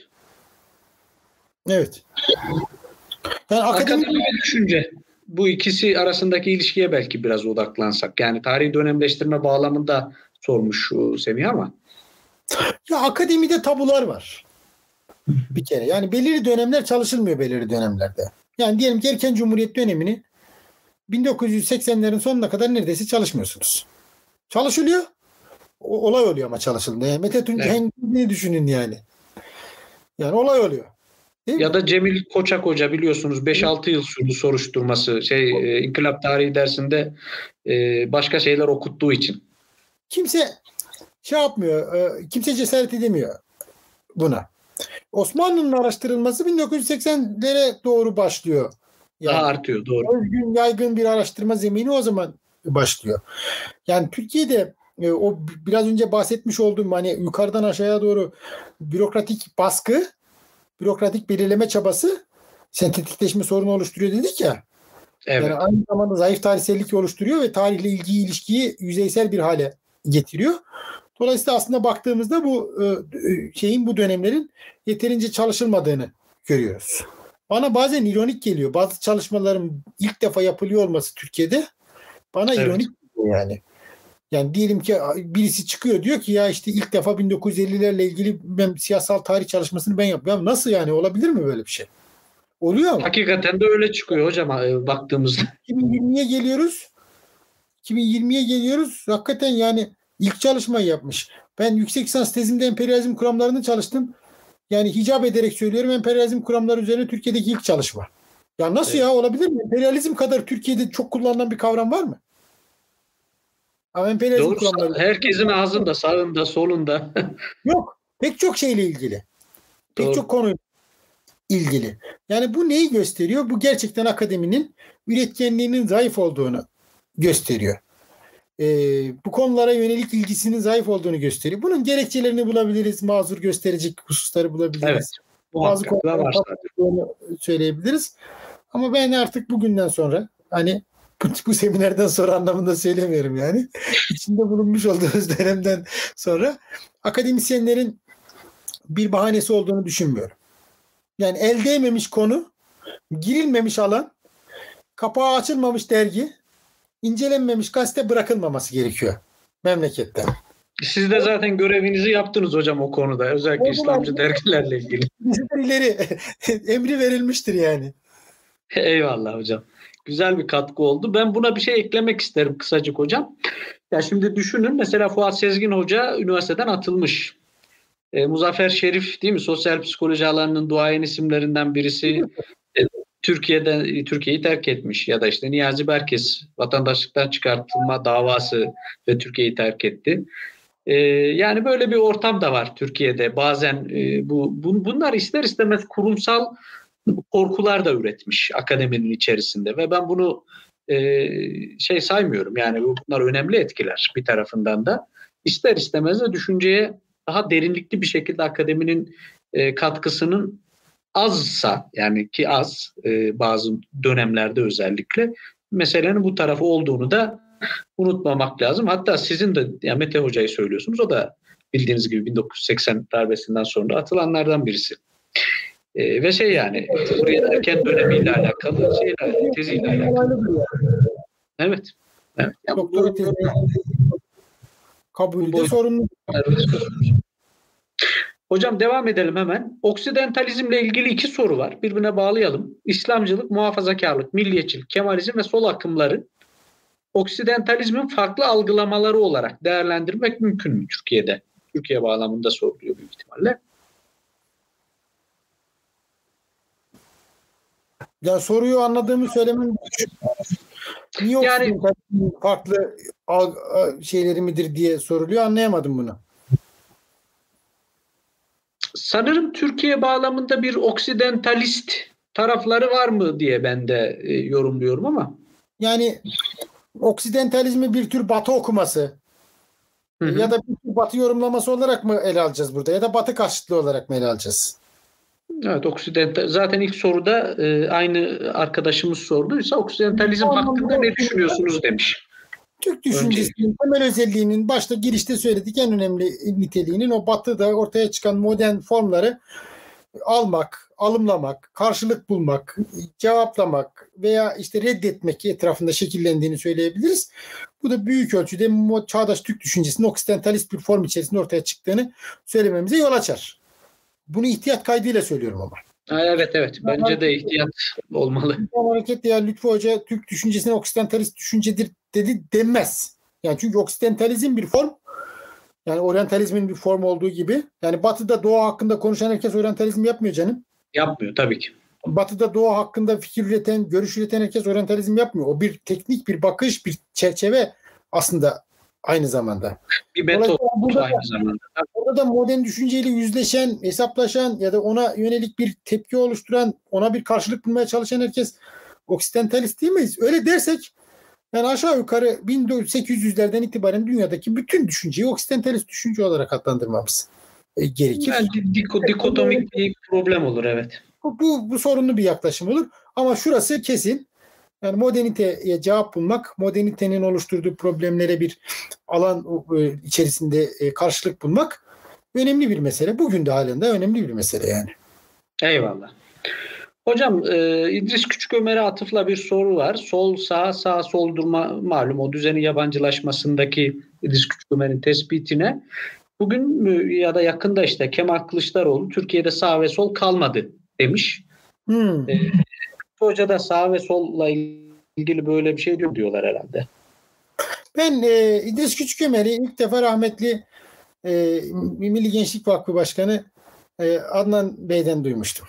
Evet. Yani Akademi ve düşünce. Bu ikisi arasındaki ilişkiye belki biraz odaklansak. Yani tarihi dönemleştirme bağlamında sormuş Semih ama. ya akademide tabular var. Bir kere. Yani belirli dönemler çalışılmıyor belirli dönemlerde. Yani diyelim ki erken Cumhuriyet dönemini 1980'lerin sonuna kadar neredeyse çalışmıyorsunuz. Çalışılıyor. Olay oluyor ama çalışıldığında. Yani Mete Tunçer'i düşünün yani. Yani olay oluyor. Değil Ya mi? da Cemil Koçak Hoca biliyorsunuz 5-6 yıl sürdü soruşturması. İnkılap tarihi dersinde başka şeyler okuttuğu için. Kimse şey yapmıyor. Kimse cesaret edemiyor buna. Osmanlı'nın araştırılması 1980'lere doğru başlıyor. Yani Daha artıyor, doğru. özgün, yaygın bir araştırma zemini o zaman başlıyor. Yani Türkiye'de o biraz önce bahsetmiş olduğum hani yukarıdan aşağıya doğru bürokratik baskı, bürokratik belirleme çabası sentetikleşme sorunu oluşturuyor dedik ya. Evet. Yani aynı zamanda zayıf tarihsellik oluşturuyor ve tarihle ilişkiyi yüzeysel bir hale getiriyor. Dolayısıyla aslında baktığımızda bu bu dönemlerin yeterince çalışılmadığını görüyoruz. Bana bazen ironik geliyor. Bazı çalışmaların ilk defa yapılıyor olması Türkiye'de bana ironik geliyor yani. Yani diyelim ki birisi çıkıyor diyor ki ya işte ilk defa 1950'lerle ilgili ben siyasal tarih çalışmasını ben yapıyorum. Nasıl yani olabilir mi böyle bir şey? Oluyor mu? Hakikaten de öyle çıkıyor hocam baktığımızda. 2020'ye geliyoruz. 2020'ye geliyoruz. Hakikaten yani ilk çalışmayı yapmış. Ben yüksek lisans tezimde emperyalizm kuramlarını çalıştım. Yani hicap ederek söylüyorum emperyalizm kuramları üzerine Türkiye'deki ilk çalışma. Ya nasıl ya olabilir mi? Emperyalizm kadar Türkiye'de çok kullanılan bir kavram var mı? Ama emperyalizm Doğru. kuramları Herkesin ağzında, sağında, solunda. yok. Pek çok şeyle ilgili. Pek çok Doğru. konuyla ilgili. Yani bu neyi gösteriyor? Bu gerçekten akademinin üretkenliğinin zayıf olduğunu gösteriyor. Bu konulara yönelik ilgisinin zayıf olduğunu gösteriyor. Bunun gerekçelerini bulabiliriz. Mazur gösterecek hususları Evet. bulabiliriz. Bazı Muhakkak da konuları varsa. söyleyebiliriz. Ama ben artık bugünden sonra hani bu seminerden sonra anlamında söylemiyorum yani. İçinde bulunmuş olduğumuz dönemden sonra akademisyenlerin bir bahanesi olduğunu düşünmüyorum. Yani el değmemiş konu, girilmemiş alan, kapağı açılmamış dergi, incelenmemiş gazete bırakılmaması gerekiyor memlekette. Siz de zaten görevinizi yaptınız hocam o konuda. Özellikle İslamcı dergilerle ilgili. İleri emri verilmiştir yani. Eyvallah hocam. Güzel bir katkı oldu. Ben buna bir şey eklemek isterim kısacık hocam. Ya şimdi düşünün mesela Fuat Sezgin Hoca üniversiteden atılmış. Muzaffer Şerif değil mi? Sosyal psikoloji alanının duayen isimlerinden birisi Türkiye'yi terk etmiş. Ya da işte Niyazi Berkes vatandaşlıktan çıkartılma davası ve Türkiye'yi terk etti. Yani böyle bir ortam da var Türkiye'de. Bazen bunlar ister istemez kurumsal korkular da üretmiş akademinin içerisinde ve ben bunu saymıyorum. Yani bunlar önemli etkiler bir tarafından da. İster istemez de düşünceye daha derinlikli bir şekilde akademinin katkısının azsa yani ki az bazı dönemlerde özellikle meselenin bu tarafı olduğunu da unutmamak lazım. Hatta sizin de yani Mete Hoca'yı söylüyorsunuz. O da bildiğiniz gibi 1980 darbesinden sonra atılanlardan birisi. Ve yani Cumhuriyet erken dönemiyle alakalı teziyle alakalı. Evet. Evet. Yani Doktora tezi kabulü de sorumlu. Hocam devam edelim hemen. Oksidentalizmle ilgili 2 soru var. Birbirine bağlayalım. İslamcılık, muhafazakarlık, milliyetçilik, Kemalizm ve sol akımları oksidentalizmin farklı algılamaları olarak değerlendirmek mümkün mü Türkiye'de? Türkiye bağlamında soruluyor büyük ihtimalle. Ya soruyu anladığımı söylemem niye yani, farklı şeyleri midir diye soruluyor. Anlayamadım bunu. Sanırım Türkiye bağlamında bir oksidentalist tarafları var mı diye ben de yorumluyorum ama. Yani oksidentalizmi bir tür Batı okuması Ya da bir Batı yorumlaması olarak mı ele alacağız burada? Ya da Batı karşıtlığı olarak mı ele alacağız? Evet, zaten ilk soruda aynı arkadaşımız sorduysa oksidentalizm hakkında ne düşünüyorsunuz demiş. Türk düşüncesinin temel özelliğinin başta girişte söyledik, en önemli niteliğinin o Batı'da ortaya çıkan modern formları almak, alımlamak, karşılık bulmak, cevaplamak veya işte reddetmek etrafında şekillendiğini söyleyebiliriz. Bu da büyük ölçüde çağdaş Türk düşüncesinin oksidentalist bir form içerisinde ortaya çıktığını söylememize yol açar. Bunu ihtiyat kaydıyla söylüyorum ama. Evet. Bence de ihtiyat olmalı. Bu hareketle ya Lütfü Hoca Türk düşüncesine oksidentalist düşüncedir dedi denmez. Yani çünkü oksidentalizm bir form. Yani oryantalizmin bir form olduğu gibi. Yani Batı'da Doğu hakkında konuşan herkes oryantalizm yapmıyor canım. Yapmıyor tabii ki. Batı'da Doğu hakkında fikir üreten, görüş üreten herkes oryantalizm yapmıyor. O bir teknik, bir bakış, bir çerçeve aslında aynı zamanda. Bir metot aynı zamanda. Burada da modern düşünceyle yüzleşen, hesaplaşan ya da ona yönelik bir tepki oluşturan, ona bir karşılık bulmaya çalışan herkes oksidentalist değil miyiz? Öyle dersek yani aşağı yukarı 1800'lerden itibaren dünyadaki bütün düşünceyi oksidentalist düşünce olarak adlandırmamız gerekir. Yani dikotomik bir problem olur, evet. Bu sorunlu bir yaklaşım olur. Ama şurası kesin. Yani moderniteye cevap bulmak, modernitenin oluşturduğu problemlere bir alan içerisinde karşılık bulmak önemli bir mesele. Bugün de halen de önemli bir mesele yani. Eyvallah. Hocam İdris Küçükömer'e atıfla bir soru var. Sol sağ sağ sol durma malum o düzenin yabancılaşmasındaki İdris Küçükömer'in tespitine bugün ya da yakında işte Kemal Kılıçdaroğlu Türkiye'de sağ ve sol kalmadı demiş. Hoca da sağ ve solla ilgili böyle bir şey diyorlar herhalde. Ben İdris Küçükömer'i ilk defa rahmetli Milli Gençlik Vakfı Başkanı Adnan Bey'den duymuştum.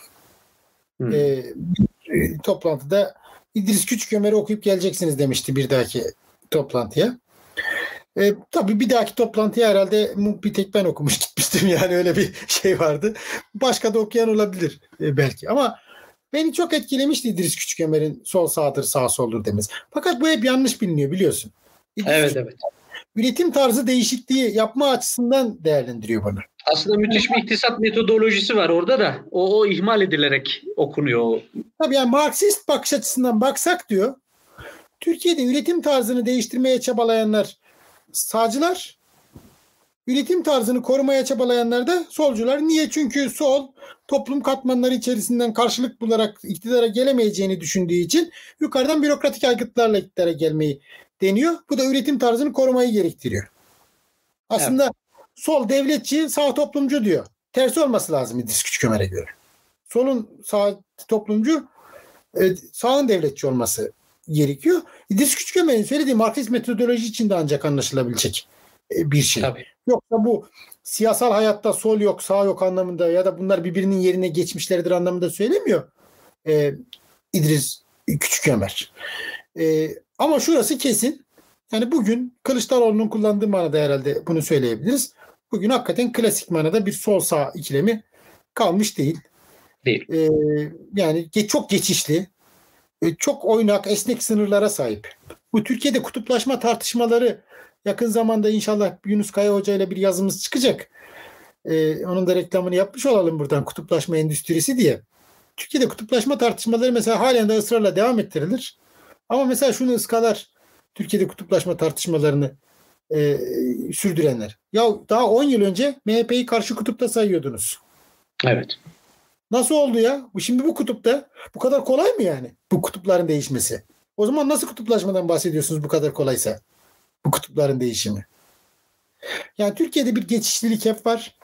Toplantıda İdris Küçükömer'i okuyup geleceksiniz demişti bir dahaki toplantıya. Tabii bir dahaki toplantıya herhalde bir tek ben okumuş gitmiştim, yani öyle bir şey vardı. Başka da okuyan olabilir belki ama beni çok etkilemişti İdris Küçükömer'in sol sağdır sağ soldur demesi. Fakat bu hep yanlış biliniyor biliyorsun. Evet. Üretim tarzı değişikliği yapma açısından değerlendiriyor bunu. Aslında müthiş bir iktisat metodolojisi var orada da. O ihmal edilerek okunuyor. Tabii yani Marksist bakış açısından baksak diyor, Türkiye'de üretim tarzını değiştirmeye çabalayanlar sağcılar, üretim tarzını korumaya çabalayanlar da solcular. Niye? Çünkü sol toplum katmanları içerisinden karşılık bularak iktidara gelemeyeceğini düşündüğü için yukarıdan bürokratik aygıtlarla iktidara gelmeyi deniyor. Bu da üretim tarzını korumayı gerektiriyor. Aslında sol devletçi, sağ toplumcu diyor. Tersi olması lazım İdris Küçükömer'e göre. Solun sağ toplumcu, sağın devletçi olması gerekiyor. İdris Küçükömer'in söylediği Marksist metodoloji içinde ancak anlaşılabilecek bir şey. Tabii. Yoksa bu siyasal hayatta sol yok, sağ yok anlamında ya da bunlar birbirinin yerine geçmişlerdir anlamında söylemiyor İdris Küçükömer. Ama şurası kesin. Yani bugün Kılıçdaroğlu'nun kullandığı manada herhalde bunu söyleyebiliriz. Bugün hakikaten klasik manada bir sol sağ ikilemi kalmış değil. Yani çok geçişli, çok oynak, esnek sınırlara sahip. Bu Türkiye'de kutuplaşma tartışmaları yakın zamanda inşallah Yunus Kaya Hoca ile bir yazımız çıkacak. Onun da reklamını yapmış olalım buradan, kutuplaşma endüstrisi diye. Türkiye'de kutuplaşma tartışmaları mesela halen de ısrarla devam ettirilir. Ama mesela şunu ıskalar Türkiye'de kutuplaşma tartışmalarını sürdürenler. Ya daha 10 yıl önce MHP'yi karşı kutupta sayıyordunuz. Evet. Nasıl oldu ya? Şimdi bu kutupta bu kadar kolay mı yani? Bu kutupların değişmesi. O zaman nasıl kutuplaşmadan bahsediyorsunuz bu kadar kolaysa? Bu kutupların değişimi. Yani Türkiye'de bir geçişlilik hep var.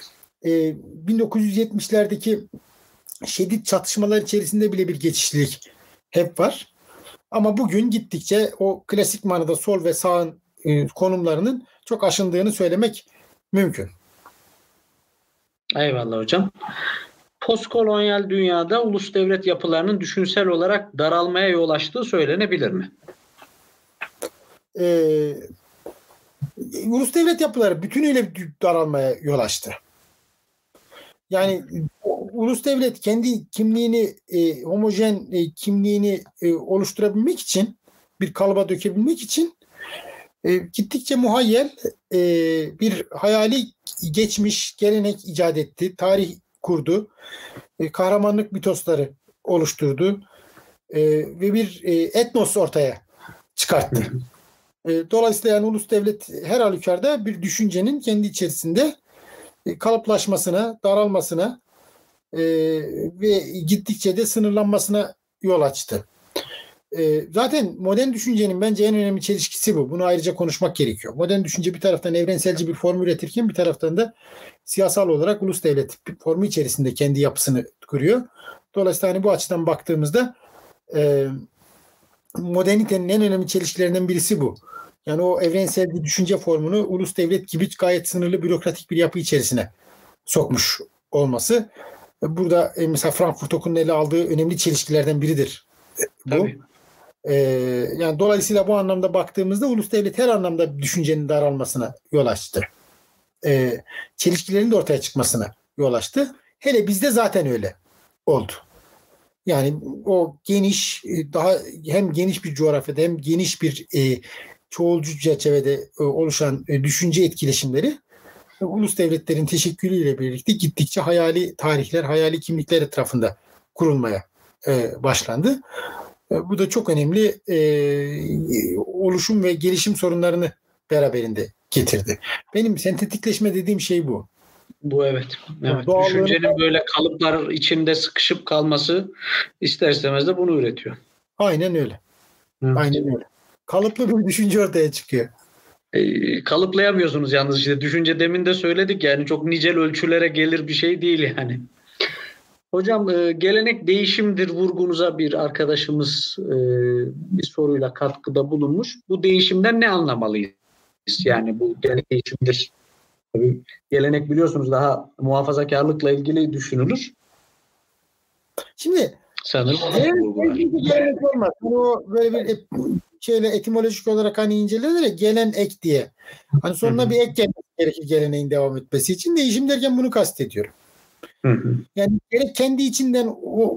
1970'lerdeki şiddet çatışmalar içerisinde bile bir geçişlilik hep var. Ama bugün gittikçe o klasik manada sol ve sağın konumlarının çok aşındığını söylemek mümkün. Eyvallah hocam. Postkolonyal dünyada ulus devlet yapılarının düşünsel olarak daralmaya yol açtığı söylenebilir mi? Ulus devlet yapıları bütünüyle daralmaya yol açtı. Yani ulus devlet kendi kimliğini, homojen kimliğini oluşturabilmek için, bir kalıba dökebilmek için Gittikçe muhayyel bir hayali geçmiş gelenek icat etti. Tarih kurdu. Kahramanlık mitosları oluşturdu. Ve bir etnos ortaya çıkarttı. Dolayısıyla yani ulus devlet her halükarda bir düşüncenin kendi içerisinde kalıplaşmasına, daralmasına ve gittikçe de sınırlanmasına yol açtı. Zaten modern düşüncenin bence en önemli çelişkisi bu. Bunu ayrıca konuşmak gerekiyor. Modern düşünce bir taraftan evrenselci bir form üretirken bir taraftan da siyasal olarak ulus devlet formu içerisinde kendi yapısını kuruyor. Dolayısıyla hani bu açıdan baktığımızda modernitenin en önemli çelişkilerinden birisi bu. Yani o evrensel bir düşünce formunu ulus devlet gibi gayet sınırlı bürokratik bir yapı içerisine sokmuş olması. Burada mesela Frankfurt Okulu'nun ele aldığı önemli çelişkilerden biridir bu. Tabii. Yani dolayısıyla bu anlamda baktığımızda ulus devlet her anlamda düşüncenin daralmasına yol açtı. Çelişkilerin de ortaya çıkmasına yol açtı. Hele bizde zaten öyle oldu. Yani o geniş, daha hem geniş bir coğrafyada hem geniş bir çoğulcu çerçevede oluşan düşünce etkileşimleri ulus devletlerin teşekkülüyle birlikte gittikçe hayali tarihler, hayali kimlikler etrafında kurulmaya başlandı. Bu da çok önemli oluşum ve gelişim sorunlarını beraberinde getirdi. Benim sentetikleşme dediğim şey bu. Bu evet. Düşüncenin böyle kalıplar içinde sıkışıp kalması ister istemez de bunu üretiyor. Aynen öyle. Evet. Aynen öyle. Kalıplı bir düşünce ortaya çıkıyor. Kalıplayamıyorsunuz yalnız işte. Düşünce demin de söyledik yani çok nicel ölçülere gelir bir şey değil yani. Hocam gelenek değişimdir vurgunuza bir arkadaşımız bir soruyla katkıda bulunmuş. Bu değişimden ne anlamalıyız? Yani bu gelenek değişimdir. Tabii gelenek biliyorsunuz daha muhafazakarlıkla ilgili düşünülür. Şimdi gelenek olmaz. O böyle bir şeyle etimolojik olarak hani incelenir ya gelen ek diye. Hani sonuna bir ek gelmesi gerekir geleneğin devam etmesi için. Değişim derken bunu kastediyorum. Yani gerek kendi içinden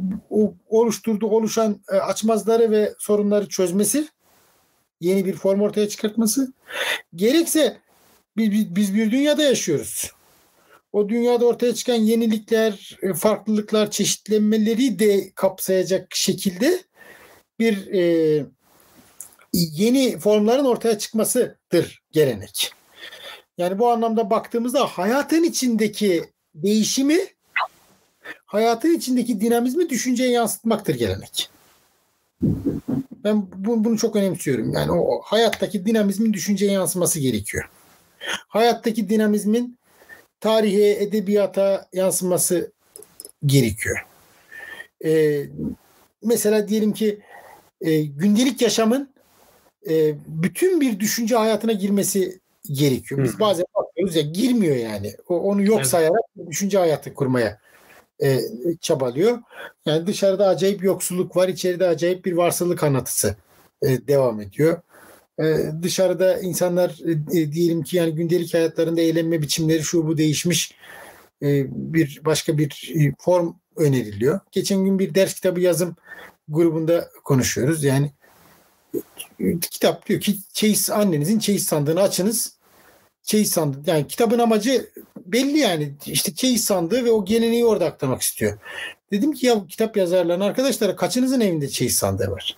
oluşan açmazları ve sorunları çözmesi, yeni bir form ortaya çıkartması, gerekse biz bir dünyada yaşıyoruz. O dünyada ortaya çıkan yenilikler, farklılıklar, çeşitlenmeleri de kapsayacak şekilde bir yeni formların ortaya çıkmasıdır gelenek. Yani bu anlamda baktığımızda hayatın içindeki değişimi, hayatın içindeki dinamizmi düşünceye yansıtmaktır gelenek. Ben bunu çok önemsiyorum. Yani o hayattaki dinamizmin düşünceye yansıması gerekiyor. Hayattaki dinamizmin tarihe, edebiyata yansıması gerekiyor. Mesela diyelim ki gündelik yaşamın bütün bir düşünce hayatına girmesi gerekiyor. Biz bazen bakıyoruz ya girmiyor yani. Onu yok sayarak düşünce hayatı kurmaya çabalıyor. Yani dışarıda acayip yoksulluk var, içeride acayip bir varsılık anlatısı devam ediyor. Dışarıda insanlar diyelim ki yani gündelik hayatlarında eğlenme biçimleri şu bu değişmiş, başka bir form öneriliyor. Geçen gün bir ders kitabı yazım grubunda konuşuyoruz. Yani kitap diyor ki annenizin çeyiz sandığını açınız. Çeyiz sandığı. Yani kitabın amacı belli yani. İşte çeyiz sandığı ve o geleneği orada aktarmak istiyor. Dedim ki ya kitap yazarlarına arkadaşlar kaçınızın evinde çeyiz sandığı var?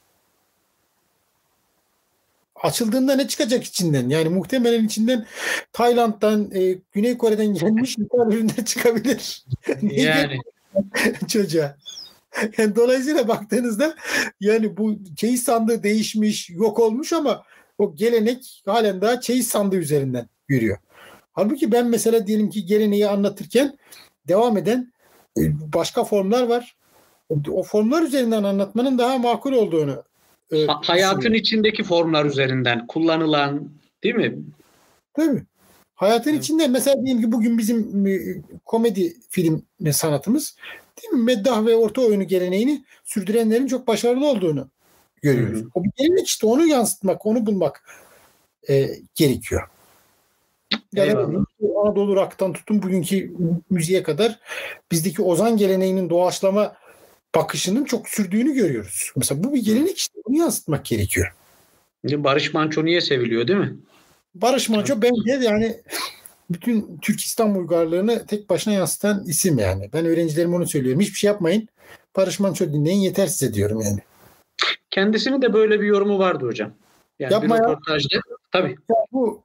Açıldığında ne çıkacak içinden? Yani muhtemelen içinden Tayland'dan, Güney Kore'den gelmiş ithal ürünler çıkabilir. Yani. Çocuğa. Yani dolayısıyla baktığınızda yani bu çeyiz sandığı değişmiş, yok olmuş ama o gelenek halen daha çeyiz sandığı üzerinden yürüyor. Halbuki ben mesela diyelim ki geleneği anlatırken devam eden başka formlar var. O formlar üzerinden anlatmanın daha makul olduğunu hayatın içindeki formlar üzerinden kullanılan değil mi? Tabii. Hayatın içinde mesela diyelim ki bugün bizim komedi film sanatımız değil mi? Meddah ve orta oyunu geleneğini sürdürenlerin çok başarılı olduğunu görüyoruz. O bir gelenek işte onu yansıtmak, onu bulmak gerekiyor. Yani Anadolu rock'tan tutun bugünkü müziğe kadar bizdeki ozan geleneğinin doğaçlama bakışının çok sürdüğünü görüyoruz. Mesela bu bir gelenek işte bunu yansıtmak gerekiyor. Barış Manço niye seviliyor değil mi? Barış Manço bence yani bütün Türk İslam uygarlığını tek başına yansıtan isim yani. Ben öğrencilerime onu söylüyorum. Hiçbir şey yapmayın. Barış Manço dinleyin yeter size diyorum yani. Kendisinin de böyle bir yorumu vardı hocam. Yani Yapma bir ya. röportajda. Tabii. Ya bu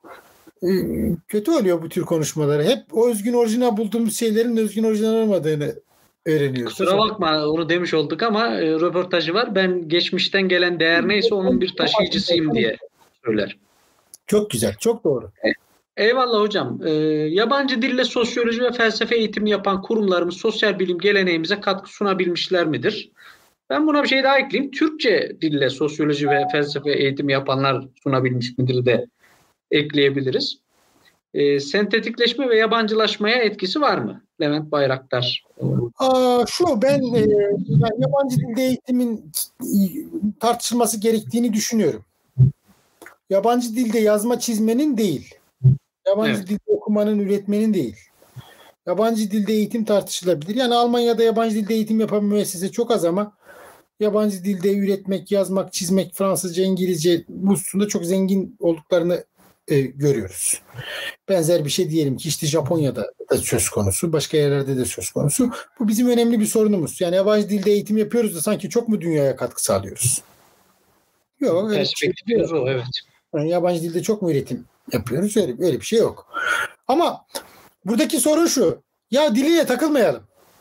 kötü oluyor bu tür konuşmaları. Hep o özgün orijinal bulduğumuz şeylerin özgün orijinal olmadığını öğreniyoruz. Kusura bakma onu demiş olduk ama röportajı var. Ben geçmişten gelen değer neyse onun bir taşıyıcısıyım diye söyler. Çok güzel, çok doğru. Eyvallah hocam. Yabancı dille sosyoloji ve felsefe eğitimi yapan kurumlarımız sosyal bilim geleneğimize katkı sunabilmişler midir? Ben buna bir şey daha ekleyeyim. Türkçe dille sosyoloji ve felsefe eğitimi yapanlar sunabilmiş midir de ekleyebiliriz. Sentetikleşme ve yabancılaşmaya etkisi var mı? Levent Bayraktar. Ben yabancı dilde eğitimin tartışılması gerektiğini düşünüyorum. Yabancı dilde yazma çizmenin değil. Yabancı dilde okumanın, üretmenin değil. Yabancı dilde eğitim tartışılabilir. Yani Almanya'da yabancı dilde eğitim yapan müessese çok az ama yabancı dilde üretmek, yazmak, çizmek, Fransızca, İngilizce bu hususunda çok zengin olduklarını görüyoruz. Benzer bir şey diyelim ki işte Japonya'da da söz konusu, başka yerlerde de söz konusu. Bu bizim önemli bir sorunumuz. Yani yabancı dilde eğitim yapıyoruz da sanki çok mu dünyaya katkı sağlıyoruz? Yok. Perspektifimiz o, evet. Yani yabancı dilde çok mu üretim yapıyoruz? Öyle bir şey yok. Ama buradaki sorun şu. Ya diliyle takılmayalım.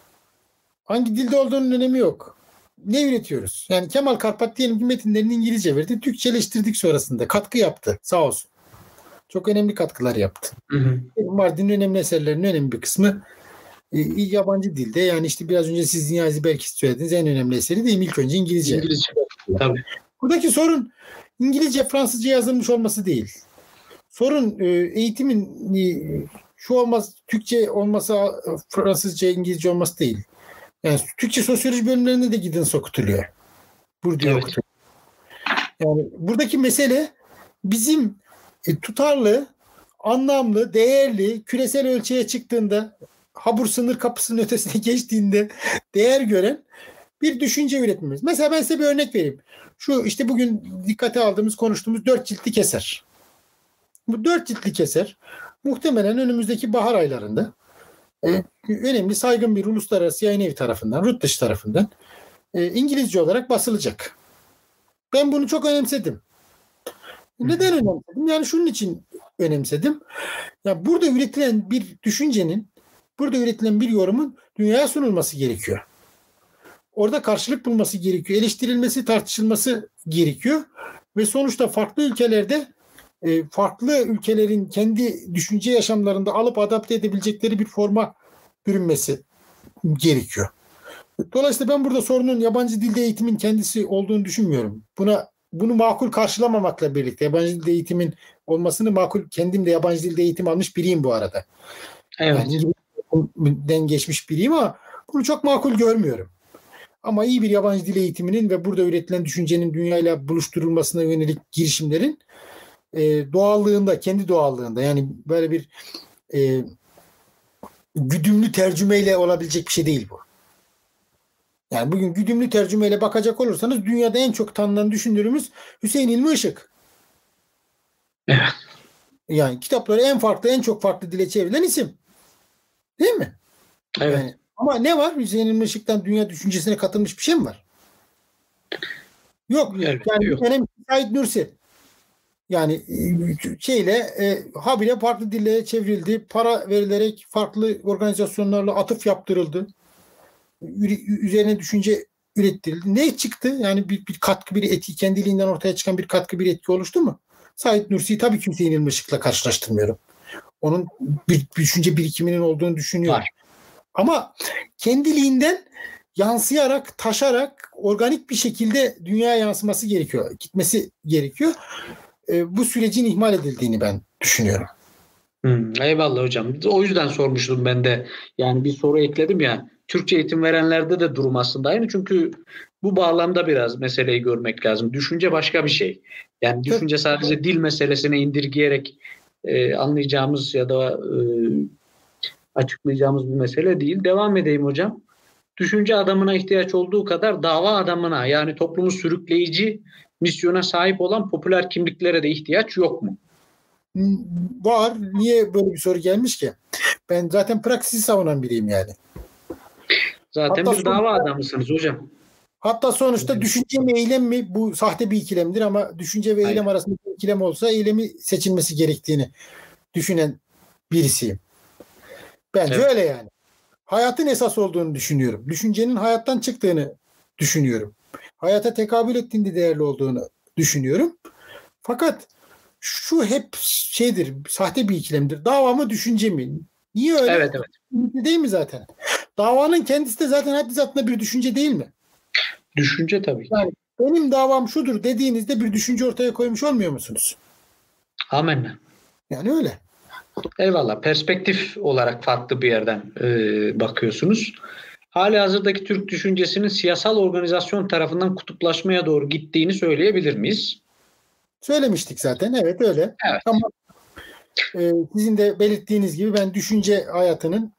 Hangi dilde olduğunun önemi yok. Ne üretiyoruz? Yani Kemal Karpat diyelim ki metinlerini İngilizce verdi. Türkçeleştirdik sonrasında. Katkı yaptı. Sağ olsun. Çok önemli katkılar yaptı. Mardin'in önemli eserlerinin önemli bir kısmı yabancı dilde. Yani işte biraz önce siz Niyazi Berkis söylediğiniz en önemli eseri değil mi? İlk önce İngilizce. Tabii. Buradaki sorun İngilizce, Fransızca yazılmış olması değil. Sorun eğitimin şu olmaz, Türkçe olması, Fransızca, İngilizce olması değil. Yani Türkçe sosyoloji bölümlerinde de Giddens okutuluyor. Burada okutuluyor. Yani buradaki mesele bizim tutarlı, anlamlı, değerli, küresel ölçeğe çıktığında, Habur sınır kapısının ötesine geçtiğinde değer gören bir düşünce üretmemiz. Mesela ben size bir örnek vereyim. Şu işte bugün dikkate aldığımız, konuştuğumuz 4 ciltlik eser. Bu 4 ciltlik eser muhtemelen önümüzdeki bahar aylarında önemli, saygın bir uluslararası yayın evi tarafından, Rutteş tarafından İngilizce olarak basılacak. Ben bunu çok önemsedim. Neden önemsedim? Yani şunun için önemsedim. Ya burada üretilen bir düşüncenin, burada üretilen bir yorumun dünyaya sunulması gerekiyor. Orada karşılık bulması gerekiyor. Eleştirilmesi, tartışılması gerekiyor. Ve sonuçta farklı ülkelerde farklı ülkelerin kendi düşünce yaşamlarında alıp adapte edebilecekleri bir forma bürünmesi gerekiyor. Dolayısıyla ben burada sorunun yabancı dilde eğitimin kendisi olduğunu düşünmüyorum. Bunu makul karşılamamakla birlikte yabancı dilde eğitimin olmasını makul, kendim de yabancı dilde eğitim almış biriyim bu arada. Evet. Yani İngilizce'den geçmiş biriyim ama bunu çok makul görmüyorum. Ama iyi bir yabancı dil eğitiminin ve burada üretilen düşüncenin dünyayla buluşturulmasına yönelik girişimlerin doğallığında, kendi doğallığında, yani böyle bir güdümlü tercümeyle olabilecek bir şey değil bu. Yani bugün güdümlü tercümeyle bakacak olursanız dünyada en çok tanınan düşünürümüz Hüseyin İlmi Işık. Evet. Yani kitapları en çok farklı dile çevrilen isim. Değil mi? Evet. Yani, ama ne var? Hüseyin İlmi Işık'tan dünya düşüncesine katılmış bir şey mi var? Yok. Yani yok. Benim Said Nursi. Yani habire farklı dillere çevrildi. Para verilerek farklı organizasyonlarla atıf yaptırıldı. Üzerine düşünce ürettirildi. Ne çıktı? Yani bir katkı, bir etki, kendiliğinden ortaya çıkan bir katkı, bir etki oluştu mu? Said Nursi'yi tabii ki Hüseyin İlmi Işık'la karşılaştırmıyorum. Onun bir düşünce birikiminin olduğunu düşünüyorum. Var. Ama kendiliğinden yansıyarak, taşarak, organik bir şekilde dünyaya yansıması gerekiyor. Gitmesi gerekiyor. Bu sürecin ihmal edildiğini ben düşünüyorum. Eyvallah hocam. O yüzden sormuştum ben de. Yani bir soru ekledim ya. Türkçe eğitim verenlerde de durum aslında aynı. Çünkü bu bağlamda biraz meseleyi görmek lazım. Düşünce başka bir şey. Yani düşünce sadece dil meselesine indirgeyerek anlayacağımız ya da açıklayacağımız bir mesele değil. Devam edeyim hocam. Düşünce adamına ihtiyaç olduğu kadar dava adamına, yani toplumu sürükleyici misyona sahip olan popüler kimliklere de ihtiyaç yok mu? Var. Niye böyle bir soru gelmiş ki? Ben zaten praksisi savunan biriyim yani. Zaten bir dava adamısınız hocam. Hatta sonuçta düşünce mi eylem mi? Bu sahte bir ikilemdir ama düşünce ve eylem arasında bir ikilem olsa eylemi seçilmesi gerektiğini düşünen birisiyim. Bence öyle yani. Hayatın esas olduğunu düşünüyorum. Düşüncenin hayattan çıktığını düşünüyorum. Hayata tekabül ettiğinde değerli olduğunu düşünüyorum. Fakat şu hep sahte bir ikilemdir. Dava mı düşünce mi? Niye öyle? Evet. Değil mi zaten? Davanın kendisi de zaten haddi zatında bir düşünce değil mi? Düşünce tabii. Yani benim davam şudur dediğinizde bir düşünce ortaya koymuş olmuyor musunuz? Amenna. Yani öyle. Eyvallah. Perspektif olarak farklı bir yerden bakıyorsunuz. Halihazırdaki Türk düşüncesinin siyasal organizasyon tarafından kutuplaşmaya doğru gittiğini söyleyebilir miyiz? Söylemiştik zaten. Evet öyle. Evet. Ama sizin de belirttiğiniz gibi ben düşünce hayatının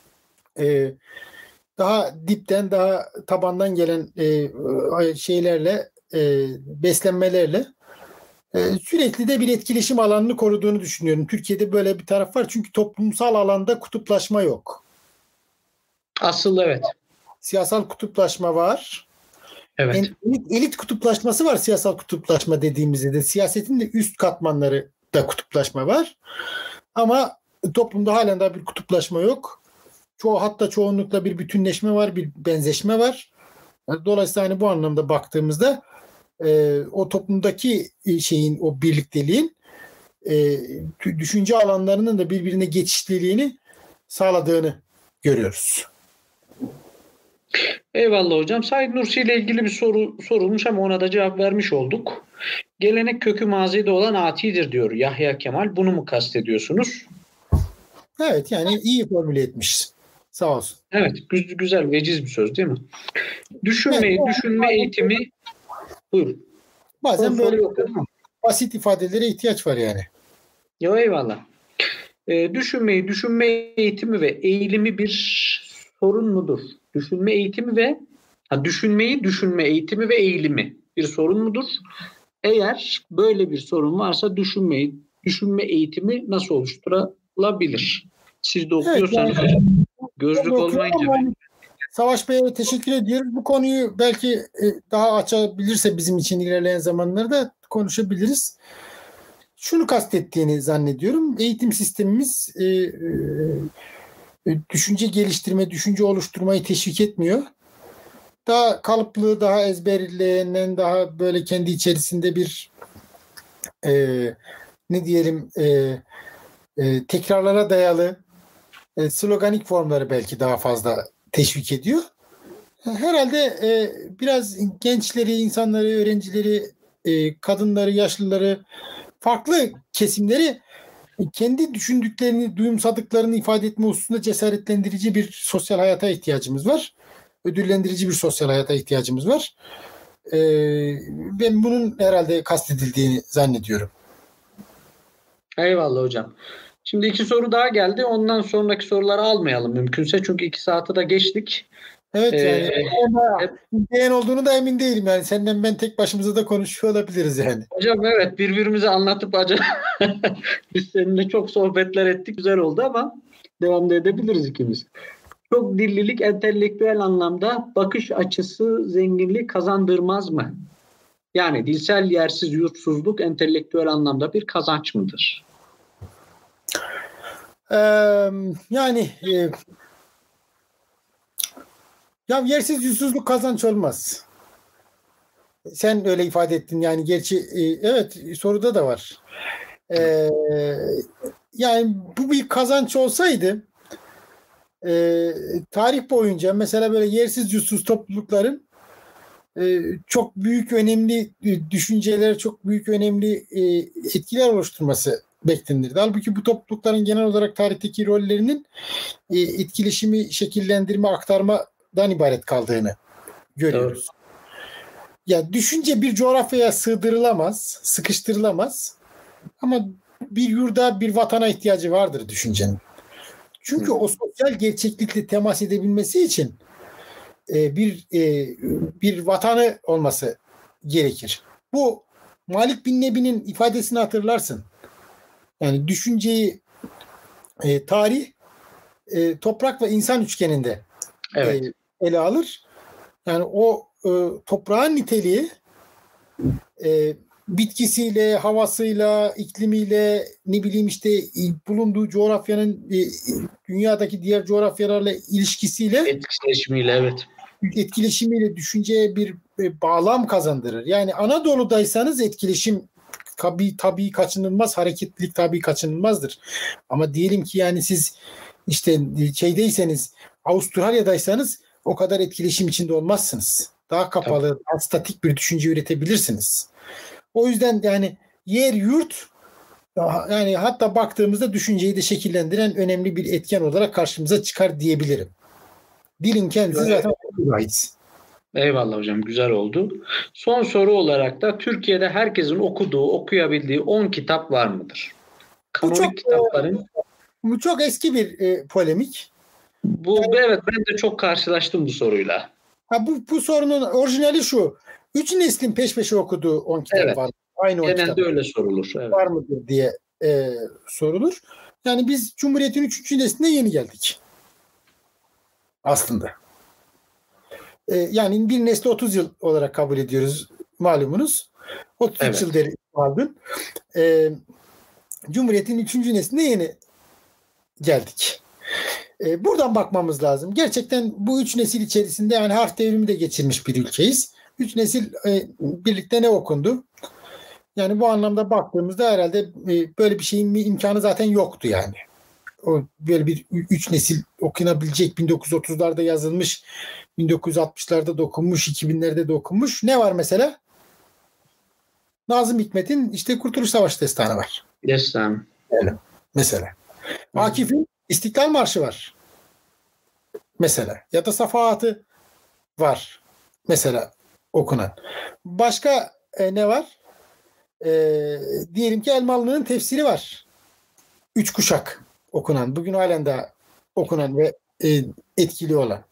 daha dipten, daha tabandan gelen şeylerle, beslenmelerle sürekli de bir etkileşim alanını koruduğunu düşünüyorum. Türkiye'de böyle bir taraf var. Çünkü toplumsal alanda kutuplaşma yok. Asıl evet. Siyasal kutuplaşma var. Evet. Elit kutuplaşması var siyasal kutuplaşma dediğimizde de. Siyasetin de üst katmanları da kutuplaşma var. Ama toplumda halen daha bir kutuplaşma yok. Hatta çoğunlukla bir bütünleşme var, bir benzeşme var. Dolayısıyla hani bu anlamda baktığımızda o toplumdaki o birlikteliğin düşünce alanlarının da birbirine geçişliliğini sağladığını görüyoruz. Eyvallah hocam. Said Nursi ile ilgili bir soru sorulmuş ama ona da cevap vermiş olduk. Gelenek kökü mazide olan atidir diyor Yahya Kemal. Bunu mu kastediyorsunuz? Evet yani iyi formüle etmiş. Sağ olsun. Evet. Güzel, veciz bir söz değil mi? Düşünme eğitimi. Buyurun. Bazen böyle basit ifadelere ihtiyaç var yani. Ya eyvallah. Düşünme eğitimi ve eğilimi bir sorun mudur? Düşünme eğitimi düşünme eğitimi ve eğilimi bir sorun mudur? Eğer böyle bir sorun varsa düşünme eğitimi nasıl oluşturulabilir? Siz de okuyorsanız hocam. Gözlük olmayınca. Savaş Bey'e teşekkür ediyoruz. Bu konuyu belki daha açabilirse bizim için ilerleyen zamanlarda konuşabiliriz. Şunu kastettiğini zannediyorum. Eğitim sistemimiz düşünce geliştirme, düşünce oluşturmayı teşvik etmiyor. Daha kalıplı, daha ezberlenen, daha böyle kendi içerisinde bir tekrarlara dayalı sloganik formları belki daha fazla teşvik ediyor. Herhalde biraz gençleri, insanları, öğrencileri, kadınları, yaşlıları, farklı kesimleri kendi düşündüklerini, duyumsadıklarını ifade etme hususunda cesaretlendirici bir sosyal hayata ihtiyacımız var. Ödüllendirici bir sosyal hayata ihtiyacımız var. Ben bunun herhalde kastedildiğini zannediyorum. Eyvallah hocam. Şimdi 2 soru daha geldi. Ondan sonraki soruları almayalım mümkünse. Çünkü 2 saati de geçtik. Evet yani dinleyen olduğunu da emin değilim. Yani senden ben tek başımıza da konuşuyor olabiliriz yani. Hocam evet birbirimize anlatıp biz seninle çok sohbetler ettik. Güzel oldu ama devam da edebiliriz ikimiz. Çok dillilik entelektüel anlamda bakış açısı zenginliği kazandırmaz mı? Yani dilsel yersiz yurtsuzluk entelektüel anlamda bir kazanç mıdır? Yersiz yurtsuzluk kazanç olmaz. Sen öyle ifade ettin yani gerçi evet soruda da var. Yani bu bir kazanç olsaydı tarih boyunca mesela böyle yersiz yurtsuz toplulukların çok büyük önemli düşünceler, çok büyük önemli etkiler oluşturması beklenirdi. Halbuki bu toplulukların genel olarak tarihteki rollerinin etkileşimi, şekillendirme, aktarmadan ibaret kaldığını görüyoruz. Doğru. Ya düşünce bir coğrafyaya sığdırılamaz, sıkıştırılamaz. Ama bir yurda, bir vatana ihtiyacı vardır düşüncenin. Çünkü o sosyal gerçeklikle temas edebilmesi için bir vatanı olması gerekir. Bu Malik bin Nebi'nin ifadesini hatırlarsın. Yani düşünceyi tarih, toprak ve insan üçgeninde Evet. ele alır. Yani o toprağın niteliği bitkisiyle, havasıyla, iklimiyle, ne bileyim işte bulunduğu coğrafyanın dünyadaki diğer coğrafyalarla ilişkisiyle, etkileşimiyle düşünceye bir bağlam kazandırır. Yani Anadolu'daysanız etkileşim tabii kaçınılmaz, hareketlilik tabii kaçınılmazdır. Ama diyelim ki yani siz işte şeydeyseniz, Avustralya'daysanız o kadar etkileşim içinde olmazsınız. Daha kapalı, daha statik bir düşünce üretebilirsiniz. O yüzden yani yer, yurt, yani hatta baktığımızda düşünceyi de şekillendiren önemli bir etken olarak karşımıza çıkar diyebilirim. Dilin kendisi zaten ait. Eyvallah hocam, güzel oldu. Son soru olarak da Türkiye'de herkesin okuduğu, okuyabildiği 10 kitap var mıdır? Kanonik kitapların. Bu çok eski bir polemik. Evet, ben de çok karşılaştım bu soruyla. Bu sorunun orijinali şu. 3 neslin peş peşe okuduğu 10 kitap var. Aynı 10 genelde kitap öyle sorulur. Evet. Var mıdır diye sorulur. Yani biz Cumhuriyet'in 3. nesline yeni geldik. Aslında. Yani bir nesli 30 yıl olarak kabul ediyoruz malumunuz. 33 yıl deri aldın. Cumhuriyet'in 3. nesline yeni geldik. Buradan bakmamız lazım. Gerçekten bu 3 nesil içerisinde yani harf devrimi de geçirmiş bir ülkeyiz. 3 nesil birlikte ne okundu? Yani bu anlamda baktığımızda herhalde böyle bir şeyin imkanı zaten yoktu yani. O böyle bir 3 nesil okunabilecek 1930'larda yazılmış, 1960'larda da okunmuş, 2000'lerde de okunmuş. Ne var mesela? Nazım Hikmet'in işte Kurtuluş Savaşı destanı var. Destan. Mesela. Akif'in İstiklal Marşı var. Mesela. Ya da Safahat'ı var. Mesela okunan. Başka ne var? Diyelim ki Elmalı'nın tefsiri var. 3 kuşak okunan. Bugün halen daha okunan ve etkili olan.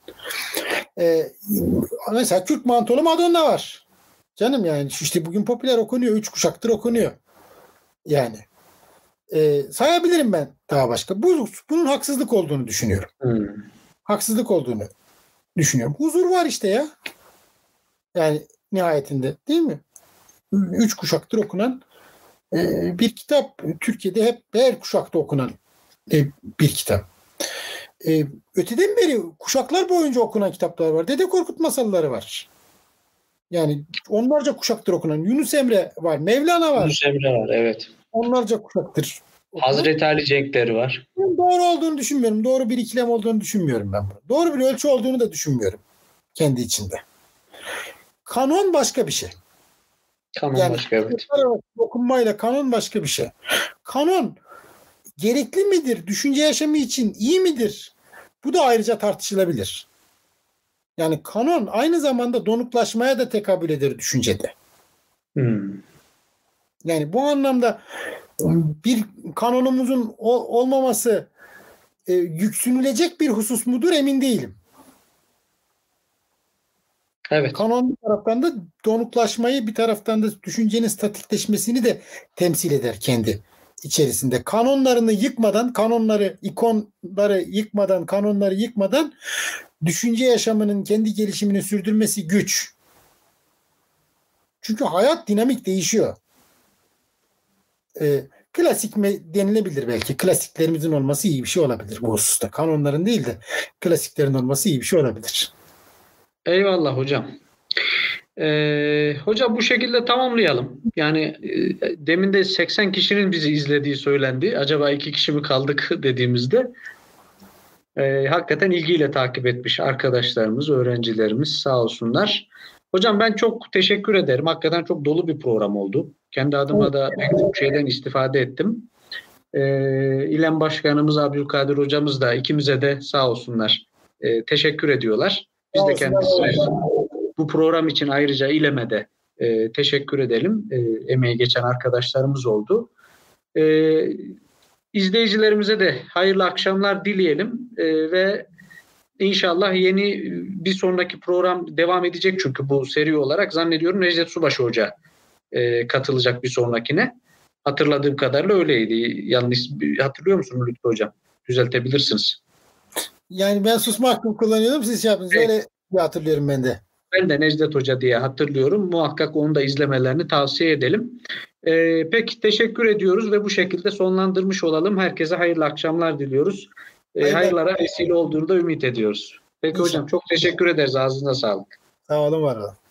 Mesela Kürt Mantolu Madonna var. Canım yani işte bugün popüler okunuyor. 3 kuşaktır okunuyor. Yani. Sayabilirim ben daha başka. Bunun haksızlık olduğunu düşünüyorum. Haksızlık olduğunu düşünüyorum. Huzur var işte ya. Yani nihayetinde değil mi? 3 kuşaktır okunan bir kitap. Türkiye'de hep her kuşakta okunan bir kitap. Öteden beri kuşaklar boyunca okunan kitaplar var. Dede Korkut masalları var. Yani onlarca kuşaktır okunan. Yunus Emre var. Mevlana var. Yunus Emre var, evet. Onlarca kuşaktır okunan. Hazreti Ali Cenkleri var. Doğru olduğunu düşünmüyorum. Doğru bir ikilem olduğunu düşünmüyorum ben bunu. Doğru bir ölçü olduğunu da düşünmüyorum. Kendi içinde. Kanon başka bir şey. Kanon yani, başka, evet. Okunmayla kanon başka bir şey. Kanon gerekli midir? Düşünce yaşamı için iyi midir? Bu da ayrıca tartışılabilir. Yani kanon aynı zamanda donuklaşmaya da tekabül eder düşüncede. Yani bu anlamda bir kanonumuzun olmaması yüksünülecek bir husus mudur emin değilim. Evet. Kanon bir taraftan da donuklaşmayı, bir taraftan da düşüncenin statikleşmesini de temsil eder kendi içerisinde. Kanonlarını yıkmadan, kanonları yıkmadan düşünce yaşamının kendi gelişimini sürdürmesi güç. Çünkü hayat dinamik değişiyor. Klasik denilebilir belki. Klasiklerimizin olması iyi bir şey olabilir bu hususta. Kanonların değil de klasiklerin olması iyi bir şey olabilir. Eyvallah hocam. Hocam bu şekilde tamamlayalım. Yani demin de 80 kişinin bizi izlediği söylendi. Acaba 2 kişi mi kaldık dediğimizde hakikaten ilgiyle takip etmiş arkadaşlarımız, öğrencilerimiz sağ olsunlar. Hocam ben çok teşekkür ederim. Hakikaten çok dolu bir program oldu. Kendi adıma da pek çok şeyden istifade ettim. İLEM Başkanımız Abdülkadir Hocamız da ikimize de sağ olsunlar teşekkür ediyorlar. Biz de kendisine bu program için ayrıca İLEM'e de teşekkür edelim. Emeği geçen arkadaşlarımız oldu. İzleyicilerimize de hayırlı akşamlar dileyelim ve inşallah yeni bir sonraki program devam edecek çünkü bu seri olarak zannediyorum Necdet Subaşı Hoca katılacak bir sonrakine. Hatırladığım kadarıyla öyleydi. Yanlış hatırlıyor musun Lütfü Hocam? Düzeltebilirsiniz. Yani ben susma hakkımı kullanıyordum. Siz şey yaptınız. Evet. Öyle hatırlıyorum ben de. Ben de Necdet Hoca diye hatırlıyorum. Muhakkak onu da izlemelerini tavsiye edelim. Peki teşekkür ediyoruz ve bu şekilde sonlandırmış olalım. Herkese hayırlı akşamlar diliyoruz. Hayırlara vesile olduğunu da ümit ediyoruz. Peki İnşallah. Hocam çok teşekkür ederiz. Ağzına sağlık. Sağ olun, var olun.